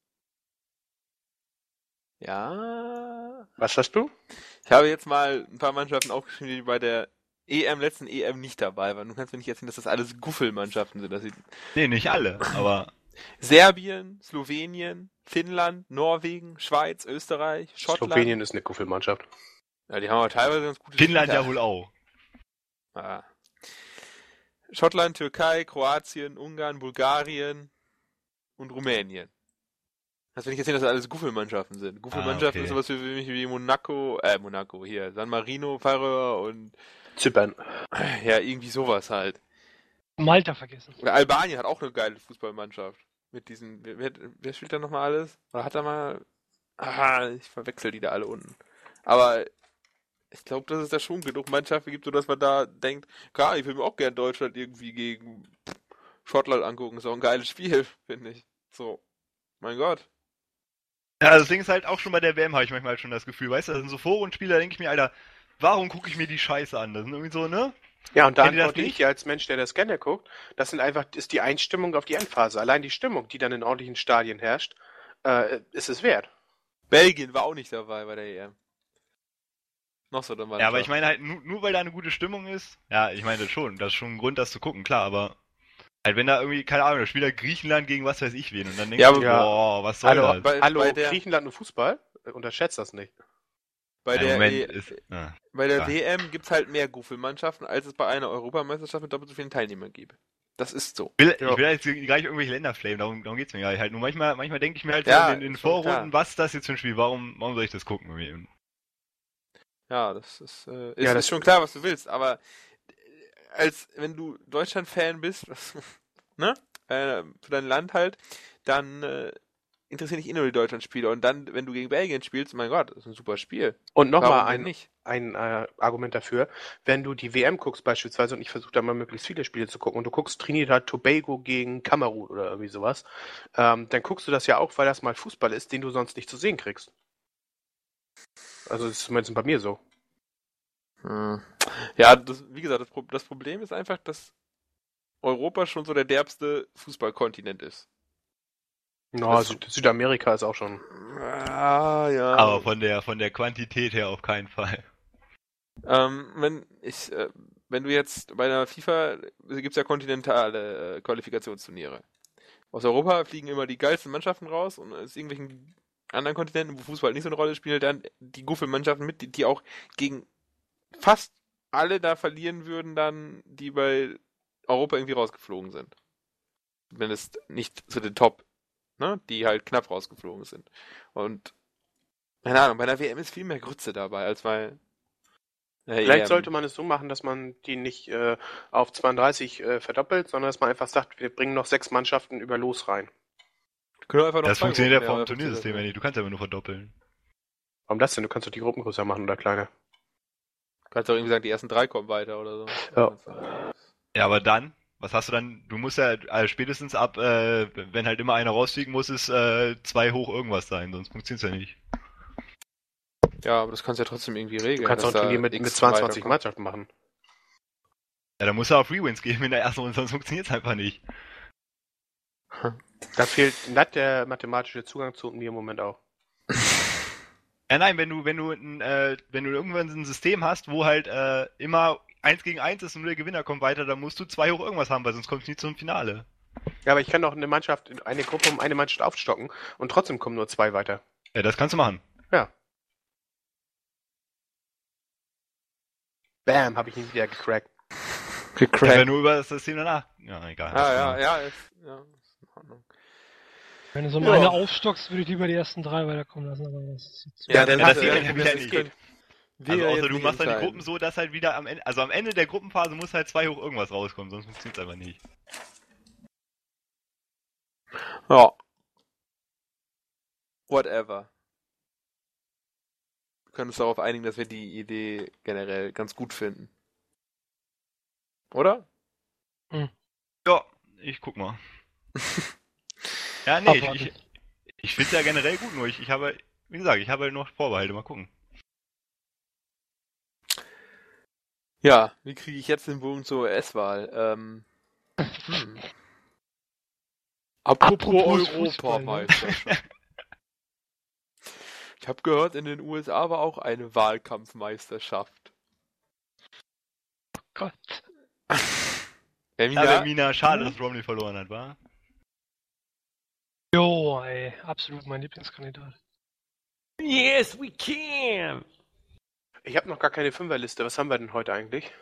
Speaker 1: ja.
Speaker 3: Was hast du?
Speaker 1: Ich habe jetzt mal ein paar Mannschaften aufgeschrieben, die bei der E M, letzten E M nicht dabei waren. Du kannst mir nicht erzählen, dass das alles Guffelmannschaften sind. Das sind
Speaker 5: Nee, nicht alle, aber
Speaker 1: Serbien, Slowenien, Finnland, Norwegen, Schweiz, Österreich, Schottland.
Speaker 3: Slowenien ist eine Kuffelmannschaft.
Speaker 1: Ja, die haben aber teilweise ganz gute
Speaker 5: Finnland
Speaker 1: Spieler.
Speaker 5: ja wohl auch.
Speaker 1: Ah. Schottland, Türkei, Kroatien, Ungarn, Bulgarien und Rumänien. Das will ich erzählen, dass das alles Guffelmannschaften sind. Guffelmannschaften
Speaker 5: okay.
Speaker 1: ist sowas wie, wie Monaco, äh, Monaco hier, San Marino, Färöer und
Speaker 3: Zypern.
Speaker 1: ja, irgendwie sowas halt.
Speaker 2: Malta vergessen.
Speaker 1: Oder Albanien hat auch eine geile Fußballmannschaft. Mit diesen, wer, wer, wer spielt da nochmal alles? Oder hat er mal, ah, ich verwechsel die da alle unten. Aber ich glaube, dass es da schon genug Mannschaften gibt, sodass man da denkt, klar, ich will mir auch gern Deutschland irgendwie gegen Schottland angucken. Ist auch ein geiles Spiel, finde ich. So, mein Gott.
Speaker 5: Ja, das Ding ist halt auch schon bei der W M habe ich manchmal schon das Gefühl, weißt du, das sind so Vorrundenspiele, da denke ich mir, Alter, warum gucke ich mir die Scheiße an? Das sind irgendwie so, ne?
Speaker 3: Ja, und da
Speaker 5: Kennt ihr das
Speaker 3: antworte ich
Speaker 5: nicht?
Speaker 3: dir als Mensch, der das gerne guckt, das sind einfach, ist die Einstimmung auf die Endphase. Allein die Stimmung, die dann in ordentlichen Stadien herrscht, äh, ist es wert.
Speaker 1: Belgien war auch nicht dabei bei der E M. Noch so eine Mannschaft.
Speaker 5: Ja, aber ich meine halt, nur, nur weil da eine gute Stimmung ist, ja, ich meine das schon, das ist schon ein Grund, das zu gucken, klar, aber halt wenn da irgendwie, keine Ahnung, da spielt da Griechenland gegen was weiß ich wen und dann denkst
Speaker 1: Ja,
Speaker 5: du,
Speaker 1: aber-
Speaker 3: ja.
Speaker 5: boah, was soll
Speaker 3: Hallo,
Speaker 5: das?
Speaker 1: bei-
Speaker 3: Hallo,
Speaker 1: bei der-
Speaker 3: Griechenland und Fußball? Äh, Unterschätzt das nicht.
Speaker 1: bei
Speaker 5: Ja,
Speaker 1: der,
Speaker 5: Moment,
Speaker 1: E-
Speaker 5: ist, ja.
Speaker 1: bei der
Speaker 5: ja.
Speaker 1: W M gibt es halt mehr Guffelmannschaften, als es bei einer Europameisterschaft mit doppelt so vielen Teilnehmern gibt. Das ist so.
Speaker 5: Will,
Speaker 3: Ja.
Speaker 5: Ich will jetzt gar nicht irgendwelche Länder flamen, darum, darum geht's mir gar nicht. Halt nur manchmal, manchmal denke ich mir halt
Speaker 1: Ja,
Speaker 5: so in, den- in den
Speaker 1: ist schon
Speaker 5: Vorrunden,
Speaker 1: klar.
Speaker 5: was ist das jetzt für ein Spiel? Warum, warum soll ich das gucken? Irgendwie? Und
Speaker 1: Ja, das ist, äh, ist,
Speaker 3: Ja, das-
Speaker 1: ist schon klar, was du willst, aber äh, als wenn du Deutschland-Fan bist, ne, äh, für dein Land halt, dann äh, interessieren dich eh nur die Deutschland-Spiele und dann, wenn du gegen Belgien spielst, mein Gott, das ist ein super Spiel.
Speaker 3: Und nochmal
Speaker 1: Warum denn
Speaker 3: ein,
Speaker 1: nicht?
Speaker 3: ein äh, Argument dafür, wenn du die W M guckst beispielsweise, und ich versuche da mal möglichst viele Spiele zu gucken, und du guckst Trinidad Tobago gegen Kamerun oder irgendwie sowas, ähm, dann guckst du das ja auch, weil das mal Fußball ist, den du sonst nicht zu sehen kriegst. Also das ist zumindest bei mir so.
Speaker 1: Hm. Ja, das, wie gesagt, das, Pro das Problem ist einfach, dass Europa schon so der derbste Fußballkontinent ist.
Speaker 3: No,
Speaker 1: Das-
Speaker 3: Süd Südamerika ist auch schon.
Speaker 1: Ah, ja.
Speaker 5: aber von der, von der Quantität her auf keinen Fall.
Speaker 1: Ähm, wenn ich, äh, wenn du jetzt bei der FIFA gibt es ja kontinentale äh, Qualifikationsturniere. Aus Europa fliegen immer die geilsten Mannschaften raus und aus irgendwelchen anderen Kontinenten, wo Fußball nicht so eine Rolle spielt, dann die Guffelmannschaften mit, die, die auch gegen fast alle da verlieren würden, dann, die bei Europa irgendwie rausgeflogen sind. Zumindest nicht zu den Top, ne, die halt knapp rausgeflogen sind. Und, keine Ahnung, bei einer W M ist viel mehr Grütze dabei, als bei einer
Speaker 3: Vielleicht
Speaker 1: E M.
Speaker 3: sollte man es so machen, dass man die nicht äh, auf zweiunddreißig äh, verdoppelt, sondern dass man einfach sagt, wir bringen noch sechs Mannschaften über Los rein.
Speaker 1: Können wir einfach noch
Speaker 5: Das
Speaker 1: zwei
Speaker 5: funktioniert ja
Speaker 1: Gruppen-
Speaker 5: vom
Speaker 1: ja,
Speaker 5: Turniersystem ja
Speaker 1: funktioniert
Speaker 5: nicht. Du kannst ja immer nur verdoppeln.
Speaker 3: Warum das denn? Du kannst doch die Gruppen größer machen oder kleiner.
Speaker 1: Du kannst doch irgendwie sagen, die ersten drei kommen weiter oder so.
Speaker 3: Ja.
Speaker 5: Ja, aber dann, was hast du dann? Du musst ja äh, spätestens ab, äh, wenn halt immer einer rausfliegen muss, es äh, zwei hoch irgendwas sein, sonst funktioniert's ja nicht.
Speaker 1: Ja, aber das kannst du ja trotzdem irgendwie regeln.
Speaker 3: Du kannst auch
Speaker 1: dass
Speaker 3: ein Turnier
Speaker 1: da
Speaker 3: mit,
Speaker 1: X
Speaker 3: mit zweiundzwanzig
Speaker 1: weiterkommt.
Speaker 3: Mannschaften machen.
Speaker 5: Ja, da musst du auch Rewins geben in der ersten Runde, sonst funktioniert's einfach nicht.
Speaker 3: Da fehlt glatt der mathematische Zugang zu und mir im Moment auch.
Speaker 5: Ja, nein, wenn du, wenn du, ein, äh, wenn du irgendwann ein System hast, wo halt äh, immer eins gegen eins ist und nur der Gewinner kommt weiter, dann musst du zwei hoch irgendwas haben, weil sonst kommst du nie zum Finale.
Speaker 3: Ja, aber ich kann doch eine Mannschaft, eine Gruppe um eine Mannschaft aufstocken und trotzdem kommen nur zwei weiter.
Speaker 5: Ja, das kannst du machen.
Speaker 3: Ja. Bam, habe ich ihn wieder gecrackt.
Speaker 5: Ja,
Speaker 1: Gecrackt.
Speaker 5: wenn du über das System danach. Ja, egal.
Speaker 1: Ah, ja, ja, ist, ja, ist in Ordnung.
Speaker 2: Wenn du so um
Speaker 1: Ja.
Speaker 2: eine aufstockst, würde ich lieber die ersten drei weiterkommen lassen, aber das ist jetzt
Speaker 1: Ja,
Speaker 5: das-
Speaker 1: dann
Speaker 5: das
Speaker 1: hast
Speaker 5: geht
Speaker 1: du-
Speaker 5: ja wieder
Speaker 1: das
Speaker 5: nicht.
Speaker 1: geht-
Speaker 5: Also
Speaker 1: wir
Speaker 5: außer
Speaker 1: jetzt
Speaker 5: du
Speaker 1: nicht
Speaker 5: machst dann die
Speaker 1: entscheiden.
Speaker 5: Gruppen so, dass halt wieder am Ende, also am Ende der Gruppenphase muss halt zwei hoch irgendwas rauskommen, sonst funktioniert's einfach nicht.
Speaker 1: Ja. Whatever. Wir können uns darauf einigen, dass wir die Idee generell ganz gut finden. Oder?
Speaker 5: Ja, ich guck mal. Ja, nee, ich,
Speaker 2: Abwarten.
Speaker 5: ich, ich find's ja generell gut, nur ich, ich habe, wie gesagt, ich habe halt noch Vorbehalte, mal gucken.
Speaker 1: Ja, wie kriege ich jetzt den Bogen zur U S-Wahl? Ähm, hm. Apropos,
Speaker 2: Apropos Fußball, ne?
Speaker 1: Europameisterschaft. Ich habe gehört, in den U S A war auch eine Wahlkampfmeisterschaft.
Speaker 2: Gott.
Speaker 1: Emina,
Speaker 5: Ja, der Mina, schade, dass Romney verloren hat, wa?
Speaker 2: Jo, ey, absolut mein Lieblingskandidat.
Speaker 4: Yes, we can!
Speaker 3: Ich habe noch gar keine Fünferliste. Was haben wir denn heute eigentlich?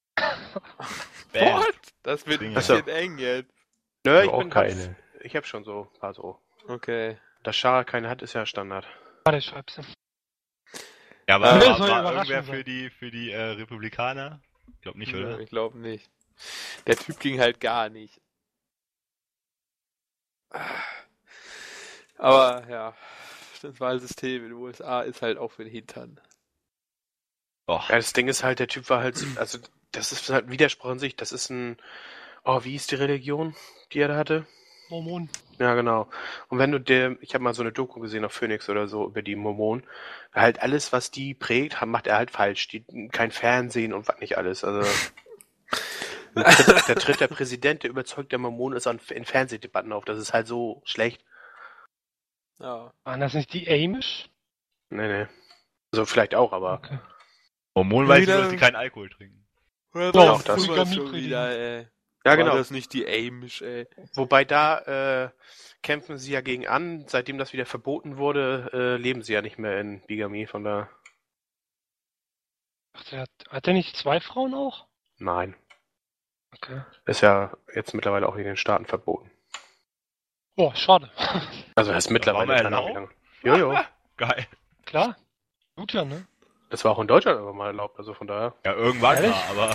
Speaker 5: Bam.
Speaker 1: What? Das wird ein
Speaker 5: Dinge.
Speaker 1: bisschen eng jetzt.
Speaker 3: Nö,
Speaker 6: Ich
Speaker 3: ich
Speaker 6: auch
Speaker 3: bin
Speaker 6: keine.
Speaker 3: Ich habe schon so ein paar so.
Speaker 1: Okay.
Speaker 3: Dass Schara keine hat, ist ja Standard.
Speaker 2: Warte, ich schreib's dir.
Speaker 5: Ja, aber
Speaker 1: Äh,
Speaker 5: war,
Speaker 2: soll
Speaker 5: war
Speaker 2: überraschend
Speaker 5: irgendwer
Speaker 2: sein.
Speaker 5: für die, für die äh, Republikaner? Ich glaube nicht, oder?
Speaker 1: Ich glaube nicht. Der Typ ging halt gar nicht. Aber ja, das Wahlsystem in den U S A ist halt auch für den Hintern.
Speaker 5: Oh.
Speaker 3: Ja, das Ding ist halt, der Typ war halt, also das ist halt ein Widerspruch in sich. Das ist ein, oh, wie ist die Religion, die er da hatte?
Speaker 2: Mormon.
Speaker 3: Ja, genau. Und wenn du der, ich habe mal so eine Doku gesehen auf Phoenix oder so über die Mormonen, halt alles, was die prägt, macht er halt falsch. Die, kein Fernsehen und was nicht alles. Also da tritt, da tritt der Präsident, der überzeugt der Mormon ist an, in Fernsehdebatten auf. Das ist halt so schlecht.
Speaker 1: Ja.
Speaker 2: Waren das nicht die Amish?
Speaker 3: Nee, nee. Also vielleicht auch, aber
Speaker 2: Okay.
Speaker 5: Hormon weiß
Speaker 1: Wieder-
Speaker 5: nur, dass die keinen Alkohol trinken.
Speaker 1: Oder
Speaker 2: Doch,
Speaker 1: war
Speaker 3: das-
Speaker 1: sowas schon wieder, ey.
Speaker 3: ja,
Speaker 1: War
Speaker 3: genau.
Speaker 1: das nicht die Amish, ey?
Speaker 3: Wobei da äh, kämpfen sie ja gegen an. Seitdem das wieder verboten wurde, äh, leben sie ja nicht mehr in Bigamie. Von da,
Speaker 2: Ach, der hat, hat der nicht zwei Frauen auch?
Speaker 3: nein.
Speaker 2: Okay.
Speaker 3: Ist ja jetzt mittlerweile auch in den Staaten verboten.
Speaker 2: Oh, schade.
Speaker 3: Also das ist mittlerweile.
Speaker 5: War mal
Speaker 3: keine Ahnung,
Speaker 5: erlaubt?
Speaker 3: wie lange. Jojo.
Speaker 5: Geil.
Speaker 2: Klar. Gut ja, ne?
Speaker 3: Das war auch in Deutschland aber mal erlaubt, also von daher.
Speaker 5: Ja, irgendwann
Speaker 2: Ehrlich?
Speaker 5: mal, aber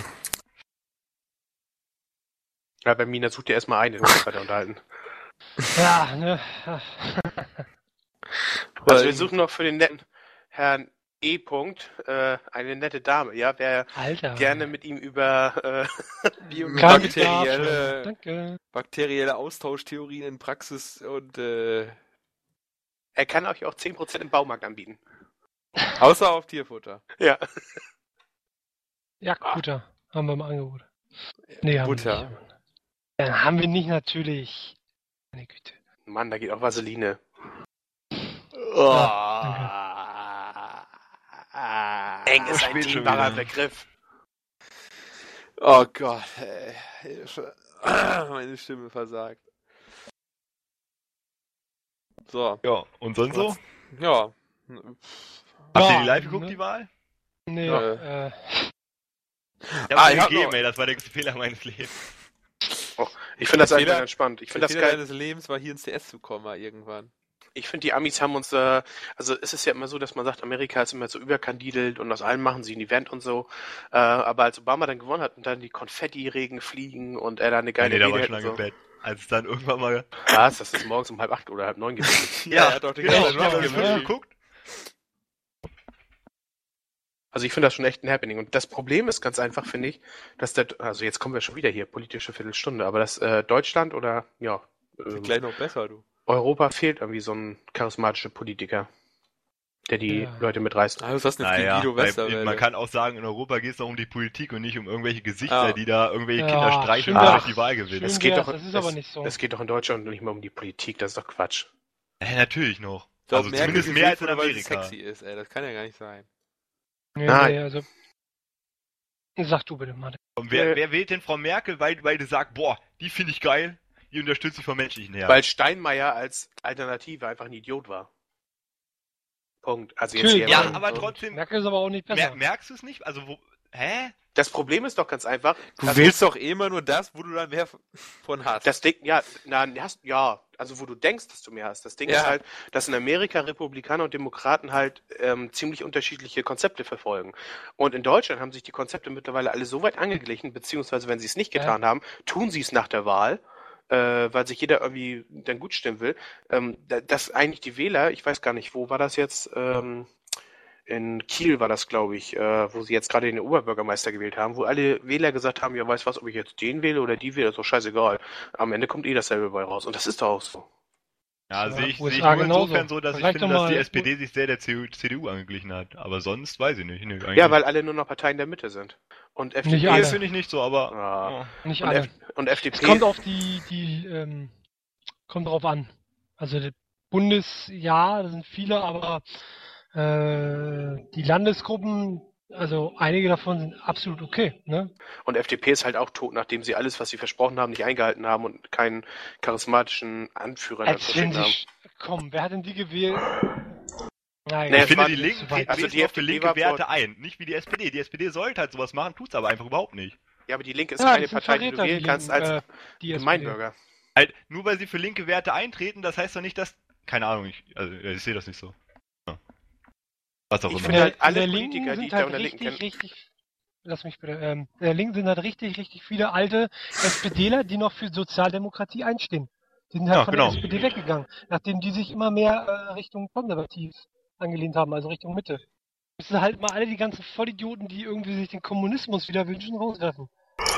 Speaker 3: Ja, bei Mina sucht ihr erstmal eine, wir weiter unterhalten.
Speaker 2: Ja, ne? Ja.
Speaker 3: Also wir suchen noch für den netten Herrn E. -Punkt, äh, eine nette Dame, ja, wer
Speaker 2: Alter.
Speaker 3: gerne mit ihm über äh, Bio-
Speaker 2: Kann
Speaker 1: bakterielle-
Speaker 2: Danke.
Speaker 1: Bakterielle Austauschtheorien in Praxis und äh,
Speaker 3: Er kann euch auch zehn Prozent im Baumarkt anbieten.
Speaker 1: außer auf Tierfutter.
Speaker 3: Ja.
Speaker 2: Ja, Butter. Haben wir im Angebot. Nee, haben
Speaker 1: Butter.
Speaker 2: wir nicht. Dann haben wir nicht natürlich. Meine Güte.
Speaker 3: Mann, da geht auch Vaseline. Eng ist ein
Speaker 5: spät schon
Speaker 3: dehnbarer
Speaker 5: wieder.
Speaker 3: Begriff.
Speaker 1: Oh Gott, ey. Hilfe. Meine Stimme versagt. So.
Speaker 5: ja. Und sonst so?
Speaker 1: Ja.
Speaker 5: Habt ihr
Speaker 2: Ja,
Speaker 5: die live geguckt,
Speaker 2: ne?
Speaker 5: die Wahl?
Speaker 2: Nee,
Speaker 1: Ja.
Speaker 2: äh,
Speaker 5: Ich
Speaker 1: Ah,
Speaker 5: hab's
Speaker 1: ich
Speaker 5: mir
Speaker 1: hab
Speaker 5: gegeben,
Speaker 1: noch-
Speaker 5: ey, das war der größte Fehler meines Lebens.
Speaker 3: Oh, ich finde das
Speaker 1: Der
Speaker 3: einfach
Speaker 1: Fehler-
Speaker 3: ganz spannend. Ich
Speaker 1: Der
Speaker 3: finde das
Speaker 1: Fehler
Speaker 3: geil.
Speaker 1: deines Lebens war, hier ins C S zu kommen mal irgendwann.
Speaker 3: Ich finde, die Amis haben uns, äh, also es ist ja immer so, dass man sagt, Amerika ist immer so überkandidelt und aus allem machen sie ein Event und so. Äh, aber als Obama dann gewonnen hat und dann die Konfetti-Regen fliegen und er da eine
Speaker 5: Ja,
Speaker 3: geile
Speaker 5: nee, da war
Speaker 3: Rede
Speaker 5: ich schon
Speaker 3: hält
Speaker 5: lange
Speaker 3: und
Speaker 5: im
Speaker 3: so.
Speaker 5: Bett. Als es dann irgendwann mal...
Speaker 3: Was? Das ist morgens um halb acht oder halb neun gewesen.
Speaker 1: Ja, er hat doch den
Speaker 5: genau,
Speaker 1: ganzen
Speaker 5: ich hab
Speaker 1: Tag
Speaker 5: das
Speaker 1: gemacht.
Speaker 5: Film geguckt.
Speaker 3: Also ich finde das schon echt ein Happening. Und das Problem ist ganz einfach, finde ich, dass der, also jetzt kommen wir schon wieder hier, politische Viertelstunde, aber dass äh, Deutschland oder, ja,
Speaker 1: Wird
Speaker 3: ähm,
Speaker 1: gleich noch besser, du.
Speaker 3: Europa fehlt irgendwie so ein charismatischer Politiker, der die
Speaker 2: Ja.
Speaker 3: Leute mitreißt.
Speaker 1: Ah, was hast du denn jetzt gegen
Speaker 5: Naja,
Speaker 1: Guido
Speaker 5: weil,
Speaker 1: Westerwelle?
Speaker 5: man kann auch sagen, in Europa geht es doch um die Politik und nicht um irgendwelche Gesichter,
Speaker 1: Ja.
Speaker 5: die da irgendwelche
Speaker 2: Ja,
Speaker 5: Kinder streicheln
Speaker 2: schön
Speaker 5: und
Speaker 3: wär's.
Speaker 5: durch die Wahl gewinnen.
Speaker 2: Schön
Speaker 3: Es geht
Speaker 2: wär's,
Speaker 3: doch,
Speaker 2: das ist
Speaker 3: es,
Speaker 2: aber nicht so.
Speaker 3: Es geht doch in Deutschland nicht mehr um die Politik, das ist doch Quatsch.
Speaker 5: Äh, natürlich noch.
Speaker 1: Ich glaub,
Speaker 5: Also
Speaker 1: Merkel
Speaker 5: zumindest
Speaker 1: gewählt
Speaker 5: mehr als in
Speaker 1: wurde, weil sie
Speaker 5: Amerika.
Speaker 1: sexy ist, ey. Das kann ja gar nicht sein.
Speaker 2: Nee,
Speaker 3: Nein.
Speaker 2: nee, also. Sag du bitte mal.
Speaker 5: Und wer,
Speaker 3: Äh.
Speaker 5: wer wählt denn Frau Merkel, weil, weil die sagt, boah, die finde ich geil, die unterstütze ich vom menschlichen her.
Speaker 3: Weil Steinmeier als Alternative einfach ein Idiot war. Punkt. Also jetzt
Speaker 2: Natürlich,
Speaker 3: hier
Speaker 5: ja,
Speaker 3: mal-
Speaker 5: aber trotzdem,
Speaker 2: Merkel ist aber auch nicht besser.
Speaker 5: mer merkst du es nicht? Also wo, hä?
Speaker 3: Das Problem ist doch ganz einfach.
Speaker 1: Du
Speaker 3: also,
Speaker 1: wählst doch eh immer nur das, wo du dann mehr von hast.
Speaker 3: Das Ding, ja, na, hast, ja, also wo du denkst, dass du mehr hast. Das Ding
Speaker 1: Ja.
Speaker 3: ist halt, dass in Amerika Republikaner und Demokraten halt ähm, ziemlich unterschiedliche Konzepte verfolgen. Und in Deutschland haben sich die Konzepte mittlerweile alle so weit angeglichen, beziehungsweise wenn sie es nicht getan haben, tun sie es nach der Wahl, äh, weil sich jeder irgendwie dann gut stimmen will. Ähm, da- dass eigentlich die Wähler, ich weiß gar nicht, wo war das jetzt, ähm, in Kiel war das, glaube ich, äh, wo sie jetzt gerade den Oberbürgermeister gewählt haben, wo alle Wähler gesagt haben, ja, weißt was, ob ich jetzt den wähle oder die wähle, ist doch scheißegal. Am Ende kommt eh dasselbe bei raus. Und das ist doch auch so.
Speaker 5: Ja,
Speaker 2: Ja,
Speaker 5: sehe ich,
Speaker 2: U S
Speaker 5: sehe ich
Speaker 2: A
Speaker 5: nur
Speaker 2: genauso.
Speaker 5: insofern so, dass
Speaker 2: Vergleich
Speaker 5: ich
Speaker 2: doch
Speaker 5: finde, dass die
Speaker 2: mal-
Speaker 5: S P D sich sehr der C D U angeglichen hat. Aber sonst weiß ich nicht. Nee, eigentlich
Speaker 3: Ja,
Speaker 5: nicht.
Speaker 3: weil alle nur noch Parteien der Mitte sind. Und F D P
Speaker 2: Nicht
Speaker 5: Nee,
Speaker 2: alle.
Speaker 5: das finde ich nicht so, aber...
Speaker 3: Ja.
Speaker 5: ja.
Speaker 2: Nicht
Speaker 3: Und,
Speaker 2: alle.
Speaker 3: F und F D
Speaker 2: Es
Speaker 3: P.
Speaker 2: kommt auf die, die, ähm, kommt drauf an. Also das Bundes, ja, das sind viele, aber äh, die Landesgruppen, also einige davon sind absolut okay, ne?
Speaker 3: Und F D P ist halt auch tot, nachdem sie alles, was sie versprochen haben, nicht eingehalten haben und keinen charismatischen Anführer
Speaker 2: Als wenn
Speaker 3: dazwischen
Speaker 2: sie,
Speaker 3: haben.
Speaker 2: sch- komm, wer hat denn die gewählt? Nein,
Speaker 3: Nee,
Speaker 5: Ich
Speaker 3: es
Speaker 5: finde,
Speaker 3: war-
Speaker 5: die
Speaker 2: das ist
Speaker 5: Linken
Speaker 2: zu weit.
Speaker 5: treten
Speaker 3: Also
Speaker 5: also
Speaker 3: die
Speaker 5: die für
Speaker 3: F D P
Speaker 5: linke
Speaker 3: war
Speaker 5: Werte
Speaker 3: vor-
Speaker 5: ein. Nicht wie die S P D. Die S P D sollte halt sowas machen, tut's aber einfach überhaupt nicht.
Speaker 3: Ja, aber die Linke ist
Speaker 2: Ja,
Speaker 3: keine
Speaker 2: das sind
Speaker 3: Partei, die du
Speaker 2: Verräter,
Speaker 3: wählen
Speaker 2: die
Speaker 3: kannst
Speaker 2: Linken,
Speaker 3: als
Speaker 2: äh, die S P D.
Speaker 3: Gemeinbürger.
Speaker 5: Halt, nur weil sie für linke Werte eintreten, das heißt doch nicht, dass... Keine Ahnung, ich, also, ich sehe das nicht so. Ja. Was auch
Speaker 3: Ich
Speaker 5: immer.
Speaker 3: finde halt,
Speaker 2: In
Speaker 3: alle
Speaker 2: der
Speaker 3: Politiker,
Speaker 2: Linken
Speaker 3: die
Speaker 2: sind
Speaker 3: ich da
Speaker 2: halt
Speaker 3: unter Linken
Speaker 2: richtig,
Speaker 3: kenne.
Speaker 2: richtig, lass mich bitte, ähm, in der Linken sind halt richtig, richtig viele alte SPDler, die noch für Sozialdemokratie einstehen. Die sind halt
Speaker 5: Ja,
Speaker 2: von
Speaker 5: genau.
Speaker 2: der S P D weggegangen, nachdem die sich immer mehr äh, Richtung konservativ angelehnt haben, also Richtung Mitte. Müssen halt mal alle die ganzen Vollidioten, die irgendwie sich den Kommunismus wieder wünschen, rauswerfen.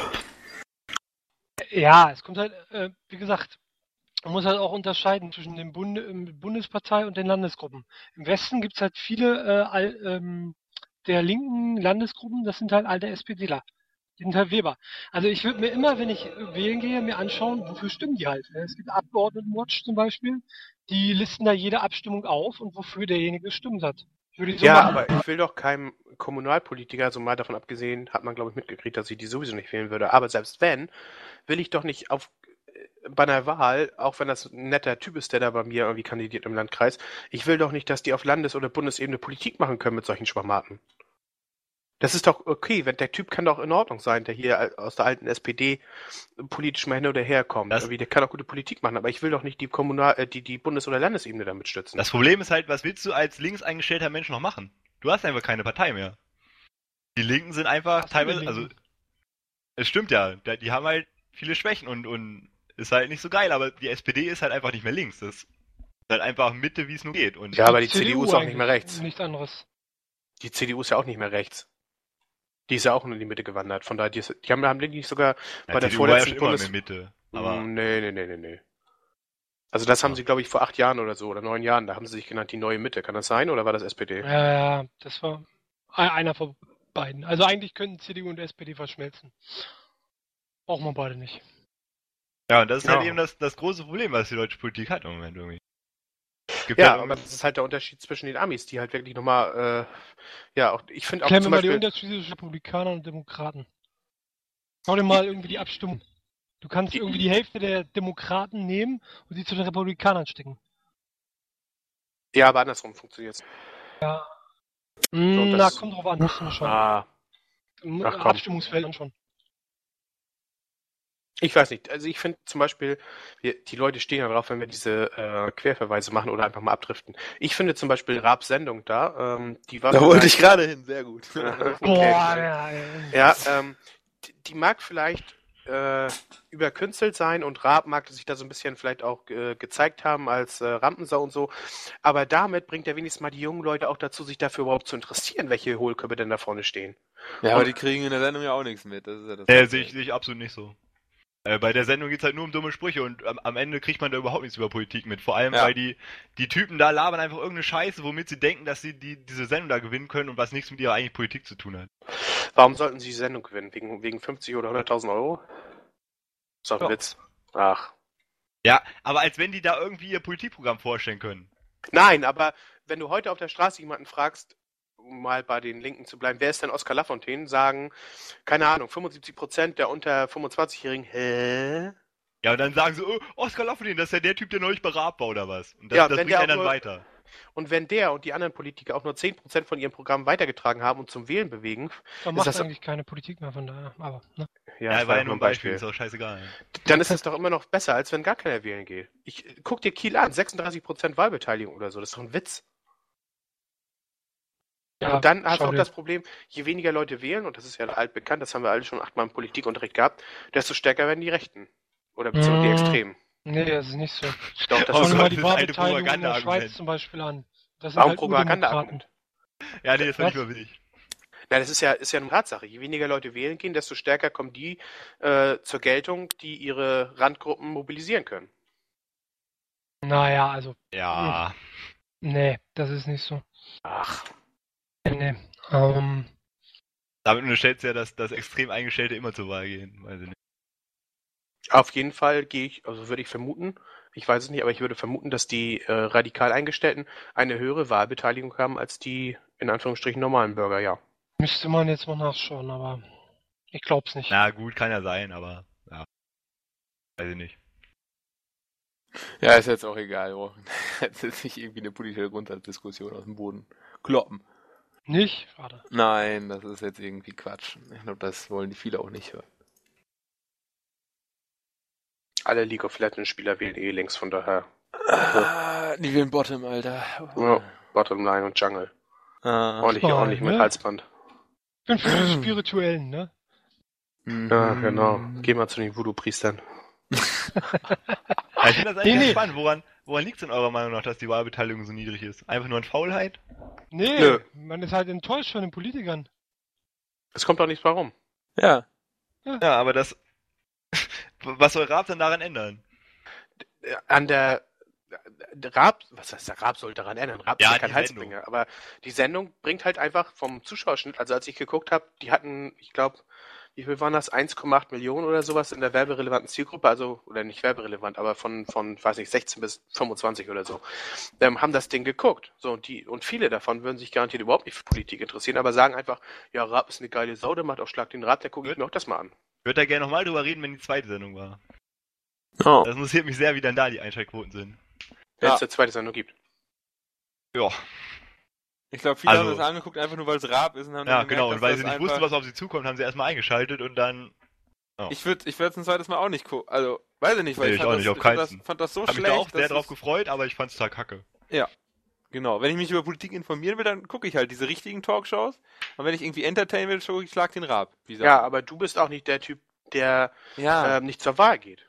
Speaker 2: Ja, es kommt halt, äh, wie gesagt, man muss halt auch unterscheiden zwischen dem Bunde, ähm, Bundespartei und den Landesgruppen. Im Westen gibt es halt viele äh, all, ähm, der linken Landesgruppen, das sind halt alte SPDler. Die sind halt Weber. Also ich würde mir immer, wenn ich äh, wählen gehe, mir anschauen, wofür stimmen die halt. Es gibt Abgeordnetenwatch zum Beispiel, die listen da jede Abstimmung auf und wofür derjenige gestimmt hat. Ich würde die so
Speaker 3: Ja,
Speaker 2: machen.
Speaker 3: aber ich will doch keinem Kommunalpolitiker, also mal davon abgesehen, hat man, glaube ich, mitgekriegt, dass ich die sowieso nicht wählen würde. Aber selbst wenn, will ich doch nicht auf äh, bei einer Wahl, auch wenn das ein netter Typ ist, der da bei mir irgendwie kandidiert im Landkreis, ich will doch nicht, dass die auf Landes- oder Bundesebene Politik machen können mit solchen Schwachmaten. Das ist doch okay, wenn der Typ kann doch in Ordnung sein, der hier aus der alten S P D politisch mal hin oder her kommt.
Speaker 5: Das-
Speaker 3: Irgendwie, der kann auch gute Politik machen, aber ich will doch nicht die Kommunal, äh, die, die Bundes- oder Landesebene damit stützen.
Speaker 5: Das Problem ist halt, was willst du als links eingestellter Mensch noch machen? Du hast einfach keine Partei mehr. Die Linken sind einfach
Speaker 2: Hast du
Speaker 5: teilweise,
Speaker 2: die
Speaker 5: also
Speaker 2: Linken?
Speaker 5: es stimmt ja, da- die haben halt viele Schwächen und, und ist halt nicht so geil, aber die S P D ist halt einfach nicht mehr links. Das ist halt einfach Mitte, wie es nur geht. Und
Speaker 3: Ja, aber die C D U ist auch nicht mehr
Speaker 2: eigentlich,
Speaker 3: rechts.
Speaker 2: Nichts anderes.
Speaker 3: Die C D U ist ja auch nicht mehr rechts. Die ist ja auch in die Mitte gewandert. Von daher, die, ist, die haben, haben die nicht sogar
Speaker 5: ja,
Speaker 3: bei der
Speaker 5: C D U war ja
Speaker 3: vorletzten
Speaker 5: schon immer
Speaker 3: Bundes...
Speaker 5: in der Mitte. Aber
Speaker 3: Mm, nee, nee, nee, nee, nee. Also das haben
Speaker 5: Ja.
Speaker 3: sie, glaube ich, vor acht Jahren oder so, oder neun Jahren, da haben sie sich genannt, die neue Mitte. Kann das sein, oder war das S P D?
Speaker 2: Ja, ja, das war e- einer von beiden. Also eigentlich könnten C D U und S P D verschmelzen. Brauchen wir beide nicht.
Speaker 5: ja, und das ist
Speaker 3: Ja.
Speaker 5: halt eben das, das große Problem, was die deutsche Politik hat im Moment irgendwie. Es gibt
Speaker 3: Ja,
Speaker 5: halt
Speaker 3: aber das ist halt der Unterschied zwischen den Amis, die halt wirklich nochmal, äh, ja, auch, ich finde auch
Speaker 2: Klären wir
Speaker 3: zum
Speaker 2: mal die
Speaker 3: Beispiel,
Speaker 2: Unterschiede zwischen Republikanern und Demokraten. Schau dir mal irgendwie die Abstimmung. Du kannst irgendwie die Hälfte der Demokraten nehmen und sie zu den Republikanern stecken.
Speaker 3: Ja, aber andersrum funktioniert's.
Speaker 2: Mm,
Speaker 3: das-
Speaker 2: Na, kommt drauf an, müssen wir schon.
Speaker 3: Ah,
Speaker 2: M-
Speaker 3: ach komm.
Speaker 2: Abstimmungsfeld dann schon.
Speaker 3: ich weiß nicht. Also ich finde zum Beispiel, wir, die Leute stehen ja drauf, wenn wir diese äh, Querverweise machen oder einfach mal abdriften. Ich finde zum Beispiel Raabs Sendung da, ähm, die war
Speaker 1: Da wollte
Speaker 3: vielleicht-
Speaker 1: ich gerade hin, sehr gut.
Speaker 3: Okay,
Speaker 2: Boah,
Speaker 3: ja.
Speaker 2: ja, ja.
Speaker 3: Ja, ähm, die, die mag vielleicht äh, überkünstelt sein und Raab mag sich da so ein bisschen vielleicht auch äh, gezeigt haben als äh, Rampensau und so, aber damit bringt er wenigstens mal die jungen Leute auch dazu, sich dafür überhaupt zu interessieren, welche Hohlköpfe denn da vorne stehen.
Speaker 1: Ja, aber die kriegen in der Sendung ja auch nichts mit. Das ist ja das
Speaker 5: Äh,
Speaker 1: Problem.
Speaker 5: sehe ich, sehe ich absolut nicht so. Äh, bei der Sendung geht's halt nur um dumme Sprüche und am, am Ende kriegt man da überhaupt nichts über Politik mit. Vor allem,
Speaker 1: Ja.
Speaker 5: weil die, die Typen da labern einfach irgendeine Scheiße, womit sie denken, dass sie die, diese Sendung da gewinnen können und was nichts mit ihrer eigentlichen Politik zu tun hat.
Speaker 3: Warum sollten sie die Sendung gewinnen? Wegen, wegen fünfzig oder hunderttausend Euro? Ist doch ein
Speaker 5: Ja.
Speaker 3: Witz. Ach.
Speaker 5: Ja, aber als wenn die da irgendwie ihr Politikprogramm vorstellen können.
Speaker 3: Nein, aber wenn du heute auf der Straße jemanden fragst, um mal bei den Linken zu bleiben, wer ist denn Oskar Lafontaine, sagen, keine Ahnung, fünfundsiebzig Prozent der unter fünfundzwanzigjährigen, hä?
Speaker 5: Ja, und dann sagen sie, oh, Oskar Lafontaine, das ist ja der Typ, der neulich bei Raab war oder was. Und das,
Speaker 3: Ja,
Speaker 5: das
Speaker 3: wenn
Speaker 5: bringt
Speaker 3: der
Speaker 5: einen
Speaker 3: auch
Speaker 5: dann
Speaker 3: nur-
Speaker 5: weiter.
Speaker 3: Und wenn der und die anderen Politiker auch nur zehn Prozent von ihrem Programm weitergetragen haben und zum Wählen bewegen,
Speaker 2: Da
Speaker 3: ist
Speaker 2: macht
Speaker 3: das-
Speaker 2: eigentlich keine Politik mehr von daher. Aber, ne?
Speaker 5: Ja,
Speaker 3: das
Speaker 5: ja war ja
Speaker 3: doch
Speaker 5: nur ein Beispiel, ist auch scheißegal.
Speaker 3: dann ist es doch immer noch besser, als wenn gar keiner wählen geht. Ich guck dir Kiel an, sechsunddreißig Prozent Wahlbeteiligung oder so, das ist doch ein Witz.
Speaker 2: Ja,
Speaker 3: Und dann hast du
Speaker 2: schau
Speaker 3: auch
Speaker 2: dir-
Speaker 3: das Problem, je weniger Leute wählen, und das ist ja altbekannt, das haben wir alle schon achtmal im Politikunterricht gehabt, desto stärker werden die Rechten. Oder beziehungsweise die
Speaker 2: Mm.
Speaker 3: Extremen.
Speaker 2: Nee, das ist nicht so.
Speaker 3: Doch, das
Speaker 5: Oh
Speaker 2: Schau
Speaker 3: ist
Speaker 2: dir
Speaker 5: Gott,
Speaker 2: mal die
Speaker 5: das ist eine
Speaker 2: Wahlbeteiligung in der
Speaker 5: Propaganda-Argument.
Speaker 2: Schweiz zum Beispiel an. Das sind
Speaker 3: Warum
Speaker 2: halt
Speaker 3: Propaganda-Argument?
Speaker 2: Urdemokraten.
Speaker 5: Ja, nee, das fand ich
Speaker 2: Was?
Speaker 5: mal wichtig.
Speaker 3: Na, das ist ja, ist ja eine Tatsache. Je weniger Leute wählen gehen, desto stärker kommen die äh, zur Geltung, die ihre Randgruppen mobilisieren können.
Speaker 2: Naja, also,
Speaker 5: Ja.
Speaker 2: nee, das ist nicht so.
Speaker 3: Ach,
Speaker 2: Nee, nee. Ähm,
Speaker 5: Damit unterstellst du ja, dass, dass extrem Eingestellte immer zur Wahl gehen. Weiß ich nicht.
Speaker 3: auf jeden Fall gehe ich, also würde ich vermuten, ich weiß es nicht, aber ich würde vermuten, dass die äh, radikal Eingestellten eine höhere Wahlbeteiligung haben als die, in Anführungsstrichen, normalen Bürger, ja.
Speaker 2: müsste man jetzt mal nachschauen, aber ich glaub's nicht.
Speaker 5: Na gut, kann ja sein, aber ja. Weiß ich nicht.
Speaker 1: Ja, ist jetzt auch egal. Oh. Jetzt ist nicht irgendwie eine politische Grundsatzdiskussion aus dem Boden kloppen.
Speaker 2: Nicht? Schade.
Speaker 1: Nein, das ist jetzt irgendwie Quatsch. Ich glaube, das wollen die viele auch nicht hören.
Speaker 3: Alle League of Legends Spieler wählen eh links, von daher
Speaker 1: Ah, die wählen Bottom, Alter.
Speaker 3: ja, Bottomline und Jungle.
Speaker 1: Ah.
Speaker 3: Ordentlich,
Speaker 2: Ja,
Speaker 3: ordentlich mit
Speaker 2: ne?
Speaker 3: Halsband.
Speaker 2: Ich bin für die Spirituellen, ne?
Speaker 1: Mhm.
Speaker 3: Ja, genau. Geh mal zu den Voodoo-Priestern.
Speaker 5: Ja, ich finde das eigentlich
Speaker 2: Nee,
Speaker 5: ganz
Speaker 2: nee.
Speaker 5: spannend. Woran, woran liegt es in eurer Meinung nach, dass die Wahlbeteiligung so niedrig ist? Einfach nur an Faulheit?
Speaker 2: Nee,
Speaker 3: Nö.
Speaker 2: man ist halt enttäuscht von den Politikern.
Speaker 3: Es kommt doch nichts warum.
Speaker 1: Ja.
Speaker 5: Ja, aber das. Was soll Raab denn daran ändern?
Speaker 3: An der der Raab, was heißt der Raab soll daran ändern? Raab
Speaker 5: Ja,
Speaker 3: ist ja kein
Speaker 5: die
Speaker 3: Halsbringer, aber die Sendung bringt halt einfach vom Zuschauerschnitt, also als ich geguckt habe, die hatten, ich glaube, wie viel waren das? eins Komma acht Millionen oder sowas in der werberelevanten Zielgruppe, also, oder nicht werberelevant, aber von, von, weiß nicht, sechzehn bis fünfundzwanzig oder so, ähm, haben das Ding geguckt. So, und die, und viele davon würden sich garantiert überhaupt nicht für Politik interessieren, aber sagen einfach, ja, Raab ist eine geile Sau, der macht auch Schlag den Rad, der gucke ich mir auch das mal an.
Speaker 5: Ich würde da gerne nochmal drüber reden, wenn die zweite Sendung war.
Speaker 1: Oh.
Speaker 5: Das interessiert mich sehr, wie dann da die Einschaltquoten sind.
Speaker 3: Wenn
Speaker 1: Ja.
Speaker 3: es eine zweite Sendung gibt.
Speaker 5: Ja,
Speaker 1: Ich glaube, viele
Speaker 5: Also-
Speaker 1: haben das angeguckt, einfach nur weil es Raab ist. Und haben
Speaker 5: ja
Speaker 1: dann gemerkt,
Speaker 5: genau.
Speaker 1: dass
Speaker 5: Und weil
Speaker 1: das
Speaker 5: sie nicht
Speaker 1: einfach...
Speaker 5: wussten, was auf sie zukommt, haben sie erstmal eingeschaltet und dann.
Speaker 1: Ich würde ich würd ein zweites Mal auch nicht gucken. Also, weiß ich nicht, weil
Speaker 5: Nee,
Speaker 1: ich
Speaker 5: ich
Speaker 1: fand,
Speaker 5: auch
Speaker 1: das,
Speaker 5: nicht, auf
Speaker 1: ich fand, das,
Speaker 5: keinen.
Speaker 1: fand das so
Speaker 5: Hab mich
Speaker 1: schlecht.
Speaker 5: da auch sehr
Speaker 1: dass
Speaker 5: drauf
Speaker 1: es-
Speaker 5: gefreut, aber ich fand's total kacke.
Speaker 1: Genau, wenn ich mich über Politik informieren will, dann gucke ich halt diese richtigen Talkshows. Und wenn ich irgendwie entertainen will, gucke ich Schlag den Raab. Wie sagt
Speaker 3: Ja,
Speaker 1: man?
Speaker 3: aber du bist auch nicht der Typ, der
Speaker 1: ja.
Speaker 3: ähm, nicht zur Wahl geht.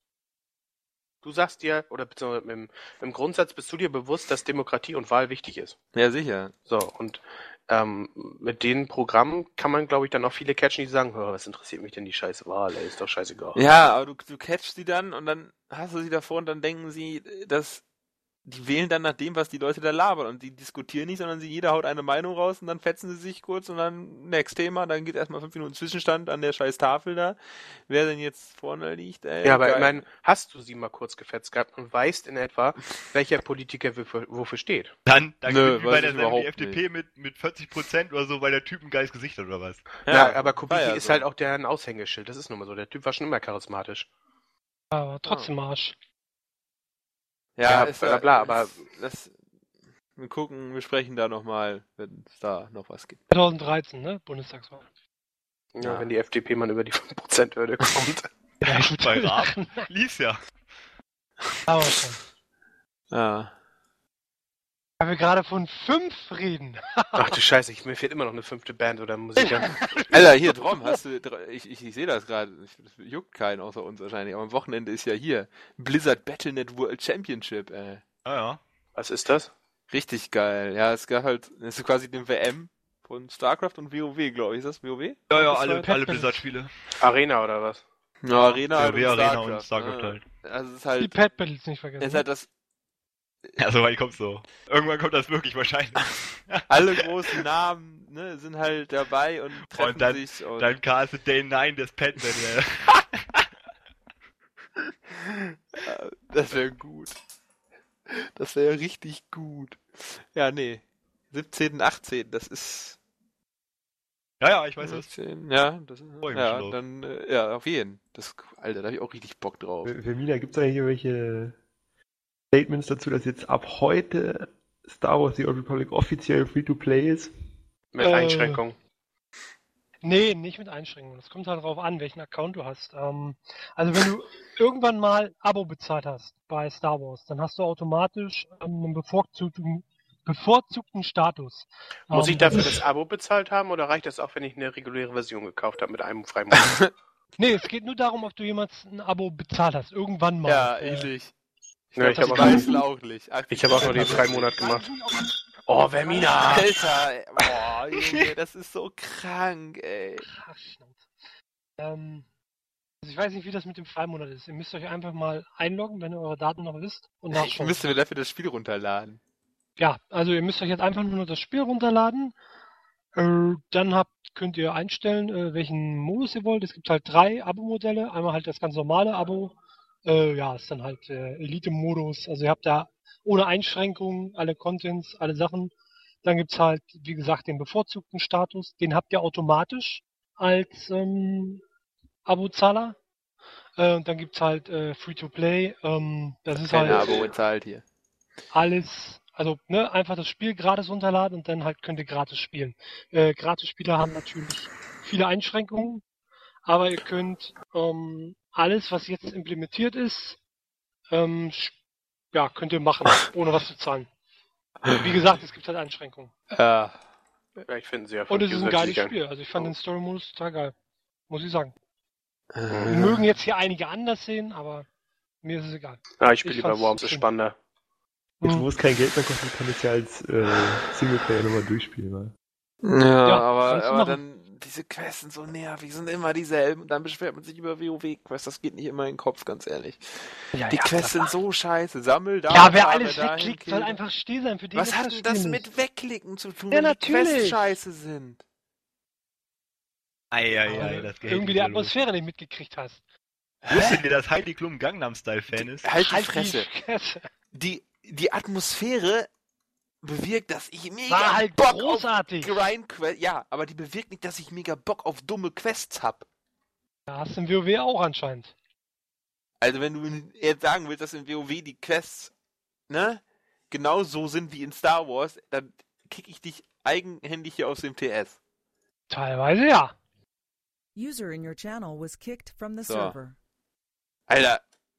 Speaker 3: Du sagst dir, oder beziehungsweise im, im Grundsatz bist du dir bewusst, dass Demokratie und Wahl wichtig ist.
Speaker 1: ja, sicher.
Speaker 3: So, und ähm, mit den Programmen kann man, glaube ich, dann auch viele catchen, die sagen, "Oh, was interessiert mich denn die scheiß Wahl, ey, ist doch scheißegal."
Speaker 1: Ja, aber du, du catchst sie dann und dann hast du sie davor und dann denken sie, dass die wählen dann nach dem, was die Leute da labern und die diskutieren nicht, sondern sie jeder haut eine Meinung raus und dann fetzen sie sich kurz und dann next Thema, dann geht erstmal fünf Minuten Zwischenstand an der scheiß Tafel da, wer denn jetzt vorne liegt, ey.
Speaker 3: Ja, aber ich
Speaker 1: geil.
Speaker 3: meine, hast du sie mal kurz gefetzt gehabt und weißt in etwa, welcher Politiker wofür, wofür steht?
Speaker 5: Dann, dann
Speaker 1: Nö,
Speaker 5: gewinnt wie
Speaker 1: weiß
Speaker 5: bei
Speaker 1: ich
Speaker 5: der Sendung die
Speaker 1: überhaupt
Speaker 5: F D P mit, mit vierzig Prozent oder so, weil der Typ ein geiles Gesicht hat oder was.
Speaker 3: Ja, aber
Speaker 1: war
Speaker 3: Kubicki
Speaker 1: ja
Speaker 3: ist
Speaker 1: so.
Speaker 3: halt auch der ein Aushängeschild, das ist nun mal so. Der Typ war schon immer charismatisch.
Speaker 2: Aber trotzdem Arsch.
Speaker 1: Ja,
Speaker 3: Ja,
Speaker 1: ist
Speaker 3: bla, bla, aber-
Speaker 1: das, Wir gucken, wir sprechen da nochmal, wenn es da noch was gibt.
Speaker 2: zwanzig dreizehn, ne? Bundestagswahl.
Speaker 3: Ja,
Speaker 1: Ja.
Speaker 3: wenn die F D P mal über die fünf Prozent Hürde kommt.
Speaker 2: Ja,
Speaker 5: Bei Raab lief's ja.
Speaker 2: Aber schon.
Speaker 1: Ja.
Speaker 2: Weil wir gerade von fünf reden.
Speaker 3: Ach du Scheiße, ich, mir fehlt immer noch eine fünfte Band oder Musiker.
Speaker 1: Alter, hier, Drom, hast du, ich, ich, ich sehe das gerade, das juckt keinen außer uns wahrscheinlich, aber am Wochenende ist ja hier Blizzard Battle Punkt net World Championship, ey.
Speaker 5: Ja, ja.
Speaker 3: Was ist das?
Speaker 1: Richtig geil. Ja, es gab halt, es ist quasi den W M von StarCraft und WoW, glaube ich. Ist das WoW?
Speaker 5: Ja, ja,
Speaker 1: Das
Speaker 5: alle,
Speaker 1: war-
Speaker 5: alle Blizzard-Spiele.
Speaker 3: Arena oder was?
Speaker 1: Ja, Arena halt
Speaker 5: WoW
Speaker 1: und
Speaker 5: Arena
Speaker 1: StarCraft.
Speaker 5: und StarCraft
Speaker 1: ne?
Speaker 5: halt.
Speaker 1: Also es ist
Speaker 2: Die
Speaker 1: halt,
Speaker 2: Pet Battles nicht vergessen.
Speaker 1: es ist halt das,
Speaker 5: Ja, so weit kommt's so. Irgendwann kommt das wirklich wahrscheinlich.
Speaker 1: alle großen Namen, ne, sind halt dabei und treffen
Speaker 5: Und dann-
Speaker 1: sich und
Speaker 5: Dann castet Day neun des Padman, ey.
Speaker 1: das wäre gut. Das wäre richtig gut. Ja, nee. siebzehnten achtzehnten das ist
Speaker 5: Ja, ja, ich weiß es.
Speaker 1: siebzehn, ja, das ist,
Speaker 5: Freu ich mich
Speaker 1: ja,
Speaker 5: schon drauf.
Speaker 1: dann, äh, ja, auf jeden. Das, Alter, da habe ich auch richtig Bock drauf.
Speaker 6: Für für Mina, gibt es eigentlich irgendwelche Statements dazu, dass jetzt ab heute Star Wars The Old Republic offiziell Free-to-Play ist?
Speaker 3: Mit
Speaker 2: Äh,
Speaker 3: Einschränkungen.
Speaker 2: Nee, nicht mit Einschränkungen. Es kommt halt darauf an, welchen Account du hast. Ähm, also wenn du irgendwann mal Abo bezahlt hast bei Star Wars, dann hast du automatisch ähm, einen bevorzugten, bevorzugten Status.
Speaker 3: Muss
Speaker 2: Ähm,
Speaker 3: ich dafür
Speaker 2: das
Speaker 3: das
Speaker 2: ist-
Speaker 3: Abo bezahlt haben oder reicht das auch, wenn ich eine reguläre Version gekauft habe mit einem freien Monat?
Speaker 2: Nee, es geht nur darum, ob du jemals ein Abo bezahlt hast. Irgendwann mal.
Speaker 1: Ja,
Speaker 2: Äh,
Speaker 1: ähnlich.
Speaker 3: Ja, ich
Speaker 1: das
Speaker 3: habe auch,
Speaker 1: weiß
Speaker 3: nur-
Speaker 1: auch nicht.
Speaker 3: ich hab auch nur den freien Monat gemacht. Oh, Vermina!
Speaker 1: Alter, ey, boah, Junge, das ist so krank, ey.
Speaker 2: Ach, Schnauze. Ähm, also ich weiß nicht, wie das mit dem Freimonat ist. Ihr müsst euch einfach mal einloggen, wenn ihr eure Daten noch wisst und
Speaker 1: Ich
Speaker 2: nachschauen.
Speaker 1: müsste mir dafür das Spiel runterladen.
Speaker 2: Ja, also ihr müsst euch jetzt einfach nur das Spiel runterladen. Äh, dann habt, könnt ihr einstellen, äh, welchen Modus ihr wollt. Es gibt halt drei Abo-Modelle. Einmal halt das ganz normale Abo. Äh, ja, ist dann halt äh, Elite-Modus. Also ihr habt da ohne Einschränkungen alle Contents, alle Sachen. Dann gibt's halt, wie gesagt, den bevorzugten Status. Den habt ihr automatisch als ähm, Abozahler. Äh, und dann gibt's halt äh, Free-to-Play. Ähm, das ist
Speaker 1: Keine
Speaker 2: halt
Speaker 1: Abo bezahlt hier.
Speaker 2: alles, also ne, einfach das Spiel gratis runterladen und dann halt könnt ihr gratis spielen. Äh, Gratis-Spieler haben natürlich viele Einschränkungen, aber ihr könnt ähm, alles, was jetzt implementiert ist, ähm, sch- ja, könnt ihr machen, ohne was zu zahlen. Wie gesagt, es gibt halt Einschränkungen.
Speaker 1: Ja.
Speaker 3: Ja, ich finde sie ja
Speaker 2: Und es ist ein geiles
Speaker 3: User-Siegern.
Speaker 2: Spiel. Also ich fand
Speaker 3: Oh.
Speaker 2: den Story-Modus total geil. Muss ich sagen.
Speaker 1: Mhm.
Speaker 2: Mögen jetzt hier einige anders sehen, aber mir ist es egal.
Speaker 3: Ah, ich spiele
Speaker 2: Ich
Speaker 3: lieber
Speaker 2: fand's
Speaker 3: Worms, ist
Speaker 2: schön.
Speaker 3: spannender.
Speaker 6: Jetzt,
Speaker 2: Mhm.
Speaker 6: wo es kein Geld mehr kostet, kann ich ja als äh, Singleplayer nochmal durchspielen. Ne?
Speaker 1: Ja,
Speaker 2: Ja,
Speaker 1: aber,
Speaker 2: kannst du
Speaker 1: aber
Speaker 2: machen.
Speaker 1: dann, diese Quests sind so nervig, sind immer dieselben. Und dann beschwert man sich über WoW-Quests, das geht nicht immer in den Kopf, ganz ehrlich.
Speaker 2: Ja,
Speaker 1: Die
Speaker 2: ja,
Speaker 1: Quests sind so scheiße, sammel da,
Speaker 2: Ja, wer
Speaker 1: fahre
Speaker 2: alles
Speaker 1: dahin,
Speaker 2: wegklickt,
Speaker 1: kill
Speaker 2: soll
Speaker 1: da.
Speaker 2: einfach still sein. Für den
Speaker 1: Was
Speaker 2: ist
Speaker 1: hat denn das
Speaker 2: Spiel
Speaker 1: mit
Speaker 2: nicht.
Speaker 1: Wegklicken zu tun,
Speaker 2: Ja,
Speaker 1: wenn die Quests
Speaker 2: natürlich.
Speaker 1: scheiße sind?
Speaker 5: Eieiei,
Speaker 2: Weil
Speaker 5: das
Speaker 2: du
Speaker 5: geht
Speaker 2: irgendwie die
Speaker 5: wieder los.
Speaker 2: Atmosphäre nicht mitgekriegt hast.
Speaker 5: Wusstet ihr, dass Heidi Klum Gangnam Style Fan ist?
Speaker 1: Halt die
Speaker 2: Halt
Speaker 1: Fresse.
Speaker 2: die Fresse.
Speaker 1: Die, die Atmosphäre bewirkt, dass ich mega
Speaker 2: War halt
Speaker 1: Bock
Speaker 2: großartig.
Speaker 1: auf Grind-Quests, ja, aber die bewirkt nicht, dass ich mega Bock auf dumme Quests hab.
Speaker 2: Da hast du im WoW auch anscheinend.
Speaker 1: Also wenn du jetzt sagen willst, dass in WoW die Quests, ne, genau so sind wie in Star Wars, dann kick ich dich eigenhändig hier aus dem T S.
Speaker 2: Teilweise ja.
Speaker 7: User in your channel was kicked from the
Speaker 1: So.
Speaker 7: server.
Speaker 1: Alter.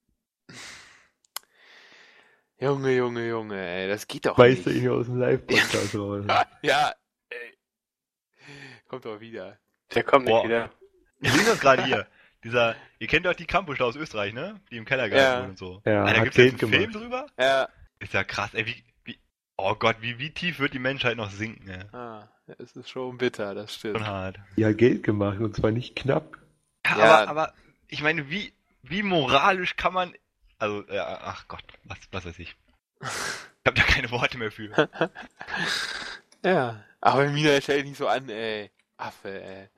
Speaker 1: Junge, Junge, Junge, ey, das geht doch
Speaker 6: Weißt du
Speaker 1: nicht.
Speaker 6: ihn aus dem Live-Podcast raus.
Speaker 1: Ja, ey. Kommt doch wieder.
Speaker 3: Der kommt nicht
Speaker 5: Boah.
Speaker 3: wieder.
Speaker 5: Wir sehen das gerade hier. Dieser, ihr kennt doch die Campus aus Österreich, ne? Die im Keller gehalten
Speaker 1: Ja.
Speaker 5: wurden und so.
Speaker 6: Ja,
Speaker 5: Alter,
Speaker 6: hat
Speaker 5: gibt's jetzt
Speaker 6: Geld
Speaker 5: einen Film
Speaker 6: gemacht.
Speaker 5: drüber?
Speaker 1: Ja,
Speaker 5: Ist ja krass, ey, wie, wie, oh Gott, wie, wie tief wird die Menschheit noch sinken, ey?
Speaker 1: ah, es ist schon bitter, das stimmt.
Speaker 5: Schon hart.
Speaker 6: Ja, Geld gemacht und zwar nicht knapp.
Speaker 5: Ja,
Speaker 1: Ja.
Speaker 5: aber, aber, ich meine, wie, wie moralisch kann man, also, ja, ach Gott, was, was weiß ich. Ich hab da keine Worte mehr für.
Speaker 1: Ja, aber Mina, stell dich nicht so an, ey. Affe, ey.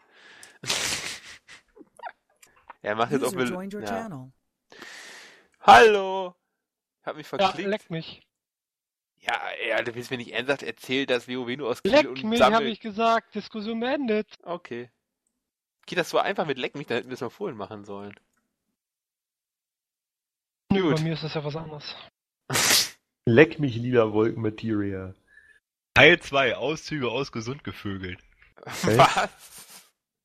Speaker 1: Er macht jetzt auch
Speaker 7: User
Speaker 1: mit...
Speaker 7: joined your
Speaker 1: Ja.
Speaker 7: channel.
Speaker 1: Hallo! Hab mich
Speaker 2: Ja,
Speaker 1: verklickt.
Speaker 2: leck mich.
Speaker 1: Ja, ey, du willst mir nicht ernsthaft erzählen, dass WoW nur aus Kill
Speaker 2: Leck
Speaker 1: und
Speaker 2: mich,
Speaker 1: Sammel...
Speaker 2: habe ich gesagt. Diskussion beendet.
Speaker 1: Okay. Geht das so einfach mit Leck mich? Da hätten wir es mal vorhin machen sollen.
Speaker 2: Nö,
Speaker 1: Gut.
Speaker 2: bei mir ist das ja was anderes.
Speaker 6: Leck mich, lila Wolkenmateria.
Speaker 5: Teil zwei, Auszüge aus Gesund gevögelt.
Speaker 1: Was?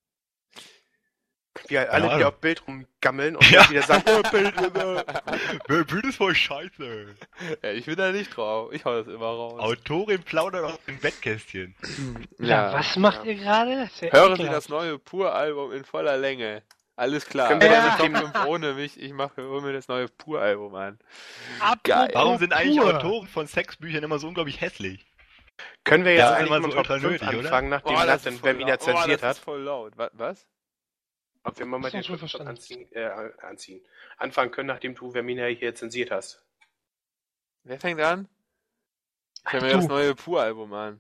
Speaker 3: Wie halt alle
Speaker 5: Ja.
Speaker 3: wieder auf Bild rumgammeln und
Speaker 5: Ja.
Speaker 3: dann wieder sagen, oh, Bild,
Speaker 5: Wer Bild ist voll scheiße.
Speaker 1: Ja, ich bin da nicht drauf. Ich hau das immer raus.
Speaker 5: Autorin plaudert aus dem Bettkästchen.
Speaker 2: Ja, was macht ihr gerade? Ist ja
Speaker 1: Hören Sie
Speaker 2: ekelhaft.
Speaker 1: das neue Pur-Album in voller Länge. Alles klar.
Speaker 3: Können wir
Speaker 1: Können
Speaker 2: dann
Speaker 1: wir
Speaker 2: mit
Speaker 1: Top fünf ohne mich. Ich mache hol mir das neue Pur-Album an.
Speaker 2: Apropos
Speaker 1: Geil.
Speaker 5: Warum sind eigentlich
Speaker 2: pur.
Speaker 5: Autoren von Sexbüchern immer so unglaublich hässlich?
Speaker 3: Können wir jetzt
Speaker 5: Ja, das ist
Speaker 3: eigentlich
Speaker 5: immer
Speaker 3: mal
Speaker 5: so
Speaker 3: Top
Speaker 5: ultra
Speaker 3: fünf
Speaker 5: nötig, oder?
Speaker 3: anfangen, nachdem
Speaker 1: Oh, das
Speaker 3: Nathan
Speaker 1: ist voll
Speaker 3: Vermina
Speaker 1: laut.
Speaker 3: zensiert
Speaker 1: oh, das
Speaker 3: hat?
Speaker 1: ist voll laut. Wa- Was?
Speaker 3: Ob wir mal mit
Speaker 2: Das
Speaker 3: den
Speaker 2: hab ich schon
Speaker 3: Top
Speaker 2: verstanden.
Speaker 3: anziehen, äh, anziehen. Anfangen können, nachdem du Vermina hier zensiert hast.
Speaker 1: Wer fängt an? Ich höre mir
Speaker 2: Du.
Speaker 1: das neue Pur-Album an.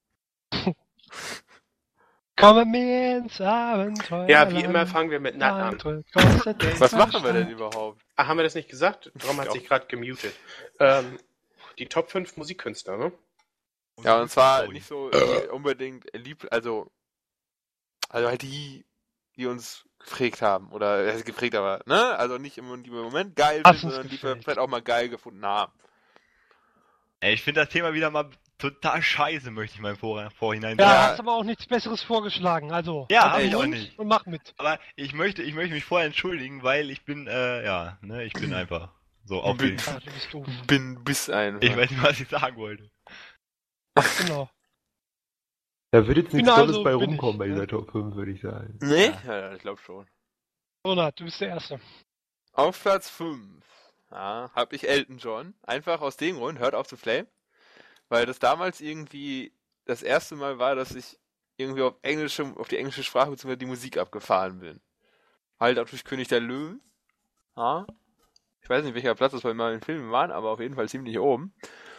Speaker 2: Komme mir ins Abenteuer.
Speaker 3: Ja, wie immer fangen wir mit Nat an.
Speaker 1: Was machen wir denn überhaupt?
Speaker 3: Ah, haben wir das nicht gesagt? Darum hat
Speaker 1: Ja.
Speaker 3: sich gerade gemutet. Ähm, die Top fünf Musikkünstler, ne?
Speaker 1: Ja, und zwar
Speaker 5: Sorry.
Speaker 1: nicht so äh, unbedingt lieb, also, also halt die, die uns geprägt haben. Oder äh, geprägt, aber, ne? Also nicht im, die im Moment geil
Speaker 2: Was
Speaker 1: sind,
Speaker 2: uns
Speaker 1: sondern die wir
Speaker 2: gefällt.
Speaker 1: vielleicht auch mal geil gefunden haben.
Speaker 5: Ey, ich finde das Thema wieder mal total scheiße, möchte ich mal im Vor Vorhinein
Speaker 2: Ja,
Speaker 5: sagen.
Speaker 2: hast aber auch nichts Besseres vorgeschlagen, also.
Speaker 5: Ja,
Speaker 2: halt
Speaker 5: hab
Speaker 2: den
Speaker 5: ich auch
Speaker 2: Mund
Speaker 5: nicht.
Speaker 2: Und mach mit.
Speaker 5: Aber ich möchte, ich möchte mich vorher entschuldigen, weil ich bin, äh, ja, ne, ich bin einfach so
Speaker 1: Bin-
Speaker 5: aufgeregt.
Speaker 2: Ja, du bist doof.
Speaker 1: Bin bis einfach.
Speaker 5: Ich weiß nicht, was ich sagen wollte.
Speaker 2: Genau.
Speaker 6: Da wird jetzt nichts
Speaker 2: Genau
Speaker 6: Tolles
Speaker 2: so
Speaker 6: bei
Speaker 2: bin
Speaker 6: rumkommen
Speaker 2: ich,
Speaker 6: bei
Speaker 2: ja.
Speaker 6: dieser Top fünf, würde ich sagen.
Speaker 1: Nee? Ja, ich glaube schon.
Speaker 2: Ronald, du bist der Erste.
Speaker 1: Auf Platz fünf ja, habe ich Elton John. Einfach aus dem Grund, hört auf zu Flame. Weil das damals irgendwie das erste Mal war, dass ich irgendwie auf englische, auf die englische Sprache bzw. die Musik abgefahren bin. Halt auch durch König der Löwen. Ja. Ich weiß nicht, welcher Platz das bei meinen Filmen waren, aber auf jeden Fall ziemlich oben.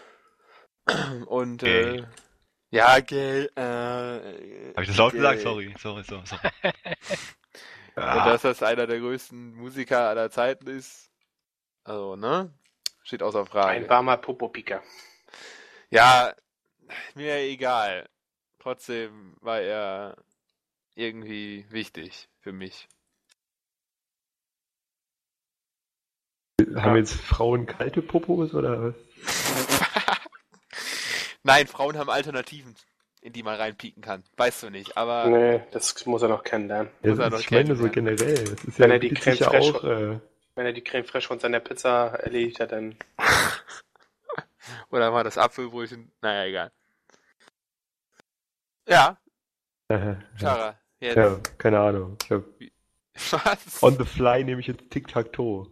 Speaker 1: Und äh,
Speaker 5: Gay.
Speaker 1: ja, gay. Äh,
Speaker 5: Habe ich das laut
Speaker 1: gay.
Speaker 5: gesagt? Sorry, sorry, sorry. sorry.
Speaker 1: Und dass das einer der größten Musiker aller Zeiten ist, also, ne? Steht außer Frage.
Speaker 3: Ein warmer Popo-Piker.
Speaker 1: Ja, mir egal. Trotzdem war er irgendwie wichtig für mich.
Speaker 6: Haben jetzt Frauen kalte Popos oder was?
Speaker 1: Nein, Frauen haben Alternativen, in die man reinpieken kann. Weißt du nicht, aber
Speaker 3: Nee, das muss er noch kennenlernen.
Speaker 1: Muss
Speaker 6: Ja,
Speaker 1: er noch
Speaker 6: ich meine so
Speaker 1: kennenlernen.
Speaker 6: generell. Das ist
Speaker 3: Wenn
Speaker 6: ja,
Speaker 3: er die
Speaker 6: bietet
Speaker 3: Creme
Speaker 6: sich ja
Speaker 3: Fraiche-
Speaker 6: auch. Äh,
Speaker 3: Wenn er die Creme Fraiche von seiner Pizza erledigt hat, dann...
Speaker 1: oder war das Apfelbrötchen? Naja, egal. Ja,
Speaker 6: äh,
Speaker 1: Sarah, jetzt.
Speaker 6: ja, keine Ahnung. Ich hab,
Speaker 1: Was?
Speaker 6: on the fly nehme ich jetzt Tic-Tac-Toe.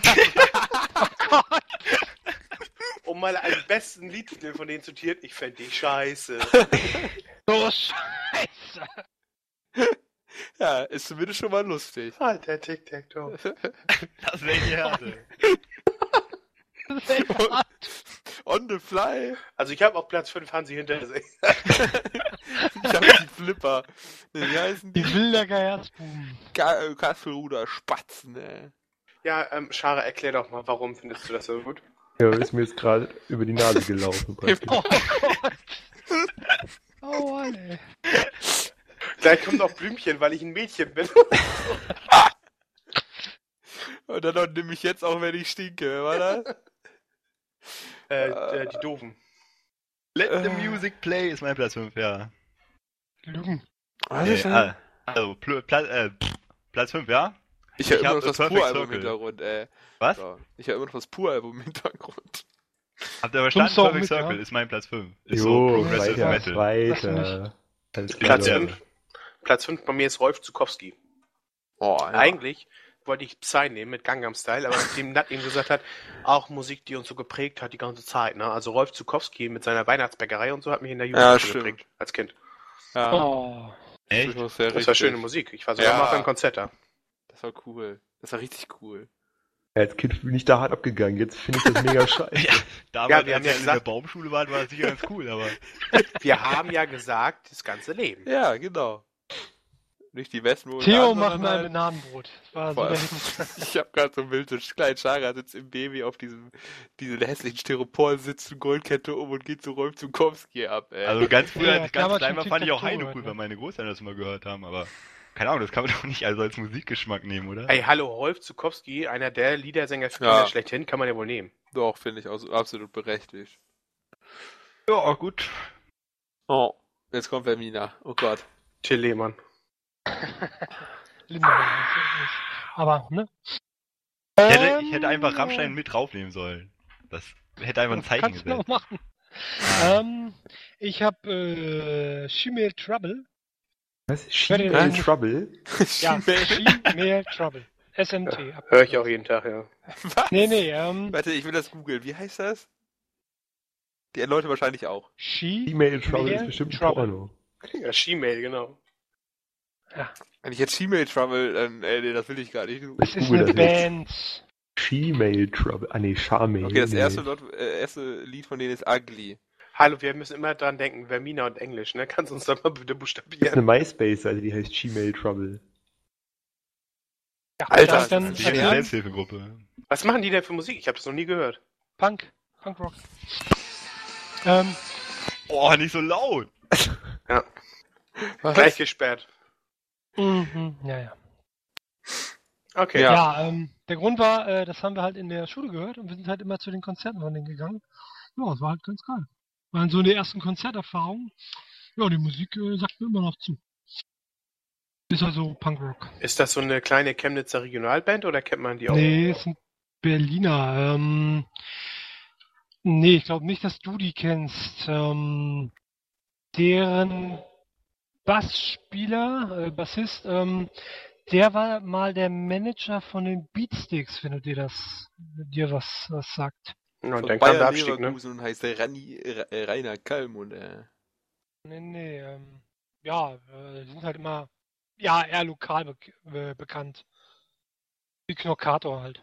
Speaker 3: Um mal einen besten Liedfilm von denen zu zitieren, ich fände die scheiße.
Speaker 2: So scheiße.
Speaker 1: Ja, ist zumindest schon mal lustig.
Speaker 3: Alter Tic-Tac-Toe.
Speaker 5: Das wäre die Härte.
Speaker 2: Das ist echt hart.
Speaker 1: On the fly.
Speaker 3: Also ich habe auf Platz fünf Hansi hinter sich.
Speaker 1: Ich hab die Flipper. Ne, wie heißen die?
Speaker 2: Die Wilderger Herzbuben.
Speaker 1: Ga- äh, Kasselruder Spatzen, ey.
Speaker 3: Ja, ähm, Schara, erklär doch mal, warum findest du das so gut?
Speaker 6: Ja, ist mir jetzt gerade über die Nase gelaufen. praktisch.
Speaker 2: Oh Gott. Oh Mann, ey.
Speaker 3: Gleich kommt noch Blümchen, weil ich ein Mädchen bin.
Speaker 1: Und dann noch nehme ich jetzt auch, wenn ich stinke. Wer war das?
Speaker 3: äh, äh, die Doofen.
Speaker 5: Let the
Speaker 1: Äh.
Speaker 5: music play ist mein Platz fünf, ja.
Speaker 2: Lügen.
Speaker 1: Was
Speaker 5: Äh,
Speaker 1: ist denn?
Speaker 5: ah, also, Pl Pla äh, pff, Platz fünf, ja?
Speaker 1: Ich höre
Speaker 5: ich
Speaker 1: immer
Speaker 5: hab
Speaker 1: noch das
Speaker 5: Perfect
Speaker 1: Pur-Album im
Speaker 5: Circle.
Speaker 1: Hintergrund, ey.
Speaker 5: Was?
Speaker 1: So. Ich höre immer noch das Pur-Album im Hintergrund.
Speaker 5: Habt ihr verstanden?
Speaker 2: Kommst du auch
Speaker 5: Perfect
Speaker 2: mit,
Speaker 5: Circle
Speaker 2: ja?
Speaker 5: ist mein Platz fünf. Ist
Speaker 6: Jo,
Speaker 5: so Progressive
Speaker 6: weiter,
Speaker 5: Metal.
Speaker 6: weiter. Alles klar,
Speaker 3: Platz
Speaker 5: Ja.
Speaker 6: Leute.
Speaker 3: fünf. Platz fünf bei mir ist Rolf Zukowski.
Speaker 1: Oh, ja.
Speaker 3: Eigentlich wollte ich Psy nehmen mit Gangnam Style, aber nachdem Nat ihm gesagt hat, auch Musik, die uns so geprägt hat die ganze Zeit. Ne? Also Rolf Zukowski mit seiner Weihnachtsbäckerei und so hat mich in der Jugend
Speaker 1: Ja,
Speaker 3: schon
Speaker 1: stimmt.
Speaker 3: geprägt, als Kind.
Speaker 1: Ja,
Speaker 2: Oh.
Speaker 5: Echt?
Speaker 1: das war,
Speaker 3: Das war schöne Musik. Ich war sogar
Speaker 1: Ja.
Speaker 3: mal beim Konzert da.
Speaker 1: Das war cool. Das war richtig cool.
Speaker 6: Ja, als Kind bin ich da hart abgegangen. Jetzt finde ich das mega scheiße.
Speaker 5: Ja, damals,
Speaker 3: Ja, wir haben
Speaker 5: als
Speaker 3: ja
Speaker 5: ihr in der
Speaker 3: gesagt-
Speaker 5: Baumschule wart, war das sicher ganz cool, aber
Speaker 3: Wir haben ja gesagt, das ganze Leben.
Speaker 1: Ja, genau. Nicht die Westmode.
Speaker 2: Theo
Speaker 1: an,
Speaker 2: macht
Speaker 1: sondern
Speaker 2: mal ein
Speaker 1: halt-
Speaker 2: Bananenbrot. Das war so
Speaker 1: Voll.
Speaker 2: der Hit.
Speaker 1: Ich hab grad so ein Bild, so ein kleiner Schara sitzt im Baby auf diesem, diesem hässlichen Styropor-Sitz, Goldkette um und geht zu Rolf Zukowski ab, ey.
Speaker 5: also ganz früher,
Speaker 2: Ja,
Speaker 5: als ich ganz
Speaker 2: damals
Speaker 5: klein war,
Speaker 2: schon
Speaker 5: fand ich auch
Speaker 2: Tic-Tac-Toe
Speaker 5: Heino
Speaker 2: gehört,
Speaker 5: cool,
Speaker 2: ne?
Speaker 5: weil meine Großeltern das immer gehört haben, aber keine Ahnung, das kann man doch nicht also als Musikgeschmack nehmen, oder?
Speaker 3: Ey, hallo, Rolf Zukowski, einer der Liedersänger für
Speaker 1: Ja.
Speaker 3: Kinder schlechthin, kann man ja wohl nehmen.
Speaker 1: Doch, finde ich auch so absolut berechtigt.
Speaker 5: Ja, gut.
Speaker 1: Oh, jetzt kommt Vermina. Oh Gott.
Speaker 3: Till Lehmann.
Speaker 2: Lindemann heißt er nicht. Aber, ne?
Speaker 5: Ich hätte, ich hätte einfach Rammstein mit draufnehmen sollen. Das hätte einfach ein
Speaker 2: Das
Speaker 5: Zeichen
Speaker 2: kannst du
Speaker 5: gesetzt.
Speaker 2: noch machen. Ähm, ich habe äh, Shemale Trouble.
Speaker 6: Was?
Speaker 2: Werde
Speaker 6: She-Mail
Speaker 2: den-
Speaker 6: Trouble?
Speaker 2: Ja, Shemale Trouble. S M T.
Speaker 3: Höre ich auch jeden Tag, ja.
Speaker 1: Was?
Speaker 2: Nee, nee, ähm,
Speaker 1: Warte, ich will das googeln. Wie heißt das? Die Leute wahrscheinlich auch.
Speaker 2: She
Speaker 6: She-Mail Trouble ist
Speaker 2: Male
Speaker 6: bestimmt ein
Speaker 2: Trouble.
Speaker 6: Porno.
Speaker 3: Ja, She-Mail, genau.
Speaker 1: Wenn ich jetzt She-Mail Trouble, dann, äh, nee, das will ich gar nicht.
Speaker 2: Es ist
Speaker 6: Google
Speaker 2: eine
Speaker 6: das jetzt.
Speaker 2: Band.
Speaker 6: She-Mail Trouble. Ah nee, Charmail.
Speaker 1: Okay, das
Speaker 6: nee.
Speaker 1: erste, Lot, äh, erste Lied von denen ist Ugly.
Speaker 3: Hallo, wir müssen immer dran denken, Vermina und Englisch, ne? Kannst du uns doch mal bitte
Speaker 6: Das ist eine
Speaker 3: buchstabieren?
Speaker 6: MySpace-Seite, die heißt She-Mail Trouble.
Speaker 2: Ja,
Speaker 1: Alter,
Speaker 2: dann,
Speaker 1: das
Speaker 5: Die
Speaker 1: ist
Speaker 2: dann
Speaker 5: eine
Speaker 1: Ja.
Speaker 5: Selbsthilfegruppe.
Speaker 3: Was machen die denn für Musik? Ich habe das noch nie gehört.
Speaker 2: Punk. Punkrock. Ähm,
Speaker 5: Oh, nicht so laut!
Speaker 1: Was?
Speaker 3: Gleich gesperrt.
Speaker 2: mhm, ja, ja.
Speaker 3: Okay.
Speaker 1: Ja.
Speaker 2: Ja, ähm, der Grund war, äh, das haben wir halt in der Schule gehört und wir sind halt immer zu den Konzerten von denen gegangen. Ja, es war halt ganz geil. Waren so eine ersten Konzerterfahrungen. Ja, die Musik äh, sagt mir immer noch zu. Ist also Punkrock.
Speaker 3: Ist das so eine kleine Chemnitzer Regionalband oder kennt man die auch?
Speaker 2: Nee, es sind Berliner. Ähm, nee, ich glaube nicht, dass du die kennst. Ähm, deren Bassspieler, äh, Bassist, ähm, der war mal der Manager von den Beatsticks, wenn du dir das, dir was, was sagt.
Speaker 3: Ja, und
Speaker 1: Von
Speaker 3: dann kam der
Speaker 1: Bayer
Speaker 3: Abstieg, ne?
Speaker 1: Leverkusen und heißt der Rani, äh, Rainer Kallmund, äh.
Speaker 2: Nee, nee, ähm, ja, äh, die sind halt immer, ja, eher lokal be äh, bekannt. Wie Knockator halt.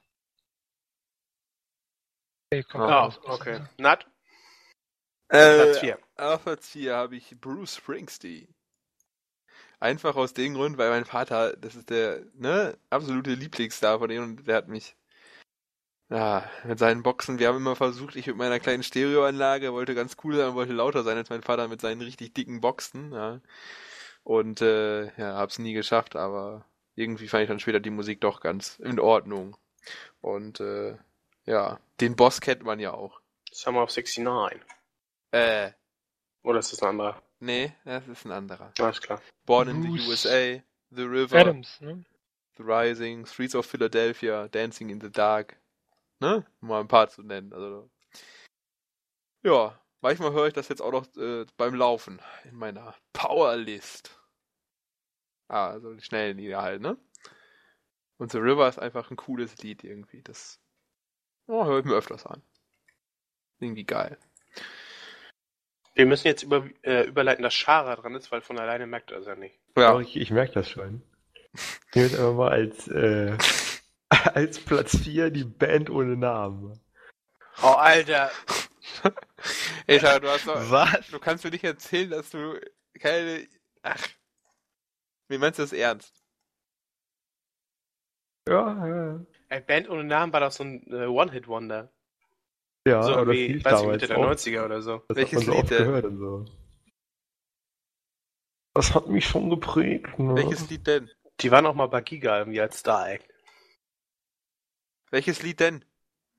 Speaker 2: Okay, komm,
Speaker 3: Ah,
Speaker 2: alles besser.
Speaker 3: okay. Nat?
Speaker 1: Äh,
Speaker 3: Platz vier.
Speaker 1: Auf Platz vier habe ich Bruce Springsteen. Einfach aus dem Grund, weil mein Vater, das ist der, ne, absolute Lieblingsstar von ihm und der hat mich, ja, mit seinen Boxen, wir haben immer versucht, ich mit meiner kleinen Stereoanlage wollte ganz cool sein und wollte lauter sein als mein Vater mit seinen richtig dicken Boxen, ja. Und, äh, ja, hab's nie geschafft, aber irgendwie fand ich dann später die Musik doch ganz in Ordnung. Und, äh, ja, den Boss kennt man ja auch.
Speaker 3: Summer of sixty-nine.
Speaker 1: Äh,
Speaker 3: Oder ist das ein anderer?
Speaker 1: nee, das ist ein anderer.
Speaker 3: Alles klar.
Speaker 1: Born in the
Speaker 2: Bruce
Speaker 1: U S A, The River,
Speaker 2: Adams, ne?
Speaker 1: The Rising, Streets of Philadelphia, Dancing in the Dark. Ne? Um mal ein paar zu nennen. Also, ja, manchmal höre ich das jetzt auch noch äh, beim Laufen in meiner Powerlist. Ah, also die schnellen Lieder halt, ne? Und The River ist einfach ein cooles Lied irgendwie. Das oh, höre ich mir öfters an. Irgendwie geil.
Speaker 3: Wir müssen jetzt über, äh, überleiten, dass Shara dran ist, weil von alleine merkt er es ja nicht.
Speaker 1: Ja,
Speaker 6: Doch, ich, ich merke das schon. Ich nehme jetzt einfach mal als, äh, als Platz vier die Band ohne Namen.
Speaker 3: Oh, Alter.
Speaker 1: ey, Tara, du hast doch,
Speaker 5: Was?
Speaker 1: du kannst mir nicht erzählen, dass du keine, ach, wie meinst du das ernst?
Speaker 6: Ja, ja.
Speaker 3: Ey, Band ohne Namen war doch so ein äh, One-Hit-Wonder.
Speaker 6: Ja,
Speaker 3: so
Speaker 6: aber das
Speaker 3: wie,
Speaker 6: lief
Speaker 3: weiß ich,
Speaker 6: damals
Speaker 3: Mitte der
Speaker 6: auch.
Speaker 3: neunziger oder so.
Speaker 6: Das
Speaker 1: Welches
Speaker 6: hat man so
Speaker 1: Lied
Speaker 6: oft
Speaker 1: denn?
Speaker 6: gehört und so. Das hat mich schon geprägt. Ne?
Speaker 1: Welches Lied denn?
Speaker 3: Die waren auch mal bei Giga irgendwie als Star-Act.
Speaker 1: Welches Lied denn?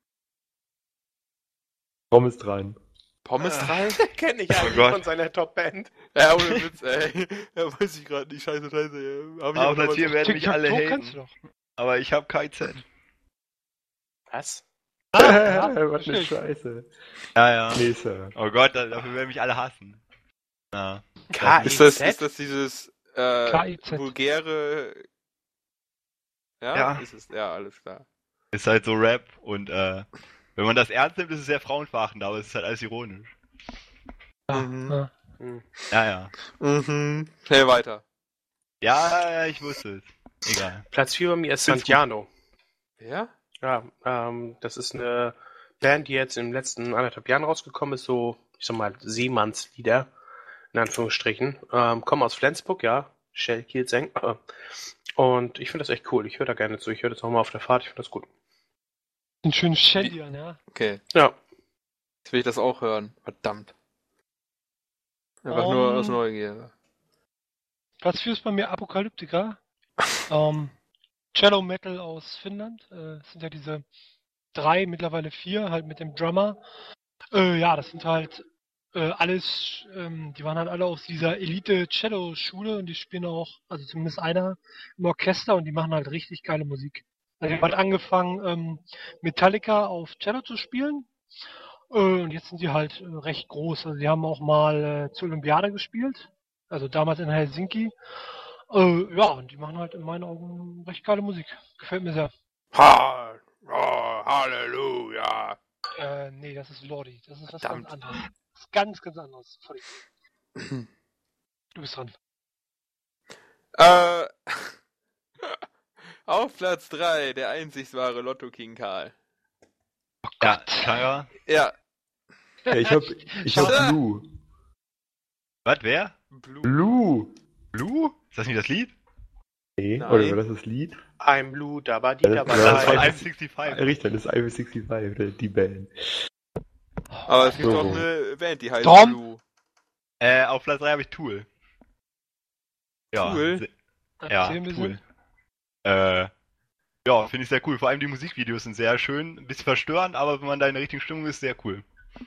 Speaker 6: Pommes rein.
Speaker 1: Pommes
Speaker 3: Ah.
Speaker 1: rein?
Speaker 3: Kenn ich eigentlich
Speaker 5: Gott.
Speaker 3: von seiner Top-Band.
Speaker 1: Ja, ohne Witz, ey. Ja, weiß ich gerade nicht. Scheiße, scheiße. Ja. Hab ich
Speaker 5: Auf
Speaker 1: aber
Speaker 5: Platz
Speaker 1: noch
Speaker 5: vier
Speaker 1: was-
Speaker 5: werden mich alle
Speaker 2: Tic-Tac-Toe kannst du
Speaker 5: haten.
Speaker 2: doch.
Speaker 5: Aber ich habe K Z.
Speaker 3: Was?
Speaker 2: Ah, ja,
Speaker 6: Was eine
Speaker 2: verstehe ich.
Speaker 6: Scheiße.
Speaker 5: Ja, ja.
Speaker 6: Nee, Sir.
Speaker 5: Oh Gott, da- dafür werden mich alle hassen. Ja.
Speaker 3: K
Speaker 1: Ist das, ist das dieses äh,
Speaker 2: K I Z.
Speaker 1: vulgäre... Ja?
Speaker 5: Ja.
Speaker 1: Ist es, ja, alles klar.
Speaker 5: Ist halt so Rap und äh, wenn man das ernst nimmt, ist es sehr frauenverachtend, aber es ist halt alles ironisch.
Speaker 1: Mhm.
Speaker 2: Ja.
Speaker 5: Ja, ja.
Speaker 1: Mhm. Schnell weiter.
Speaker 5: Ja, ja, ich wusste es. Egal.
Speaker 3: Platz vier bei mir ist
Speaker 5: Find's gut.
Speaker 3: Santiano.
Speaker 1: Wer?
Speaker 3: Ja, ähm, das ist eine Band, die jetzt in den letzten anderthalb Jahren rausgekommen ist, so, ich sag mal, Seemannslieder, in Anführungsstrichen. Ähm, kommen aus Flensburg, ja, Shell Kielzeng. Äh, und ich finde das echt cool, ich höre da gerne zu, ich höre das auch mal auf der Fahrt, ich finde das gut.
Speaker 2: Ein schönes Shandy, ja.
Speaker 1: Okay.
Speaker 3: Ja,
Speaker 1: Jetzt will ich das auch hören. Verdammt. Einfach
Speaker 2: Um,
Speaker 1: nur aus Neugier.
Speaker 2: Platz vier ist bei mir Apokalyptika. ähm, Cello Metal aus Finnland. Äh, das sind ja diese drei, mittlerweile vier, halt mit dem Drummer. Äh, ja, das sind halt äh, alles, ähm, die waren halt alle aus dieser Elite-Cello-Schule und die spielen auch, also zumindest einer im Orchester und die machen halt richtig geile Musik. Also die haben halt angefangen, ähm, Metallica auf Cello zu spielen äh, und jetzt sind die halt äh, recht groß. Also die haben auch mal äh, zur Olympiade gespielt, also damals in Helsinki. Äh, ja, und die machen halt in meinen Augen recht geile Musik. Gefällt mir sehr.
Speaker 1: Ha, oh, Halleluja.
Speaker 2: Äh, nee, das ist Lordi. Das ist was
Speaker 1: Verdammt.
Speaker 2: ganz anderes. Das ist ganz, ganz anderes. Sorry. Du bist dran.
Speaker 1: Äh, auf Platz drei, der einzig wahre Lotto King Karl.
Speaker 5: Ja, Kaya.
Speaker 1: Ja,
Speaker 6: Ja, ich hab, ich hab
Speaker 1: Schade.
Speaker 6: Blue.
Speaker 5: Was, wer?
Speaker 1: Blue.
Speaker 6: Blue!
Speaker 5: Blue? Ist das nicht das Lied?
Speaker 6: Nee,
Speaker 1: Nein.
Speaker 6: oder war das das Lied?
Speaker 3: I'm Blue, da war die,
Speaker 6: Ja,
Speaker 3: da war
Speaker 6: das
Speaker 5: Das ist von
Speaker 6: war
Speaker 3: die.
Speaker 6: ein-
Speaker 5: I sixty-five.
Speaker 6: Ah, richtig, das ist I V sechsundsechzig, der- die Band.
Speaker 1: Aber es gibt
Speaker 6: So.
Speaker 1: auch eine Band, die heißt
Speaker 2: Tom?
Speaker 1: Blue.
Speaker 5: Äh, auf Platz drei habe ich Tool. Ja,
Speaker 1: Tool?
Speaker 5: se- Ja,
Speaker 2: Erzähl ein bisschen.
Speaker 5: Tool. Äh, ja, finde ich sehr cool. Vor allem die Musikvideos sind sehr schön. Ein bisschen verstörend, aber wenn man da in der richtigen Stimmung ist, sehr cool.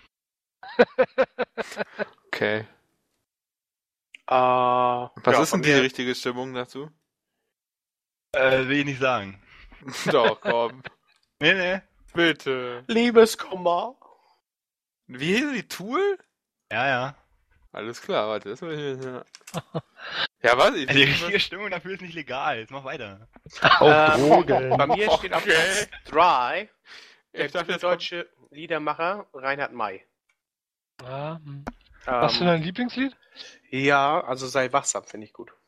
Speaker 1: Okay.
Speaker 3: Äh,
Speaker 1: Was
Speaker 3: ja,
Speaker 1: ist
Speaker 3: von
Speaker 1: denn die
Speaker 3: mir-
Speaker 1: richtige Stimmung dazu?
Speaker 5: Äh, will ich nicht sagen.
Speaker 1: Doch, komm.
Speaker 5: Nee, nee.
Speaker 1: Bitte.
Speaker 3: Liebeskummer.
Speaker 1: Wie hieß die? Tool?
Speaker 5: Ja, ja.
Speaker 1: Alles klar, warte, das muss ich mir... Ja, was? Ich
Speaker 5: Die richtige Stimmung dafür ist nicht legal. Jetzt mach weiter.
Speaker 6: Auf
Speaker 3: Ähm,
Speaker 6: Drogen!
Speaker 3: Bei mir steht auf
Speaker 1: Okay.
Speaker 3: Platz drei der
Speaker 1: Ich dachte,
Speaker 3: gute
Speaker 1: jetzt kommt-
Speaker 3: deutsche Liedermacher Reinhard May.
Speaker 2: Ja, hm.
Speaker 3: Ähm,
Speaker 2: Was ist denn dein Lieblingslied?
Speaker 3: Ja, also sei wachsam, finde ich gut.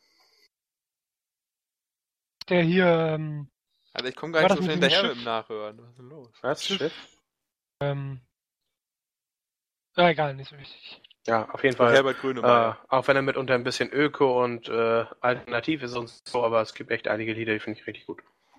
Speaker 2: Der hier, ähm,
Speaker 1: Alter, ich komme gar
Speaker 2: War
Speaker 1: nicht
Speaker 2: das
Speaker 1: so schnell
Speaker 2: mit dem
Speaker 1: hinterher
Speaker 2: Schiff?
Speaker 1: mit dem Nachhören. Was ist denn los?
Speaker 3: Was?
Speaker 2: Schiff?
Speaker 3: Schiff?
Speaker 2: ähm, ja, egal, nicht so wichtig.
Speaker 3: Ja, auf jeden
Speaker 1: Von
Speaker 3: Fall.
Speaker 1: Herbert
Speaker 3: Äh,
Speaker 1: Grönemeyer.
Speaker 3: auch wenn er mitunter ein bisschen Öko und äh, alternativ ist und so, aber es gibt echt einige Lieder, die finde ich richtig gut.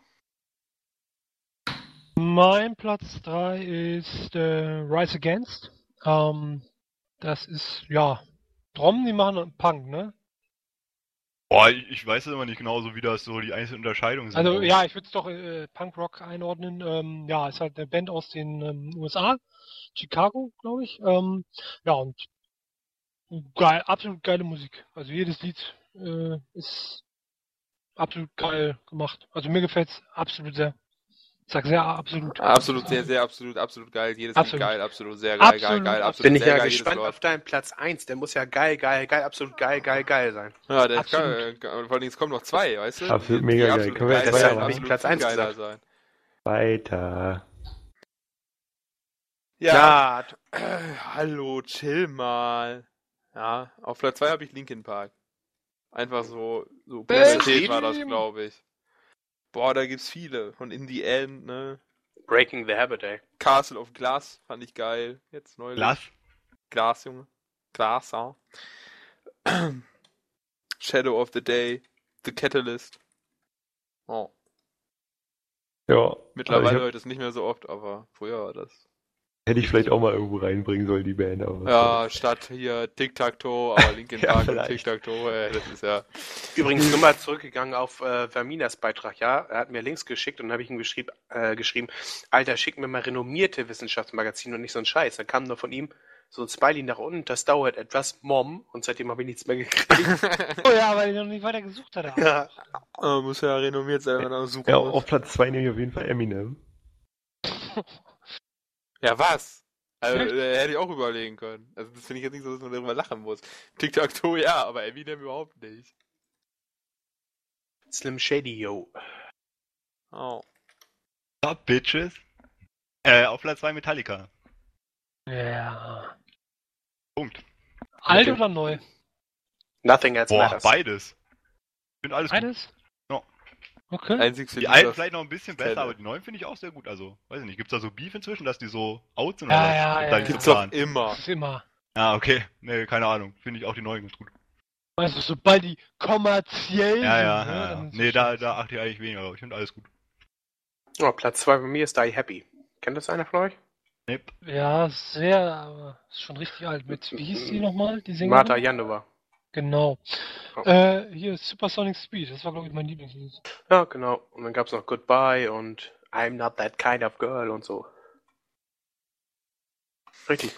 Speaker 2: Mein Platz drei ist äh, Rise Against. Ähm, das ist, ja, Drom, die machen Punk, ne?
Speaker 5: Boah, ich, ich weiß immer nicht genau so, wie das so die einzelnen Unterscheidungen sind.
Speaker 2: Also
Speaker 5: aber-
Speaker 2: ja, ich würde es doch äh, Punkrock einordnen. Ähm, ja, ist halt eine Band aus den ähm, U S A, Chicago, glaube ich. Ähm, ja, und geil, absolut geile Musik. Also jedes Lied äh, ist absolut geil gemacht. Also mir gefällt's absolut sehr. Ich sag sehr absolut.
Speaker 1: Absolut, sehr, sehr, absolut, absolut geil. Jedes
Speaker 2: Absolut.
Speaker 1: Lied geil, absolut, sehr geil, geil,
Speaker 2: Absolut,
Speaker 1: geil,
Speaker 2: absolut.
Speaker 1: absolut,
Speaker 3: Bin ich
Speaker 1: sehr
Speaker 3: ja
Speaker 1: geil, jedes
Speaker 3: gespannt
Speaker 1: Wort.
Speaker 3: auf deinen Platz eins. Der muss ja geil, geil, geil, absolut geil, geil, geil sein.
Speaker 1: Ja, der ist
Speaker 2: Absolut.
Speaker 1: geil. Vor allem, es kommen noch zwei, weißt du?
Speaker 6: Absolut
Speaker 1: Die-
Speaker 6: mega
Speaker 1: die
Speaker 6: geil.
Speaker 1: absolut
Speaker 6: Können wir
Speaker 1: geil
Speaker 6: jetzt
Speaker 1: sein,
Speaker 3: weitermachen?
Speaker 1: absolut
Speaker 3: Hab ich Platz
Speaker 1: viel
Speaker 3: eins
Speaker 1: geiler
Speaker 3: gesagt?
Speaker 1: sein.
Speaker 6: Weiter.
Speaker 1: Ja,
Speaker 3: Ja,
Speaker 1: äh, hallo, chill mal. Ja, auf Platz zwei habe ich Linkin Park. Einfach so, so
Speaker 2: Best
Speaker 1: Pubertät war das,
Speaker 2: Team.
Speaker 1: glaube ich. Boah, da gibt's viele. Von In the End, ne?
Speaker 3: Breaking the Habit, ey.
Speaker 1: Castle of Glass fand ich geil. Jetzt neulich.
Speaker 5: Glas.
Speaker 1: Glas, Junge. Glas, ja. Shadow of the Day. The Catalyst. Oh.
Speaker 6: Ja.
Speaker 1: Mittlerweile
Speaker 6: Also ich
Speaker 1: höre ich das nicht mehr so oft, aber früher war das.
Speaker 6: hab, hätte ich vielleicht auch mal irgendwo reinbringen sollen, die Band. Aber
Speaker 1: Ja, statt hier Tic-Tac-Toe, aber Linkin
Speaker 6: Ja,
Speaker 1: Park und
Speaker 6: vielleicht.
Speaker 1: Tic-Tac-Toe, ey, das ist ja...
Speaker 3: Übrigens nur mal zurückgegangen auf äh, Verminas Beitrag, ja. Er hat mir Links geschickt und dann habe ich ihm geschrieb, äh, geschrieben, Alter, schick mir mal renommierte Wissenschaftsmagazine und nicht so ein Scheiß. Da kam nur von ihm so ein Smiley nach unten, das dauert etwas, Mom, und seitdem habe ich nichts mehr gekriegt.
Speaker 2: Oh ja, weil ich noch nicht weiter gesucht hatte.
Speaker 3: Ja.
Speaker 1: Oh, muss ja renommiert sein, wenn man da suchen
Speaker 6: Ja,
Speaker 1: muss.
Speaker 6: auf Platz zwei nehme ich auf jeden Fall Eminem.
Speaker 1: Ja, was? Also,
Speaker 2: Echt?
Speaker 1: äh, hätte ich auch überlegen können. Also, das finde ich jetzt nicht so, dass man darüber lachen muss. Tic-Tac-Toe, ja, aber Eminem überhaupt nicht.
Speaker 3: Slim Shady, yo.
Speaker 1: Oh.
Speaker 5: Top Bitches. Äh, auf Platz zwei Metallica.
Speaker 2: Ja.
Speaker 5: Punkt.
Speaker 2: Alt
Speaker 3: Okay.
Speaker 2: oder neu?
Speaker 3: Nothing else
Speaker 5: Boah,
Speaker 3: matters.
Speaker 5: beides. Ich finde alles gut.
Speaker 2: Beides?
Speaker 5: Ja.
Speaker 2: Okay.
Speaker 1: Einzigste
Speaker 5: Die
Speaker 1: Lied,
Speaker 5: alten
Speaker 1: was-
Speaker 5: vielleicht noch ein bisschen
Speaker 1: Zelle.
Speaker 5: besser, aber die neuen finde ich auch sehr gut. Also, weiß ich nicht, gibt's da so Beef inzwischen, dass die so out sind?
Speaker 2: Ja,
Speaker 5: oder was?
Speaker 2: ja,
Speaker 5: Ist
Speaker 2: ja,
Speaker 5: da
Speaker 2: ja.
Speaker 5: nicht so
Speaker 1: Gibt's doch
Speaker 5: Plan?
Speaker 1: immer.
Speaker 2: Das ist immer.
Speaker 5: Ah, okay. Nee, keine Ahnung. Finde ich auch die neuen ganz gut.
Speaker 2: Also sobald die kommerziell
Speaker 5: Ja,
Speaker 2: sind,
Speaker 5: ja,
Speaker 2: ne,
Speaker 5: ja.
Speaker 2: dann
Speaker 5: ja.
Speaker 2: sind sie
Speaker 5: Nee, da,
Speaker 2: scheiße.
Speaker 5: da achte ich eigentlich weniger, aber ich finde alles gut.
Speaker 3: Oh, Platz zwei bei mir ist Die Happy. Kennt das einer von euch?
Speaker 5: Nee.
Speaker 2: Ja, sehr, aber ist schon richtig alt. Mit, wie hieß die nochmal, die Sängerin?
Speaker 3: Martha Jandova.
Speaker 2: Genau.
Speaker 3: Oh.
Speaker 2: Äh, hier, Supersonic Speed, das war, glaube ich, mein Lieblingslied.
Speaker 3: Ja, genau. Und dann gab's noch Goodbye und I'm not that kind of girl und so. Richtig gut.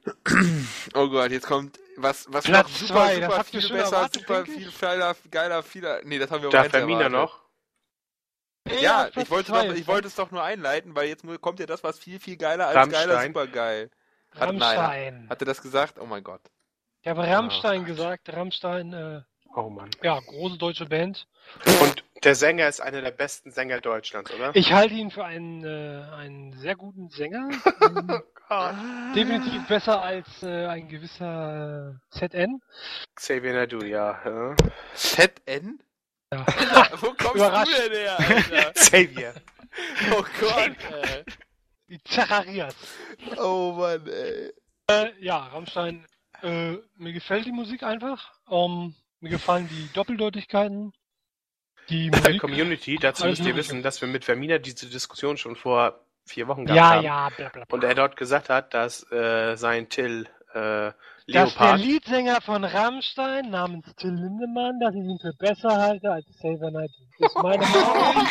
Speaker 1: Oh Gott, jetzt kommt was, was
Speaker 2: Platz
Speaker 1: noch super,
Speaker 2: zwei, das
Speaker 1: super
Speaker 2: habt ihr
Speaker 1: viel
Speaker 2: schon
Speaker 1: besser,
Speaker 2: erwartet,
Speaker 1: super
Speaker 2: denke
Speaker 1: viel
Speaker 2: ich.
Speaker 1: geiler, geiler, vieler. Nee, das haben wir auch
Speaker 3: Darf
Speaker 1: eins
Speaker 3: Vermina
Speaker 1: erwartet.
Speaker 3: noch?
Speaker 1: Ja,
Speaker 2: Platz
Speaker 1: ich wollte,
Speaker 2: zwei
Speaker 1: doch,
Speaker 2: ist
Speaker 1: ich wollte es doch nur einleiten, weil jetzt kommt ja das, was viel, viel geiler als geiler,
Speaker 3: Rammstein.
Speaker 1: super geil. Hat, nein,
Speaker 2: Rammstein.
Speaker 1: hat er das gesagt? Oh mein Gott.
Speaker 2: Ich habe Rammstein
Speaker 3: Oh Gott.
Speaker 2: gesagt. Rammstein, äh,
Speaker 3: Oh Mann.
Speaker 2: ja, große deutsche Band.
Speaker 3: Und der Sänger ist einer der besten Sänger Deutschlands, oder?
Speaker 2: Ich halte ihn für einen, äh, einen sehr guten Sänger. Ähm, definitiv besser als äh, ein gewisser äh, Z N.
Speaker 3: Xavier Naidu, ja. ja.
Speaker 1: Z N?
Speaker 2: Ja.
Speaker 1: Wo kommst
Speaker 2: Überrascht.
Speaker 1: du denn her, Alter?
Speaker 3: Xavier.
Speaker 1: Oh Gott, ey.
Speaker 2: Die Zacharias.
Speaker 1: Oh Mann, ey.
Speaker 2: Äh, ja, Rammstein, äh, mir gefällt die Musik einfach. Ähm, mir gefallen die Doppeldeutigkeiten. Die
Speaker 3: Bei
Speaker 2: Musik.
Speaker 3: Community, dazu
Speaker 2: Alles
Speaker 3: müsst ihr
Speaker 2: Mögliche.
Speaker 3: wissen, dass wir mit Vermina diese Diskussion schon vor vier Wochen gehabt
Speaker 2: Ja,
Speaker 3: haben.
Speaker 2: ja, bla bla bla.
Speaker 3: Und er dort gesagt hat, dass äh, sein Till äh,
Speaker 2: Dass der
Speaker 3: Leopard,
Speaker 2: Leadsänger von Rammstein namens Till Lindemann, dass ich ihn für besser halte als Xavier Naidoo. Das ist meine Meinung.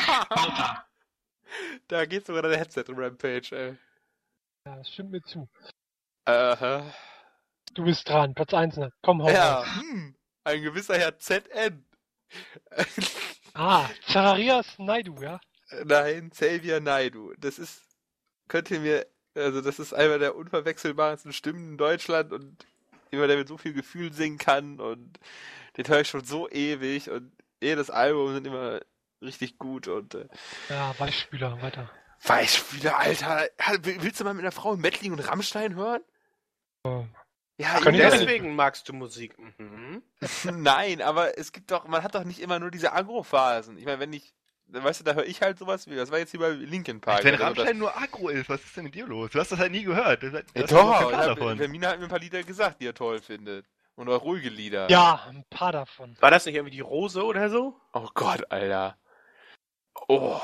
Speaker 1: Da geht sogar deine Headset-Rampage, ey.
Speaker 2: Ja, das stimmt mir zu.
Speaker 1: Aha.
Speaker 2: Du bist dran, Platz eins. Ne? Komm, hau
Speaker 1: Ja,
Speaker 2: raus.
Speaker 1: hm. Ein gewisser Herr Z N.
Speaker 2: Ah, Zacharias Naidu, ja?
Speaker 1: Nein, Xavier Naidu. Das ist, könnt ihr mir, also das ist einer der unverwechselbarsten Stimmen in Deutschland und jemand, der mit so viel Gefühl singen kann und den höre ich schon so ewig und jedes Album sind immer richtig gut und äh,
Speaker 2: Ja, Weichspüler, weiter.
Speaker 1: Weißspieler, Alter. Willst du mal mit einer Frau Mettling und Rammstein hören?
Speaker 2: Oh.
Speaker 1: Ja,
Speaker 2: Kann ich
Speaker 1: egal.
Speaker 2: auch
Speaker 3: deswegen magst du Musik. Mhm.
Speaker 1: Nein, aber es gibt doch, man hat doch nicht immer nur diese Agro-Phasen. Ich meine, wenn ich, weißt du, da höre ich halt sowas wie, das war jetzt hier bei Linkin Park.
Speaker 5: Wenn
Speaker 1: oder so,
Speaker 5: Rammstein nur Agro ist, was ist denn mit dir los? Du hast das halt nie gehört. Du hast,
Speaker 1: Ja,
Speaker 5: du hast
Speaker 1: doch,
Speaker 5: keinen Plan
Speaker 1: ja,
Speaker 5: davon.
Speaker 1: Vermina hat mir ein paar Lieder gesagt, die er toll findet. Und auch ruhige Lieder.
Speaker 2: Ja, ein paar davon.
Speaker 3: War das nicht irgendwie die Rose oder so?
Speaker 1: Oh Gott, Alter. Oh.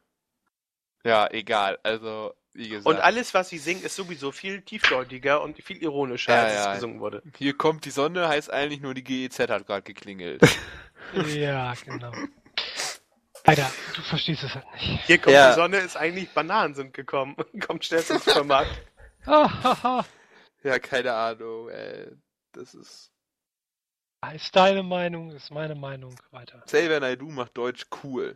Speaker 1: Ja, egal. Also, wie gesagt.
Speaker 3: Und alles, was sie singt, ist sowieso viel tiefdeutiger und viel ironischer,
Speaker 1: Ja,
Speaker 3: als
Speaker 1: ja.
Speaker 3: es gesungen wurde.
Speaker 1: Hier kommt die Sonne, heißt eigentlich nur die G E Z hat gerade geklingelt.
Speaker 2: Ja, genau. Alter, du verstehst es halt nicht.
Speaker 3: Hier kommt
Speaker 1: Ja.
Speaker 3: die Sonne, ist eigentlich Bananen sind gekommen. Kommt schnell zum Supermarkt.
Speaker 2: Ah,
Speaker 1: Ja, keine Ahnung, ey. Das ist...
Speaker 2: ist deine Meinung, ist meine Meinung, weiter.
Speaker 1: Xavier Naidoo macht Deutsch cool.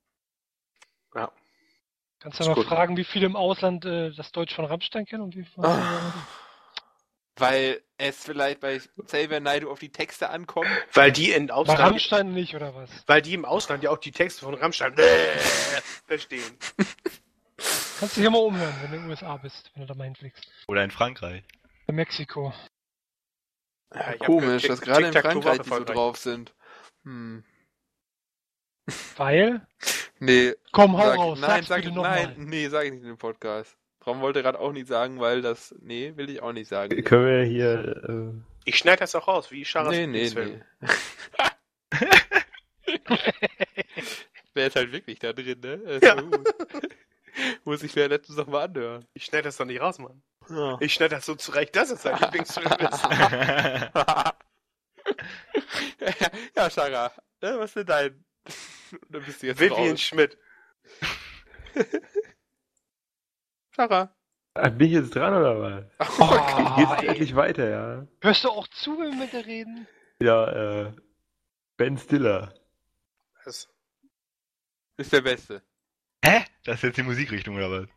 Speaker 3: Ja.
Speaker 2: Kannst du
Speaker 3: Ist
Speaker 2: mal
Speaker 3: gut.
Speaker 2: fragen, wie viele im Ausland äh, das Deutsch von Rammstein kennen und wie viele?
Speaker 1: Ah. Weil es vielleicht bei Xavier Naidoo auf die Texte ankommt.
Speaker 3: Weil die in
Speaker 2: Bei
Speaker 3: Ausland,
Speaker 2: Rammstein nicht, oder was?
Speaker 3: weil die im Ausland ja auch die Texte von Rammstein verstehen.
Speaker 2: Kannst du hier mal umhören, wenn du in den U S A bist, wenn du da mal hinfliegst.
Speaker 5: Oder in Frankreich.
Speaker 2: In Mexiko.
Speaker 3: Ja, ich hab
Speaker 1: Komisch,
Speaker 3: gehört,
Speaker 1: dass gerade in
Speaker 3: Tic-Tac-Toe
Speaker 1: Frankreich
Speaker 3: war
Speaker 1: die so
Speaker 3: erfolgreich.
Speaker 1: drauf sind. Hm.
Speaker 2: Weil?
Speaker 1: Nee.
Speaker 2: Komm, hau
Speaker 1: Sag,
Speaker 2: raus,
Speaker 1: nein,
Speaker 2: sag's
Speaker 1: sag,
Speaker 2: bitte
Speaker 1: nein,
Speaker 2: nochmal.
Speaker 1: nee, sag ich nicht in dem Podcast. Traum wollte gerade auch nicht sagen, weil das, nee, will ich auch nicht sagen.
Speaker 6: Können wir hier, äh,
Speaker 3: Ich schneide das auch raus, wie Charas
Speaker 1: Nee, nee,
Speaker 3: Lieblingsfilm.
Speaker 1: nee. Wer ist halt wirklich da drin, ne? Das ist
Speaker 3: Ja.
Speaker 1: so gut. Muss ich mir letztens noch mal anhören.
Speaker 3: Ich schneide das doch nicht raus, Mann.
Speaker 1: Ja.
Speaker 3: Ich schneide das so zurecht, dass es sein Lieblingsfilm ist.
Speaker 1: Ja, Shara, ne, was ist denn dein? Dann bist du jetzt
Speaker 3: Vivian
Speaker 1: raus.
Speaker 3: Schmidt.
Speaker 1: Shara.
Speaker 6: ah, bin ich jetzt dran oder was?
Speaker 2: Oh,
Speaker 6: Geht's
Speaker 2: ey.
Speaker 6: endlich weiter, ja?
Speaker 2: Hörst du auch zu, wenn wir mit dir reden?
Speaker 6: Ja, äh, Ben Stiller.
Speaker 3: Das-
Speaker 1: Ist der Beste.
Speaker 5: Hä? Das ist jetzt die Musikrichtung oder was?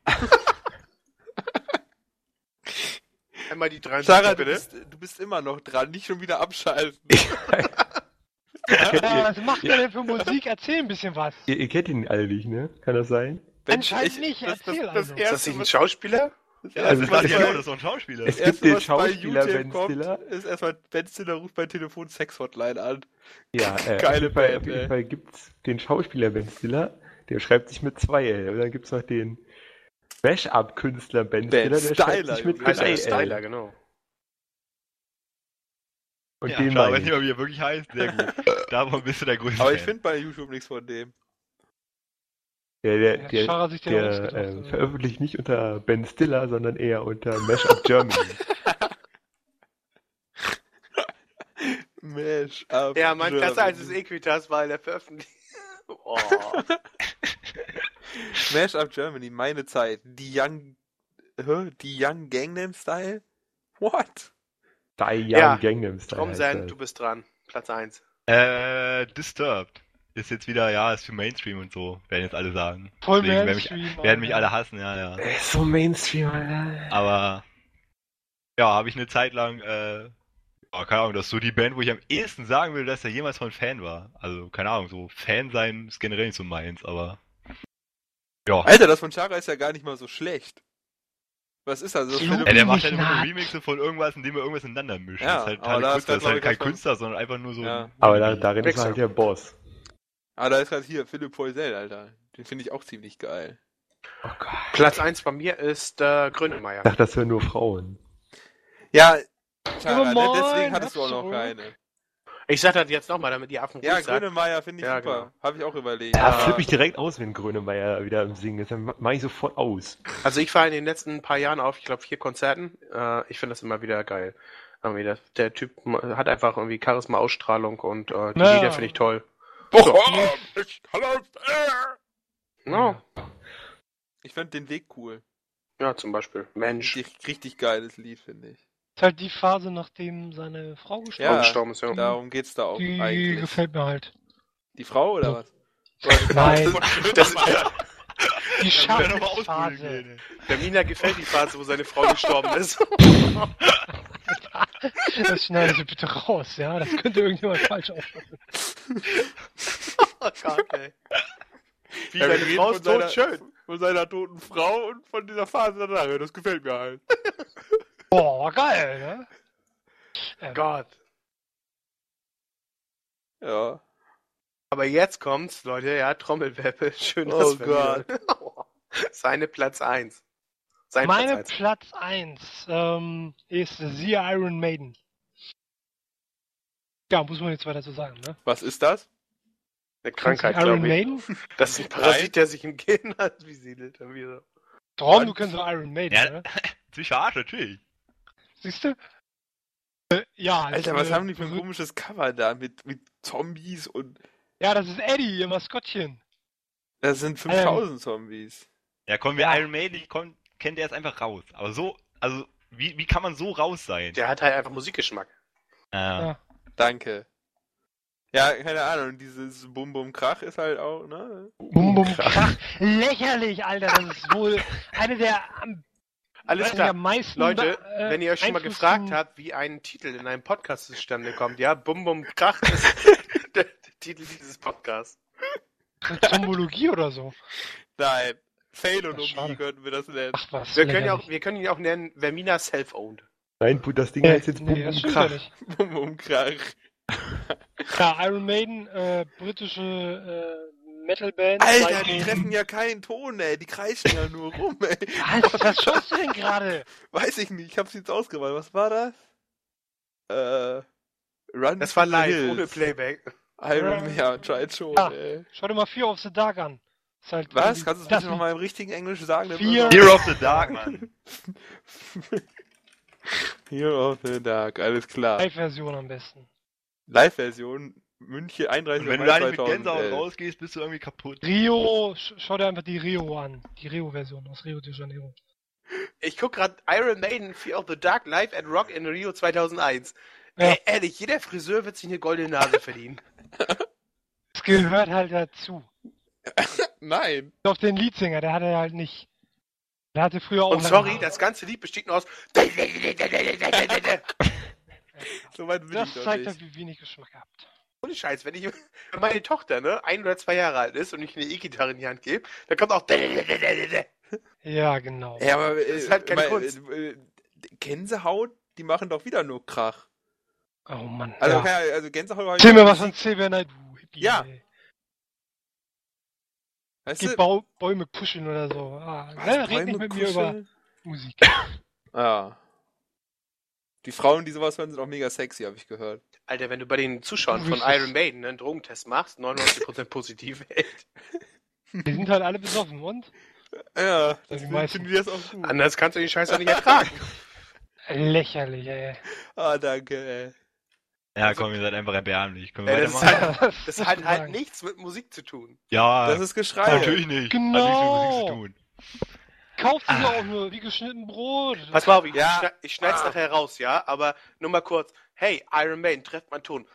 Speaker 3: Einmal die
Speaker 1: Shara,
Speaker 3: dreiundsiebzig,
Speaker 1: du
Speaker 3: bitte.
Speaker 1: bist, du bist immer noch dran, nicht schon wieder abschalten.
Speaker 6: Kennt
Speaker 2: Ja,
Speaker 6: ihr,
Speaker 2: was macht der denn für Musik? Erzähl ein bisschen was.
Speaker 6: ihr, ihr kennt ihn alle nicht, ne? Kann das sein?
Speaker 2: Anscheinend
Speaker 1: Ich-
Speaker 2: nicht,
Speaker 1: das- das-
Speaker 2: erzähl
Speaker 1: das
Speaker 2: also.
Speaker 3: Ist das
Speaker 1: erste,
Speaker 3: nicht ein
Speaker 1: was-
Speaker 3: Schauspieler?
Speaker 5: Ja,
Speaker 6: Also
Speaker 5: das
Speaker 6: es
Speaker 5: ist
Speaker 6: gibt-
Speaker 5: genau, das ist doch ein Schauspieler.
Speaker 6: Es
Speaker 1: Das
Speaker 6: gibt
Speaker 1: erste,
Speaker 6: den
Speaker 1: was bei
Speaker 6: Schauspieler
Speaker 1: YouTube
Speaker 6: Ben
Speaker 1: kommt,
Speaker 6: Stiller.
Speaker 1: ist erstmal Ben Stiller ruft bei Telefon Sex-Hotline an.
Speaker 6: Ja, äh,
Speaker 1: Geile
Speaker 6: auf jeden Fall,
Speaker 1: Band,
Speaker 6: auf jeden
Speaker 1: ey.
Speaker 6: Fall gibt's den Schauspieler Ben Stiller, der schreibt sich mit zwei L. Und dann gibt's noch den Mash-Up-Künstler Ben,
Speaker 1: Ben
Speaker 6: Stiller, der schreibt
Speaker 1: Styler,
Speaker 6: sich mit
Speaker 1: Junge.
Speaker 3: Heißt
Speaker 6: drei
Speaker 3: er Styler,
Speaker 6: L.
Speaker 3: genau.
Speaker 6: Und
Speaker 5: Ja,
Speaker 6: den
Speaker 5: schau,
Speaker 6: meine
Speaker 5: weiß
Speaker 6: ich.
Speaker 5: nicht mal, wie er wirklich heißt. Sehr gut. Davon bist du der größte
Speaker 1: Aber ich
Speaker 5: Fan.
Speaker 1: finde bei YouTube nichts von dem.
Speaker 6: Der, der,
Speaker 2: Ja,
Speaker 6: der,
Speaker 2: Schara sich den
Speaker 6: der
Speaker 2: ausgedacht,
Speaker 6: äh,
Speaker 2: oder?
Speaker 6: veröffentlicht nicht unter Ben Stiller, sondern eher unter Mash-Up Germany.
Speaker 1: Mash up
Speaker 3: Ja, mein
Speaker 1: Germany.
Speaker 3: krasser als es Equitas, weil der veröffentlicht. Oh.
Speaker 1: Mash up Germany, meine Zeit. Die Young, hä? Die Young Gangnam Style? What?
Speaker 6: Die Young
Speaker 3: Ja,
Speaker 6: Gangnam Style.
Speaker 3: Tom
Speaker 6: heißt
Speaker 3: Zen,
Speaker 6: das.
Speaker 3: du bist dran. Platz eins.
Speaker 5: Äh, Disturbed. Ist jetzt wieder, ja, ist für Mainstream und so, werden jetzt alle sagen.
Speaker 2: Voll
Speaker 5: Deswegen werden mich,
Speaker 2: Mainstream,
Speaker 5: werden mich
Speaker 2: Alter.
Speaker 5: alle hassen, ja, ja.
Speaker 6: Der ist so Mainstream, Alter.
Speaker 5: Aber, ja, habe ich eine Zeit lang, äh, ja, keine Ahnung, das ist so die Band, wo ich am ehesten sagen will, dass er jemals von Fan war. Also, keine Ahnung, so Fan sein ist generell nicht so meins, aber, ja.
Speaker 1: Alter, das von Chara ist ja gar nicht mal so schlecht. Was ist das? das
Speaker 2: Sloopy
Speaker 1: Philipp-
Speaker 5: Ja, der macht halt
Speaker 2: nicht
Speaker 5: immer nur
Speaker 2: naht.
Speaker 5: Remixe von irgendwas, indem er irgendwas ineinander mischt.
Speaker 1: Ja,
Speaker 5: das ist halt,
Speaker 1: aber
Speaker 5: halt
Speaker 1: da ist
Speaker 5: Künstler,
Speaker 1: halt,
Speaker 5: das ist halt
Speaker 1: glaub
Speaker 5: kein
Speaker 1: ich, was
Speaker 5: Künstler, sondern einfach nur so
Speaker 1: Ja.
Speaker 5: ein
Speaker 6: Aber da, darin ist
Speaker 3: Mixer.
Speaker 6: er halt der Boss.
Speaker 1: Ah, da ist halt hier Philipp Poisel, Alter. Den finde ich auch ziemlich geil.
Speaker 6: Oh Gott.
Speaker 3: Platz eins bei mir ist äh,
Speaker 6: Ich
Speaker 3: Grönemeyer.
Speaker 6: dachte, das hören nur Frauen.
Speaker 1: Ja, Chara,
Speaker 2: Ja,
Speaker 1: ne?
Speaker 2: moin,
Speaker 1: Deswegen hattest du auch
Speaker 2: hab's
Speaker 1: noch
Speaker 2: zurück.
Speaker 1: keine.
Speaker 3: Ich sag das jetzt nochmal, damit die Affen
Speaker 1: Ja,
Speaker 3: ruhig sagt.
Speaker 1: Grönemeyer finde ich
Speaker 3: Ja,
Speaker 1: super.
Speaker 3: genau.
Speaker 1: Habe ich auch überlegt.
Speaker 6: Da
Speaker 3: Ja.
Speaker 6: flippe ich direkt aus, wenn Grönemeyer wieder im Singen ist. Dann ma- mach ich sofort aus.
Speaker 3: Also ich war in den letzten paar Jahren auf, ich glaube, vier Konzerten. Äh, ich finde das immer wieder geil. Irgendwie das, der Typ hat einfach irgendwie Charisma, Ausstrahlung und äh, die
Speaker 2: Ja.
Speaker 3: Lieder finde ich toll.
Speaker 1: Oh, ich, hallo, äh.
Speaker 3: Ja,
Speaker 1: Ich fand den Weg cool.
Speaker 3: ja zum Beispiel. Mensch,
Speaker 1: Richtig, richtig geiles Lied, finde ich.
Speaker 2: Ist halt die Phase, nachdem seine Frau gestorben
Speaker 1: Ja,
Speaker 3: Frau gestorben ist, ja.
Speaker 1: darum geht's da auch
Speaker 2: ist. Die
Speaker 1: eigentlich.
Speaker 2: gefällt mir halt.
Speaker 1: Die Frau oder was?
Speaker 2: Nein,
Speaker 3: Das,
Speaker 2: die
Speaker 5: Da müssen wir noch mal ausprobieren
Speaker 2: Schafphase.
Speaker 5: gehen,
Speaker 3: der Mina gefällt die Phase, wo seine Frau gestorben ist.
Speaker 2: Das schneidest du bitte raus, ja? Das könnte irgendjemand falsch auffassen.
Speaker 3: Oh Gott, ey. Wie,
Speaker 1: Ja, wir
Speaker 3: deine
Speaker 1: reden
Speaker 3: Frau
Speaker 1: von
Speaker 3: ist tot,
Speaker 1: seiner-
Speaker 3: schön.
Speaker 1: Von seiner toten Frau und von dieser Phase danach. Ja, das gefällt mir halt.
Speaker 2: Boah, geil, ne? Ähm,
Speaker 3: Gott.
Speaker 1: Ja.
Speaker 3: Aber jetzt kommt's, Leute, ja, Trommelwirbel. Schön,
Speaker 1: Oh
Speaker 3: dass wir wieder- Seine Platz eins. Sein
Speaker 2: Meine
Speaker 3: Platz eins.
Speaker 2: Platz eins ähm, ist The Iron Maiden. Ja, muss man jetzt weiter so sagen, ne?
Speaker 1: Was ist das?
Speaker 3: Eine Krankheit,
Speaker 2: Kennst du Iron
Speaker 3: glaube ich.
Speaker 2: Maiden?
Speaker 3: Das ist ein Parasit, der sich im Gehirn hat, wie siedelt er wieder.
Speaker 2: Tom, du kennst doch Iron Maiden,
Speaker 5: Ja.
Speaker 2: ne?
Speaker 5: Ziemlich verarscht, natürlich.
Speaker 2: Siehst du? Äh, ja.
Speaker 1: Alter,
Speaker 2: also,
Speaker 1: was haben die für ein
Speaker 2: berühmt-
Speaker 1: komisches Cover da mit, mit Zombies und.
Speaker 2: Ja, das ist Eddie, ihr Maskottchen.
Speaker 1: Das sind fünftausend Zombies.
Speaker 5: Ja, kommen wir
Speaker 2: Ja.
Speaker 5: Iron Maiden, ich komm, kennt der jetzt einfach raus. Aber so, also, wie, wie kann man so raus sein?
Speaker 3: Der hat halt einfach Musikgeschmack.
Speaker 5: Äh,
Speaker 2: Ja.
Speaker 1: Danke. Ja, keine Ahnung, dieses Bum Bum Krach ist halt auch, ne?
Speaker 2: Bum, bum, krach. Lächerlich, Alter. Das ist wohl eine der am,
Speaker 3: Alles
Speaker 2: weiß nicht,
Speaker 3: klar.
Speaker 2: am meisten.
Speaker 3: Leute,
Speaker 2: äh,
Speaker 3: wenn ihr euch schon mal
Speaker 2: Einfluss-
Speaker 3: gefragt habt, wie ein Titel in einem Podcast zustande kommt, ja, Bum Bum Krach ist der, der Titel dieses Podcasts.
Speaker 2: Zombologie oder so.
Speaker 1: Nein.
Speaker 2: Ach,
Speaker 1: Failonomie
Speaker 2: schade.
Speaker 1: könnten wir das nennen.
Speaker 2: Ach was.
Speaker 3: Wir können, ja
Speaker 2: lächerlich.
Speaker 3: auch, wir können ihn auch nennen Vermina Self-Owned.
Speaker 6: Nein, Put, das Ding
Speaker 2: Nee,
Speaker 6: heißt jetzt Bum
Speaker 2: nee, das
Speaker 6: Bum
Speaker 2: stimmt ja
Speaker 6: Krach.
Speaker 2: nicht.
Speaker 1: Bum Bum Krach.
Speaker 2: Ja, Iron Maiden, äh, britische äh, Metalband.
Speaker 1: Alter,
Speaker 2: seit
Speaker 1: die
Speaker 2: den-
Speaker 1: treffen ja keinen Ton, ey. Die kreischen ja nur rum, ey.
Speaker 2: Was, was schaust du denn gerade?
Speaker 1: Weiß ich nicht, ich hab's jetzt ausgewählt. Was war das? Äh. Run
Speaker 3: Das war
Speaker 1: to the
Speaker 3: live,
Speaker 1: Hills.
Speaker 3: ohne Playback.
Speaker 1: Iron Man, ja, anscheinend schon,
Speaker 2: Ja.
Speaker 1: ey.
Speaker 2: Schau dir mal Fear of the Dark an. Ist halt
Speaker 1: Was?
Speaker 2: irgendwie
Speaker 1: Kannst du es
Speaker 2: das
Speaker 1: bitte nochmal im richtigen Englisch sagen? Dann
Speaker 2: Fear-
Speaker 1: wird
Speaker 5: Fear of the Dark, Mann.
Speaker 1: Fear of the Dark, alles klar.
Speaker 2: Live-Version am besten.
Speaker 1: Live-Version, München, einunddreißig
Speaker 5: Und wenn du da nicht mit Gänsehaut rausgehst, bist du irgendwie kaputt.
Speaker 2: Rio, sch schau dir einfach die Rio an. Die Rio-Version aus Rio de Janeiro.
Speaker 3: Ich guck grad Iron Maiden Fear of the Dark live at Rock in Rio zweitausendeins.
Speaker 2: Ja.
Speaker 3: Ey, ehrlich, jeder Friseur wird sich eine goldene Nase verdienen.
Speaker 2: Das gehört halt dazu.
Speaker 1: Nein.
Speaker 2: Auf den Leadsänger, der hatte er halt nicht. Der hatte früher auch.
Speaker 3: Und
Speaker 2: lange
Speaker 3: sorry,
Speaker 2: Haare.
Speaker 3: das ganze Lied besteht nur aus.
Speaker 1: So weit will
Speaker 2: Das
Speaker 1: ich doch
Speaker 2: zeigt
Speaker 1: nicht.
Speaker 2: halt, wie wenig Geschmack ihr habt.
Speaker 3: Ohne Scheiß, wenn ich wenn meine Tochter, ne, ein oder zwei Jahre alt ist und ich eine E-Gitarre in die Hand gebe, dann kommt auch.
Speaker 2: Ja, genau.
Speaker 1: Ja, aber äh,
Speaker 3: Das ist halt keine
Speaker 1: mein,
Speaker 3: Kunst.
Speaker 1: äh, äh, Gänsehaut, die machen doch wieder nur Krach.
Speaker 2: Oh Mann.
Speaker 1: Also,
Speaker 2: ja.
Speaker 1: keine- also Gänsehaut war
Speaker 2: Erzähl mir was von Xavier Naidoo. Hippie,
Speaker 1: Ja.
Speaker 2: ey.
Speaker 1: Weißt
Speaker 2: Geh
Speaker 1: du,
Speaker 2: Bau Bäume pushen oder so. Ah,
Speaker 1: was,
Speaker 2: ne, red nicht
Speaker 1: Bäume
Speaker 2: mit mir über
Speaker 1: kuscheln?
Speaker 2: Musik.
Speaker 1: Ja. Die Frauen, die sowas hören, sind auch mega sexy, habe ich gehört.
Speaker 3: Alter, wenn du bei den Zuschauern von
Speaker 2: Richtig.
Speaker 3: Iron Maiden einen Drogentest machst, neunundneunzig Prozent positiv, echt.
Speaker 2: Die sind halt alle besoffen und?
Speaker 1: Ja,
Speaker 2: die
Speaker 1: deswegen
Speaker 2: meisten.
Speaker 1: finden die das auch gut.
Speaker 3: Anders kannst du den Scheiß auch nicht ertragen.
Speaker 2: Lächerlich, ey.
Speaker 1: Ah, danke, ey.
Speaker 5: Ja, komm, ihr seid einfach erbärmlich. Können wir
Speaker 3: Ey, das ist
Speaker 5: weitermachen?
Speaker 3: halt, das
Speaker 2: ist
Speaker 3: hat halt
Speaker 2: sagen.
Speaker 3: nichts mit Musik zu tun.
Speaker 5: Ja,
Speaker 1: Das ist Geschrei.
Speaker 5: natürlich nicht.
Speaker 2: Genau.
Speaker 5: Hat nichts mit Musik zu tun.
Speaker 2: kauft sich ja auch nur wie geschnitten Brot.
Speaker 3: Pass mal auf, ich,
Speaker 1: Ja.
Speaker 3: schneid, ich schneid's nachher raus, ja? Aber nur mal kurz. Hey, Iron Maiden, trefft meinen Ton.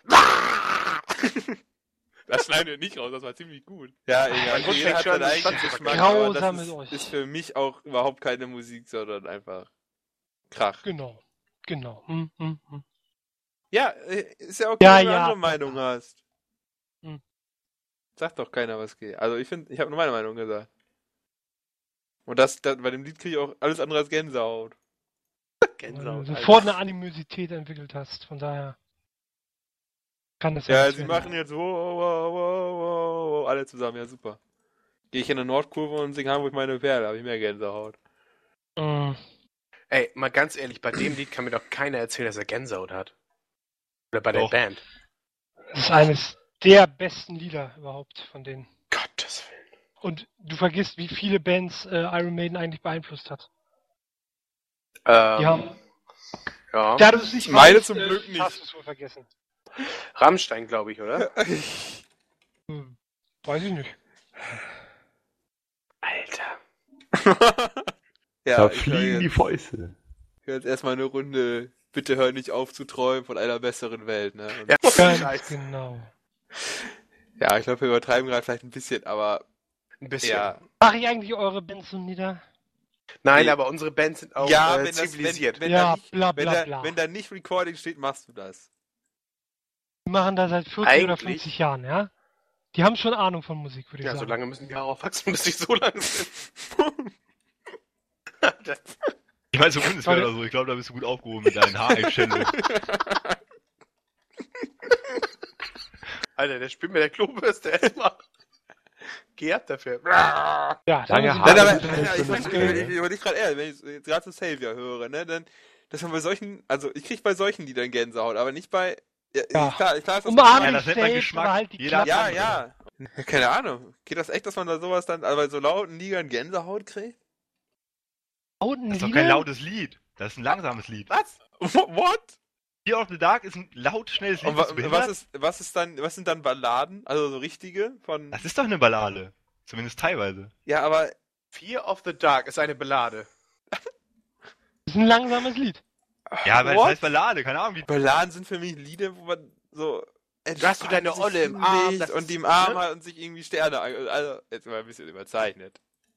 Speaker 1: Das schneiden wir nicht raus, das war ziemlich gut. Ja, egal.
Speaker 3: Mein Wunsch
Speaker 1: Jeder
Speaker 3: fängt
Speaker 1: hat
Speaker 3: schon
Speaker 1: seinen
Speaker 3: an,
Speaker 1: eigenen
Speaker 3: Schwanz zu
Speaker 1: Geschmack,
Speaker 2: verkaufen.
Speaker 1: aber
Speaker 2: Grausam
Speaker 1: das
Speaker 2: mit euch.
Speaker 1: ist, ist für mich auch überhaupt keine Musik, sondern einfach Krach.
Speaker 2: Genau. Genau. Hm, hm, hm.
Speaker 1: Ja, äh, ist ja okay,
Speaker 2: Ja,
Speaker 1: wenn du eine
Speaker 2: ja.
Speaker 1: andere Meinung hast.
Speaker 2: Hm.
Speaker 1: Sagt doch keiner, was geht. Also ich finde, ich habe nur meine Meinung gesagt. Und das, das bei dem Lied kriege ich auch alles andere als Gänsehaut.
Speaker 2: Weil
Speaker 3: Gänsehaut.
Speaker 2: du
Speaker 3: Alter.
Speaker 2: sofort eine Animosität entwickelt hast. Von daher kann das ja
Speaker 1: Ja,
Speaker 2: nichts
Speaker 1: sie
Speaker 2: werden.
Speaker 1: machen jetzt wow, wow, wow, wow, wow, alle zusammen, ja super. Gehe ich in eine Nordkurve und singe Hamburg meine Perle, habe ich mehr Gänsehaut.
Speaker 2: Mm.
Speaker 3: Ey, mal ganz ehrlich, bei dem Lied kann mir doch keiner erzählen, dass er Gänsehaut hat. Oder bei der
Speaker 5: Doch.
Speaker 3: Band.
Speaker 2: Das ist eines der besten Lieder überhaupt von denen.
Speaker 3: Gottes Willen.
Speaker 2: Und du vergisst, wie viele Bands äh, Iron Maiden eigentlich beeinflusst hat.
Speaker 3: Ähm,
Speaker 2: Die haben,
Speaker 3: ja.
Speaker 2: da du es nicht
Speaker 1: Meine
Speaker 2: weißt,
Speaker 1: zum
Speaker 2: äh,
Speaker 1: Glück nicht.
Speaker 2: hast du es wohl vergessen.
Speaker 3: Rammstein, glaube ich, oder?
Speaker 2: Hm, weiß ich nicht.
Speaker 3: Alter.
Speaker 1: Ja,
Speaker 6: da
Speaker 1: ich höre
Speaker 6: fliegen die
Speaker 1: jetzt,
Speaker 6: Fäuste.
Speaker 1: hör jetzt erstmal eine Runde, bitte hör nicht auf zu träumen von einer besseren Welt, ne? Und
Speaker 3: Ja,
Speaker 2: Ganz
Speaker 3: Scheiße.
Speaker 2: genau.
Speaker 1: ja, ich glaube, wir übertreiben gerade vielleicht ein bisschen, aber
Speaker 3: Ein bisschen.
Speaker 1: ja.
Speaker 2: Mache ich eigentlich eure Bands so nieder?
Speaker 3: Nein,
Speaker 1: Nee.
Speaker 3: aber unsere Bands sind auch
Speaker 1: ja,
Speaker 3: äh,
Speaker 1: wenn das,
Speaker 3: zivilisiert.
Speaker 1: wenn, wenn
Speaker 2: Ja,
Speaker 1: da nicht,
Speaker 2: bla,
Speaker 1: wenn
Speaker 2: bla,
Speaker 1: da,
Speaker 2: bla.
Speaker 1: wenn da nicht Recording steht, machst du das.
Speaker 2: Die machen das seit vierzig oder
Speaker 3: Eigentlich-
Speaker 2: fünfzig Jahren, ja? Die haben schon Ahnung von Musik, würde ich
Speaker 3: Ja, so
Speaker 2: sagen.
Speaker 3: lange müssen die Haare aufwachsen, bis die so lang sind. Alter.
Speaker 5: Ich weiß, so Bundeswehr
Speaker 2: Warte.
Speaker 5: oder so, ich glaube, da bist du gut aufgehoben mit deinen Haareinstellungen.
Speaker 3: Alter, der spielt mit der Klobürste erstmal. Geh ab dafür.
Speaker 2: Ja,
Speaker 6: Lange
Speaker 2: da
Speaker 6: Haare.
Speaker 2: sind
Speaker 1: Nein,
Speaker 6: Ah,
Speaker 1: aber
Speaker 6: das ist
Speaker 1: ja,
Speaker 6: eine
Speaker 1: ich, ich,
Speaker 6: Stunde.
Speaker 1: ich, ich überlege gerade eher, wenn ich jetzt gerade zu Savior höre, ne, dann, dass man bei solchen, also ich krieg bei solchen Liedern Gänsehaut, aber nicht bei, ja,
Speaker 2: Ja.
Speaker 1: klar, klar ist das
Speaker 2: Umarm
Speaker 5: Ja,
Speaker 2: dich
Speaker 5: das nennt man
Speaker 2: selbst,
Speaker 5: Geschmack.
Speaker 2: aber halt die
Speaker 5: Jeder hat
Speaker 2: Klappe.
Speaker 1: ja, ja, keine Ahnung, geht das echt, dass man da sowas dann, also bei so lauten Liedern Gänsehaut kriegt?
Speaker 2: Lauten
Speaker 5: Das ist doch
Speaker 2: Lieder?
Speaker 5: kein lautes Lied. Das ist ein langsames Lied.
Speaker 3: Was?
Speaker 1: What?
Speaker 5: Fear of the Dark ist ein laut, schnelles Lied.
Speaker 1: Und
Speaker 5: Bist
Speaker 1: wa
Speaker 5: du behindert?
Speaker 1: was ist, was ist dann, was sind dann Balladen, also so richtige von,
Speaker 5: Das ist doch eine Ballade. Zumindest teilweise.
Speaker 1: ja, aber,
Speaker 3: Fear of the Dark ist eine Ballade.
Speaker 2: Das ist ein langsames Lied.
Speaker 5: Ja, aber
Speaker 1: What?
Speaker 5: das heißt Ballade, keine Ahnung wie.
Speaker 1: Balladen sind für mich Lieder, wo man so
Speaker 3: Da hast du deine
Speaker 1: entspannt
Speaker 3: Olle
Speaker 1: sich
Speaker 3: im Arm,
Speaker 1: hinlegt
Speaker 3: das
Speaker 1: und
Speaker 3: ist-
Speaker 1: die im Arm
Speaker 3: ne?
Speaker 1: hat und sich irgendwie Sterne an, also jetzt mal ein bisschen überzeichnet.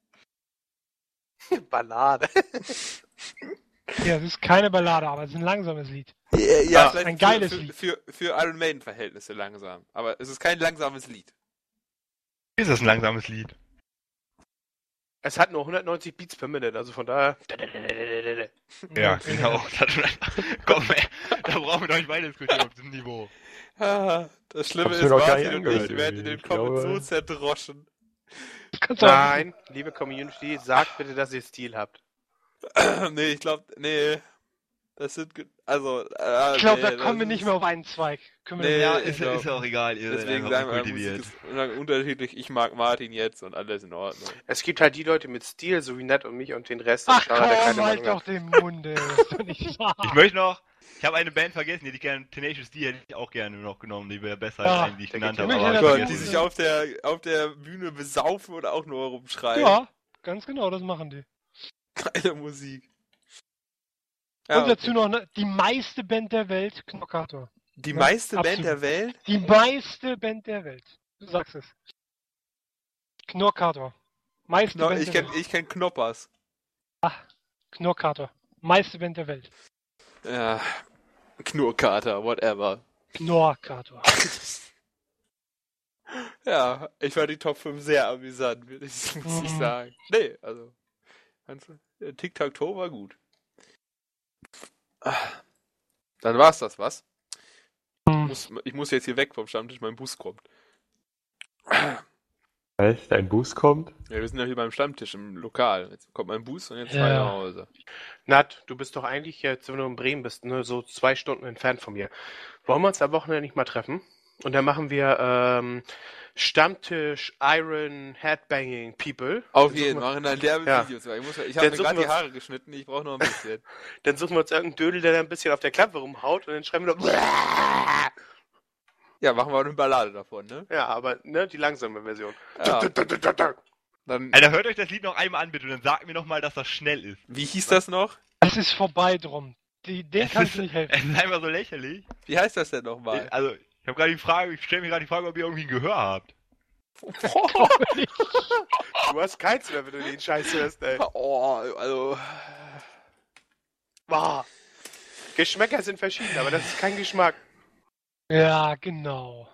Speaker 3: Ballade.
Speaker 2: Ja, es ist keine Ballade, aber es ist ein langsames Lied.
Speaker 1: Ja,
Speaker 3: Ja,
Speaker 1: vielleicht
Speaker 2: ein geiles
Speaker 1: für,
Speaker 2: Lied.
Speaker 1: für, für, für Iron Maiden Verhältnisse langsam, aber es ist kein langsames Lied.
Speaker 5: Ist das ein langsames Lied?
Speaker 3: Es hat nur hundertneunzig Beats per Minute, also von daher.
Speaker 5: Ja, genau. Komm, ey, da brauchen wir doch nicht weiter diskutieren auf diesem Niveau.
Speaker 1: Ah, das Schlimme
Speaker 6: Hab's
Speaker 1: ist,
Speaker 6: mir noch gar nicht
Speaker 1: Martin und ich
Speaker 6: angehört
Speaker 1: werden in
Speaker 6: irgendwie.
Speaker 1: den
Speaker 6: Ich
Speaker 1: Comments
Speaker 6: glaube-
Speaker 1: so zerdroschen.
Speaker 2: Das kannst du auch-
Speaker 3: Nein, liebe Community, sagt bitte, dass ihr Stil habt.
Speaker 1: nee, ich glaube, nee, das sind, ge- also, äh,
Speaker 2: Ich glaube,
Speaker 1: nee,
Speaker 2: da kommen wir
Speaker 1: das
Speaker 2: nicht
Speaker 1: ist-
Speaker 2: mehr auf einen Zweig. Können wir
Speaker 1: Nee,
Speaker 5: Ja,
Speaker 1: ich
Speaker 5: ist,
Speaker 1: glaub-
Speaker 5: ist ja auch egal. Ihr
Speaker 1: Deswegen
Speaker 5: seid
Speaker 1: sagen
Speaker 5: einfach
Speaker 1: wir, Musik
Speaker 5: kultiviert.
Speaker 1: ist unterschiedlich, ich mag Martin jetzt und alles in Ordnung.
Speaker 3: Es gibt halt die Leute mit Stil, so wie Nett und mich und den Rest.
Speaker 2: Ach
Speaker 3: schade, der
Speaker 2: komm,
Speaker 3: keine
Speaker 2: halt
Speaker 3: Meinung
Speaker 2: doch
Speaker 3: hat.
Speaker 2: den Mund, ey. Das ist doch nicht wahr.
Speaker 5: Ich möchte noch, ich habe eine Band vergessen, die hätte ich gerne, Tenacious D hätte ich auch gerne noch genommen, die wäre besser
Speaker 2: Ja,
Speaker 5: als eine, die ich
Speaker 3: der
Speaker 5: genannt
Speaker 3: geht
Speaker 5: habe.
Speaker 2: ja
Speaker 5: Aber
Speaker 2: mit.
Speaker 5: hab
Speaker 2: Ja,
Speaker 1: Gott,
Speaker 5: ich
Speaker 1: die
Speaker 2: das-
Speaker 5: vergessen.
Speaker 1: sich auf der, auf der Bühne besaufen oder auch nur rumschreien.
Speaker 2: Ja, ganz genau, das machen die.
Speaker 1: Geile Musik.
Speaker 2: Und dazu
Speaker 1: okay.
Speaker 2: noch ne, die meiste Band der Welt, Knockator.
Speaker 1: Die
Speaker 2: Ja,
Speaker 1: meiste Band
Speaker 2: absolut.
Speaker 1: der Welt?
Speaker 2: Die meiste Band der Welt. Du sagst es. Knockator. Meiste
Speaker 1: No,
Speaker 2: Band
Speaker 1: ich
Speaker 2: der
Speaker 1: kenn,
Speaker 2: Welt.
Speaker 1: ich kenn Knoppers.
Speaker 2: Knockator. Meiste Band der Welt.
Speaker 1: Ja, Knurrkater, whatever.
Speaker 2: Knorkator.
Speaker 1: Ja, ich fand die Top fünf sehr amüsant, will ich- muss ich
Speaker 2: Mhm.
Speaker 1: sagen. Nee, also, kannst du- Tic-Tac-Toe war gut. Ah, dann war's das, was? Ich
Speaker 2: Hm.
Speaker 1: muss, ich muss jetzt hier weg vom Stammtisch, mein Bus kommt.
Speaker 6: Was? Dein Bus kommt?
Speaker 1: Ja, wir sind ja hier beim Stammtisch im Lokal. Jetzt kommt mein Bus und jetzt
Speaker 2: Ja.
Speaker 1: fahr ich nach Hause.
Speaker 3: Nat, du bist doch eigentlich jetzt, wenn du in Bremen bist, nur so zwei Stunden entfernt von mir. Wollen wir uns am Wochenende nicht mal treffen? Und dann machen wir ähm, Stammtisch Iron Headbanging People.
Speaker 1: Auf
Speaker 3: Dann
Speaker 1: jeden
Speaker 3: suchen
Speaker 1: Fall, machen dann derbe
Speaker 3: Ja.
Speaker 1: Videos. Ich, muss, ich
Speaker 3: Dann
Speaker 1: habe mir
Speaker 3: suchen
Speaker 1: gerade die
Speaker 3: wir-
Speaker 1: Haare geschnitten, ich brauche noch ein bisschen.
Speaker 3: wir, dann suchen wir uns irgendeinen Dödel, der da ein bisschen auf der Klappe rumhaut und dann schreiben wir noch
Speaker 1: Ja, machen wir eine Ballade davon, ne?
Speaker 3: Ja, aber ne, die langsame Version.
Speaker 1: Ja. Dann,
Speaker 5: Alter, hört euch das Lied noch einmal an, bitte, und dann sagt mir noch mal, dass das schnell ist.
Speaker 1: wie hieß das noch?
Speaker 2: Es ist vorbei drum. Die, den
Speaker 5: Es
Speaker 2: kannst
Speaker 5: ist,
Speaker 2: du nicht helfen.
Speaker 5: es ist einfach so lächerlich.
Speaker 1: Wie heißt das denn nochmal?
Speaker 5: Ich, also, ich habe gerade die Frage, ich stelle mir gerade die Frage, ob ihr irgendwie ein Gehör habt.
Speaker 3: Du hast keins mehr, wenn du den Scheiß hörst, ey.
Speaker 1: Oh, also.
Speaker 3: Boah. Geschmäcker sind verschieden, aber das ist kein Geschmack.
Speaker 2: Ja, genau.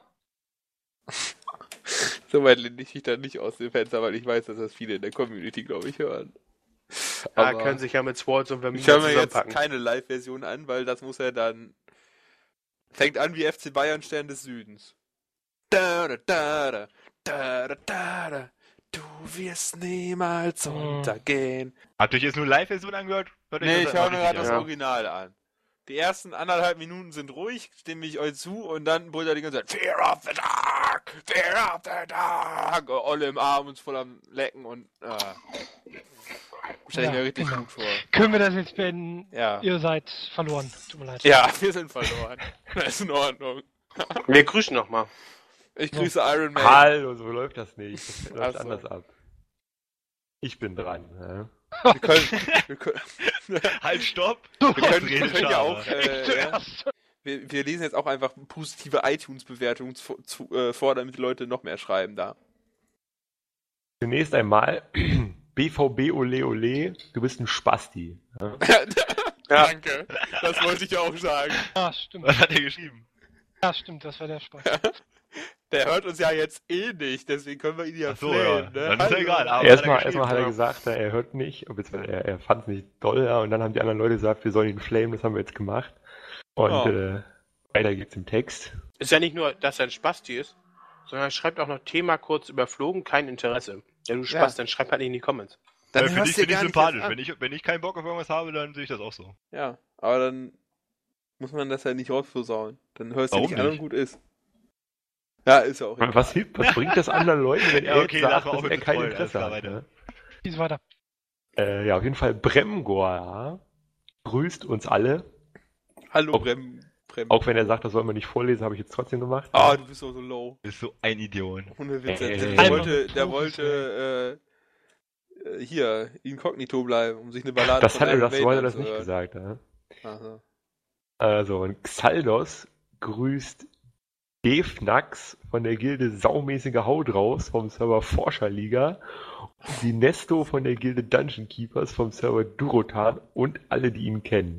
Speaker 1: So weit lehne ich mich dann nicht aus dem Fenster, weil ich weiß, dass das viele in der Community, glaube ich, hören.
Speaker 3: Da
Speaker 1: Aber
Speaker 3: können sich ja mit Swords und
Speaker 1: ich
Speaker 3: Vermina
Speaker 1: höre mir jetzt
Speaker 3: zusammenpacken.
Speaker 1: keine Live-Version an, weil das muss ja dann. Fängt an wie F C Bayern Stern des Südens. Da, da, da, da, da, da, da, da. Du wirst niemals
Speaker 2: Mhm.
Speaker 1: untergehen.
Speaker 5: Habt ihr euch jetzt nur Live-Version angehört? Hört euch
Speaker 1: Nee,
Speaker 5: das
Speaker 1: ich höre
Speaker 5: einfach
Speaker 1: mir gerade
Speaker 5: richtig
Speaker 1: das
Speaker 5: an.
Speaker 3: Ja.
Speaker 1: Original an. Die ersten anderthalb Minuten sind ruhig, stimme ich euch zu, und dann brüllt er die ganze Zeit Fear of the Dark! Fear of the Dark! Olle im Arm und voll am Lecken und äh, stell ich
Speaker 2: Ja,
Speaker 1: mir richtig
Speaker 2: genau.
Speaker 1: gut vor.
Speaker 2: Können wir das jetzt beenden?
Speaker 1: Ja.
Speaker 2: Ihr seid verloren. Tut mir leid.
Speaker 1: Ja, wir sind verloren. Das ist in Ordnung.
Speaker 3: Wir grüßen nochmal.
Speaker 1: Ich grüße Iron Man.
Speaker 6: Hallo, so läuft das nicht. Das läuft
Speaker 1: Ach so.
Speaker 6: anders ab. Ich bin dran. Ja.
Speaker 1: Wir können, wir können,
Speaker 5: Halt, stopp!
Speaker 1: wir können,
Speaker 5: Rede
Speaker 1: wir können ja
Speaker 5: Schaber.
Speaker 1: auch, äh, ja,
Speaker 2: Zuerst.
Speaker 1: wir, wir lesen jetzt auch einfach positive iTunes-Bewertungen zu, zu, äh, vor, damit die Leute noch mehr schreiben da.
Speaker 6: Zunächst einmal B V B Ole Ole, du bist ein Spasti. Ja.
Speaker 1: Danke. Das wollte ich auch sagen.
Speaker 2: Ja, stimmt.
Speaker 5: Was hat er geschrieben?
Speaker 2: Ja, stimmt. Das war der Spaß.
Speaker 1: Der hört uns ja jetzt eh nicht, deswegen können wir ihn ja
Speaker 5: Ach so,
Speaker 1: flamen,
Speaker 5: ja.
Speaker 1: ne?
Speaker 5: Dann ist ja
Speaker 1: Hallo.
Speaker 5: egal, aber-
Speaker 6: Erstmal,
Speaker 5: hat er
Speaker 6: erstmal hat er
Speaker 5: geschrieben,
Speaker 6: gesagt, er hört nicht, beziehungsweise er, er fand es nicht doll, ja, und dann haben die anderen Leute gesagt, wir sollen ihn flamen, das haben wir jetzt gemacht. Und
Speaker 1: Oh.
Speaker 6: äh, weiter geht's im Text.
Speaker 3: Ist ja nicht nur, dass er ein Spasti ist, sondern er schreibt auch noch Thema kurz überflogen, kein Interesse. Ja, du Spast, dann schreib halt in die Comments.
Speaker 1: Dann
Speaker 5: Äh, für
Speaker 1: hörst
Speaker 5: dich
Speaker 1: du
Speaker 5: bin ich
Speaker 1: gar nicht
Speaker 5: sympathisch.
Speaker 1: erst an.
Speaker 5: Wenn ich, wenn ich keinen Bock auf irgendwas habe, dann sehe ich das auch so.
Speaker 1: Ja, aber dann muss man das ja nicht rausversauen. Dann hörst du
Speaker 5: Warum
Speaker 1: nicht an und
Speaker 5: nicht?
Speaker 1: gut ist. Ja, ist ja auch egal.
Speaker 6: Was hilft, was bringt das anderen Leuten, wenn
Speaker 5: Ja,
Speaker 6: er
Speaker 5: okay,
Speaker 6: jetzt
Speaker 5: lass
Speaker 6: sagt,
Speaker 5: mal
Speaker 6: dass
Speaker 5: aufhören
Speaker 6: er
Speaker 5: zu
Speaker 6: kein
Speaker 5: trollen,
Speaker 6: Interesse
Speaker 5: alles
Speaker 6: hat?
Speaker 5: klar,
Speaker 6: Ne?
Speaker 2: Geht's weiter.
Speaker 6: Äh, ja, auf jeden Fall Bremgor grüßt uns alle.
Speaker 1: Hallo,
Speaker 6: Auch-
Speaker 1: Brem. Brem.
Speaker 6: Auch wenn er sagt, das soll man nicht vorlesen, habe ich jetzt trotzdem gemacht.
Speaker 1: Ah, du bist auch so low.
Speaker 5: Ist so ein Idiot.
Speaker 1: Ohne Witz.
Speaker 6: Ey,
Speaker 1: der,
Speaker 6: ey,
Speaker 1: der
Speaker 6: ey.
Speaker 1: wollte, der
Speaker 2: Profis,
Speaker 1: wollte äh, äh, hier inkognito bleiben, um sich eine Ballade
Speaker 6: das
Speaker 1: von
Speaker 6: hat er,
Speaker 1: Iron
Speaker 6: das so hat er
Speaker 1: Maiden
Speaker 6: das nicht
Speaker 1: anzuhören.
Speaker 6: gesagt. Ja.
Speaker 1: Also.
Speaker 6: Also, und Xaldos grüßt Defnax von der Gilde Saumäßige Haut raus vom Server Forscherliga, und die Nesto von der Gilde Dungeon Keepers vom Server Durotan und alle, die ihn kennen.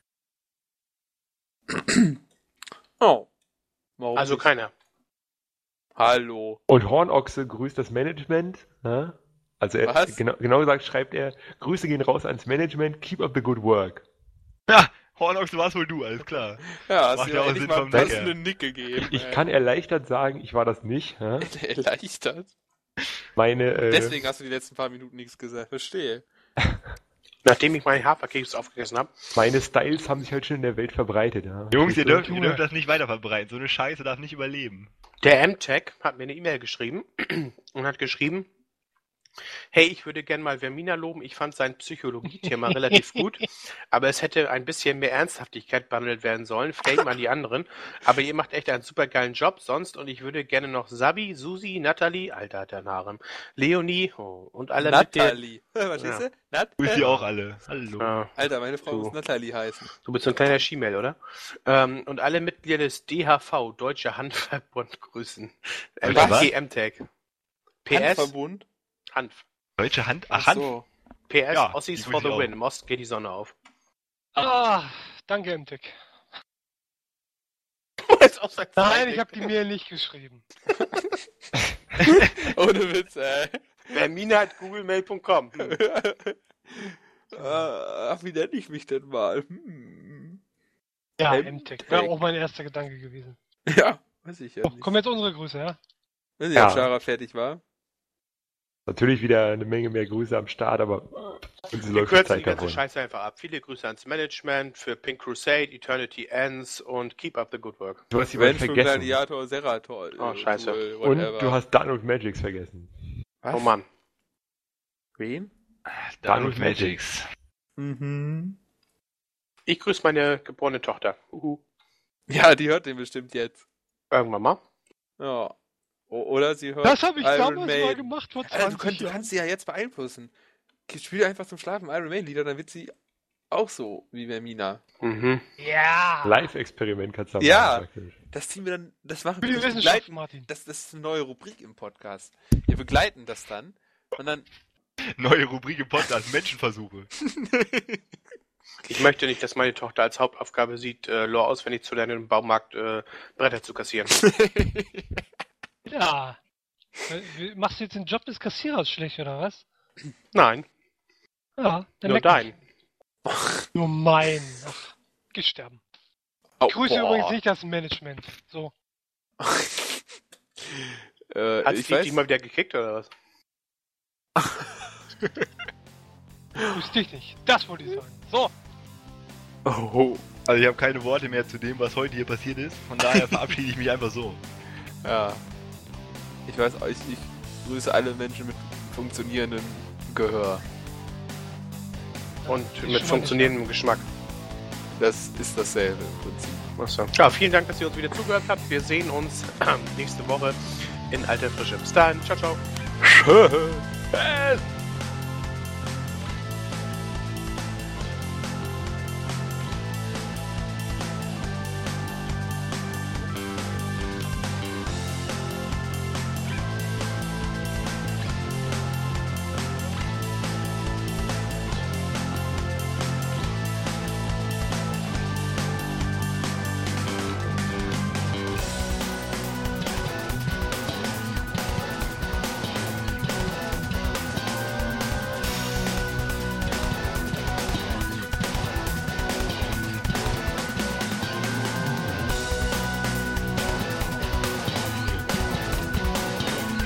Speaker 1: Oh. Warum
Speaker 3: Also
Speaker 1: nicht?
Speaker 3: keiner.
Speaker 1: Hallo.
Speaker 6: Und Hornochse grüßt das Management. Ja? Also er,
Speaker 1: Was?
Speaker 6: genau, genau gesagt schreibt er, Grüße gehen raus ans Management, keep up the good work.
Speaker 5: Ja, Hornox, du warst wohl du, alles klar.
Speaker 1: Ja, hast
Speaker 5: Macht
Speaker 1: du
Speaker 5: ja
Speaker 1: ja
Speaker 5: auch
Speaker 1: endlich
Speaker 5: Sinn
Speaker 1: mal
Speaker 5: vom
Speaker 1: einen
Speaker 5: Zweck her.
Speaker 1: passenden Nick gegeben.
Speaker 6: Ich
Speaker 1: ey.
Speaker 6: kann erleichtert sagen, ich war das nicht. Ja?
Speaker 1: Erleichtert.
Speaker 6: Meine, äh,
Speaker 1: Deswegen hast du die letzten paar Minuten nichts gesagt. Verstehe.
Speaker 3: Nachdem ich meinen Haferkeks aufgegessen habe.
Speaker 6: meine Styles haben sich halt schon in der Welt verbreitet. Ja?
Speaker 5: Jungs, ihr dürft, ihr
Speaker 2: Junge.
Speaker 5: dürft das nicht weiter verbreiten. So eine Scheiße darf nicht überleben.
Speaker 3: Der M-Tech hat mir eine E-Mail geschrieben und hat geschrieben, hey, ich würde gern mal Vermina loben. Ich fand sein Psychologie-Thema relativ gut, aber es hätte ein bisschen mehr Ernsthaftigkeit behandelt werden sollen. Flame an die anderen. Aber ihr macht echt einen super geilen Job sonst und ich würde gerne noch Sabi, Susi, Natalie, Alter hat der Narem, Leonie oh, und alle mit dir.
Speaker 1: Natalie. Was
Speaker 3: Ja.
Speaker 1: ist sie? Nat?
Speaker 5: Grüß die auch alle. Hallo.
Speaker 3: Ja,
Speaker 1: Alter, meine Frau
Speaker 3: Du.
Speaker 1: muss Natalie heißen.
Speaker 3: du bist so ein kleiner Schiemel, oder? Ähm, und alle Mitglieder des D H V, Deutsche Handverbund, grüßen.
Speaker 5: Deutsche was?
Speaker 3: M-Tech. P S,
Speaker 1: Handverbund?
Speaker 3: Hanf.
Speaker 5: Deutsche Hand.
Speaker 1: Ach
Speaker 5: Ach, Hand.
Speaker 1: so.
Speaker 3: P S,
Speaker 5: Ja,
Speaker 3: Ossis
Speaker 5: die
Speaker 3: for
Speaker 5: grüße
Speaker 3: the
Speaker 5: ich auch.
Speaker 3: win. Im Osten geht die Sonne auf.
Speaker 2: Ah, danke, M T E C.
Speaker 3: Jetzt auf sein
Speaker 2: Nein,
Speaker 3: Zeichen.
Speaker 2: ich habe die Mail nicht geschrieben.
Speaker 1: Ohne Witz, ey.
Speaker 3: Vermina at googlemail punkt com. Hm.
Speaker 1: Ach, wie nenne ich mich denn mal? Hm.
Speaker 2: Ja,
Speaker 1: M
Speaker 2: M T E C.
Speaker 1: T E C.
Speaker 2: Wäre auch mein erster Gedanke gewesen.
Speaker 1: Ja, weiß ich ja
Speaker 2: Oh,
Speaker 1: nicht.
Speaker 2: kommen jetzt unsere Grüße, ja?
Speaker 1: Weiß ich,
Speaker 6: Ja.
Speaker 1: ob Shara fertig war.
Speaker 6: natürlich wieder eine Menge mehr Grüße am Start, aber uns
Speaker 3: Wir
Speaker 6: läuft die
Speaker 3: kürzen die
Speaker 6: Zeit
Speaker 3: ganze
Speaker 6: davon.
Speaker 3: Scheiße einfach ab. Viele Grüße ans Management für Pink Crusade, Eternity Ends und Keep Up the Good Work.
Speaker 6: Du hast jemanden
Speaker 1: Event für
Speaker 6: vergessen.
Speaker 1: Gladiator Serator.
Speaker 3: Oh, scheiße.
Speaker 1: Duel,
Speaker 6: Und
Speaker 1: whatever.
Speaker 6: du hast Dan und Magix vergessen.
Speaker 1: Was?
Speaker 3: Oh Mann.
Speaker 1: Wen?
Speaker 6: Dan und Magix.
Speaker 1: Mhm.
Speaker 3: Ich grüße meine geborene Tochter. Uhu.
Speaker 1: Ja, die hört den bestimmt jetzt.
Speaker 3: Irgendwann mal.
Speaker 1: Ja. O- Oder sie hört
Speaker 2: Das habe ich
Speaker 1: Iron
Speaker 2: damals mal
Speaker 1: Maiden.
Speaker 2: gemacht vor
Speaker 1: Alter,
Speaker 2: zwanzig
Speaker 1: du, könnt, du
Speaker 2: Jahren.
Speaker 1: kannst sie ja jetzt beeinflussen. Spiel einfach zum Schlafen Iron Maiden Lieder, dann wird sie auch so wie Vermina.
Speaker 3: Mhm.
Speaker 2: Ja.
Speaker 6: Live-Experiment kannst du da
Speaker 1: Ja.
Speaker 6: machen, praktisch.
Speaker 1: Das ziehen wir dann, das machen
Speaker 2: Für
Speaker 1: wir,
Speaker 2: die
Speaker 1: das
Speaker 2: Wissenschaft,
Speaker 1: begleiten.
Speaker 2: Martin.
Speaker 1: Das, das ist eine neue Rubrik im Podcast. Wir begleiten das dann und dann.
Speaker 5: Neue Rubrik im Podcast, Menschenversuche.
Speaker 3: Ich möchte nicht, dass meine Tochter als Hauptaufgabe sieht, äh, Lore auswendig zu lernen, im Baumarkt äh, Bretter zu kassieren.
Speaker 2: Ja. Äh, Machst du jetzt den Job des Kassierers schlecht, oder was?
Speaker 3: Nein,
Speaker 2: Ja, dann
Speaker 3: nur
Speaker 2: leck
Speaker 3: dein.
Speaker 2: mich. Nur mein. Ach, geh sterben.
Speaker 1: Oh,
Speaker 2: Ich grüße
Speaker 1: boah.
Speaker 2: übrigens nicht das Management. So.
Speaker 1: äh,
Speaker 3: Hat
Speaker 1: ich
Speaker 3: sie
Speaker 1: weiß,
Speaker 3: dich mal wieder gekickt, oder was?
Speaker 2: Grüß dich nicht. Das wollte ich sagen. So.
Speaker 1: oh,
Speaker 5: Also ich habe keine Worte mehr zu dem, was heute hier passiert ist. Von daher verabschiede ich mich einfach so.
Speaker 1: ja. Ich weiß, ich, ich grüße alle Menschen mit funktionierendem Gehör.
Speaker 3: Und
Speaker 2: ist
Speaker 3: mit
Speaker 2: schon mal
Speaker 3: funktionierendem Geschmack.
Speaker 1: Das ist dasselbe im Prinzip.
Speaker 3: Achso. Ja, vielen Dank, dass ihr uns wieder zugehört habt. Wir sehen uns nächste Woche in alter Frische. Bis dahin. Ciao, ciao.
Speaker 1: Schön.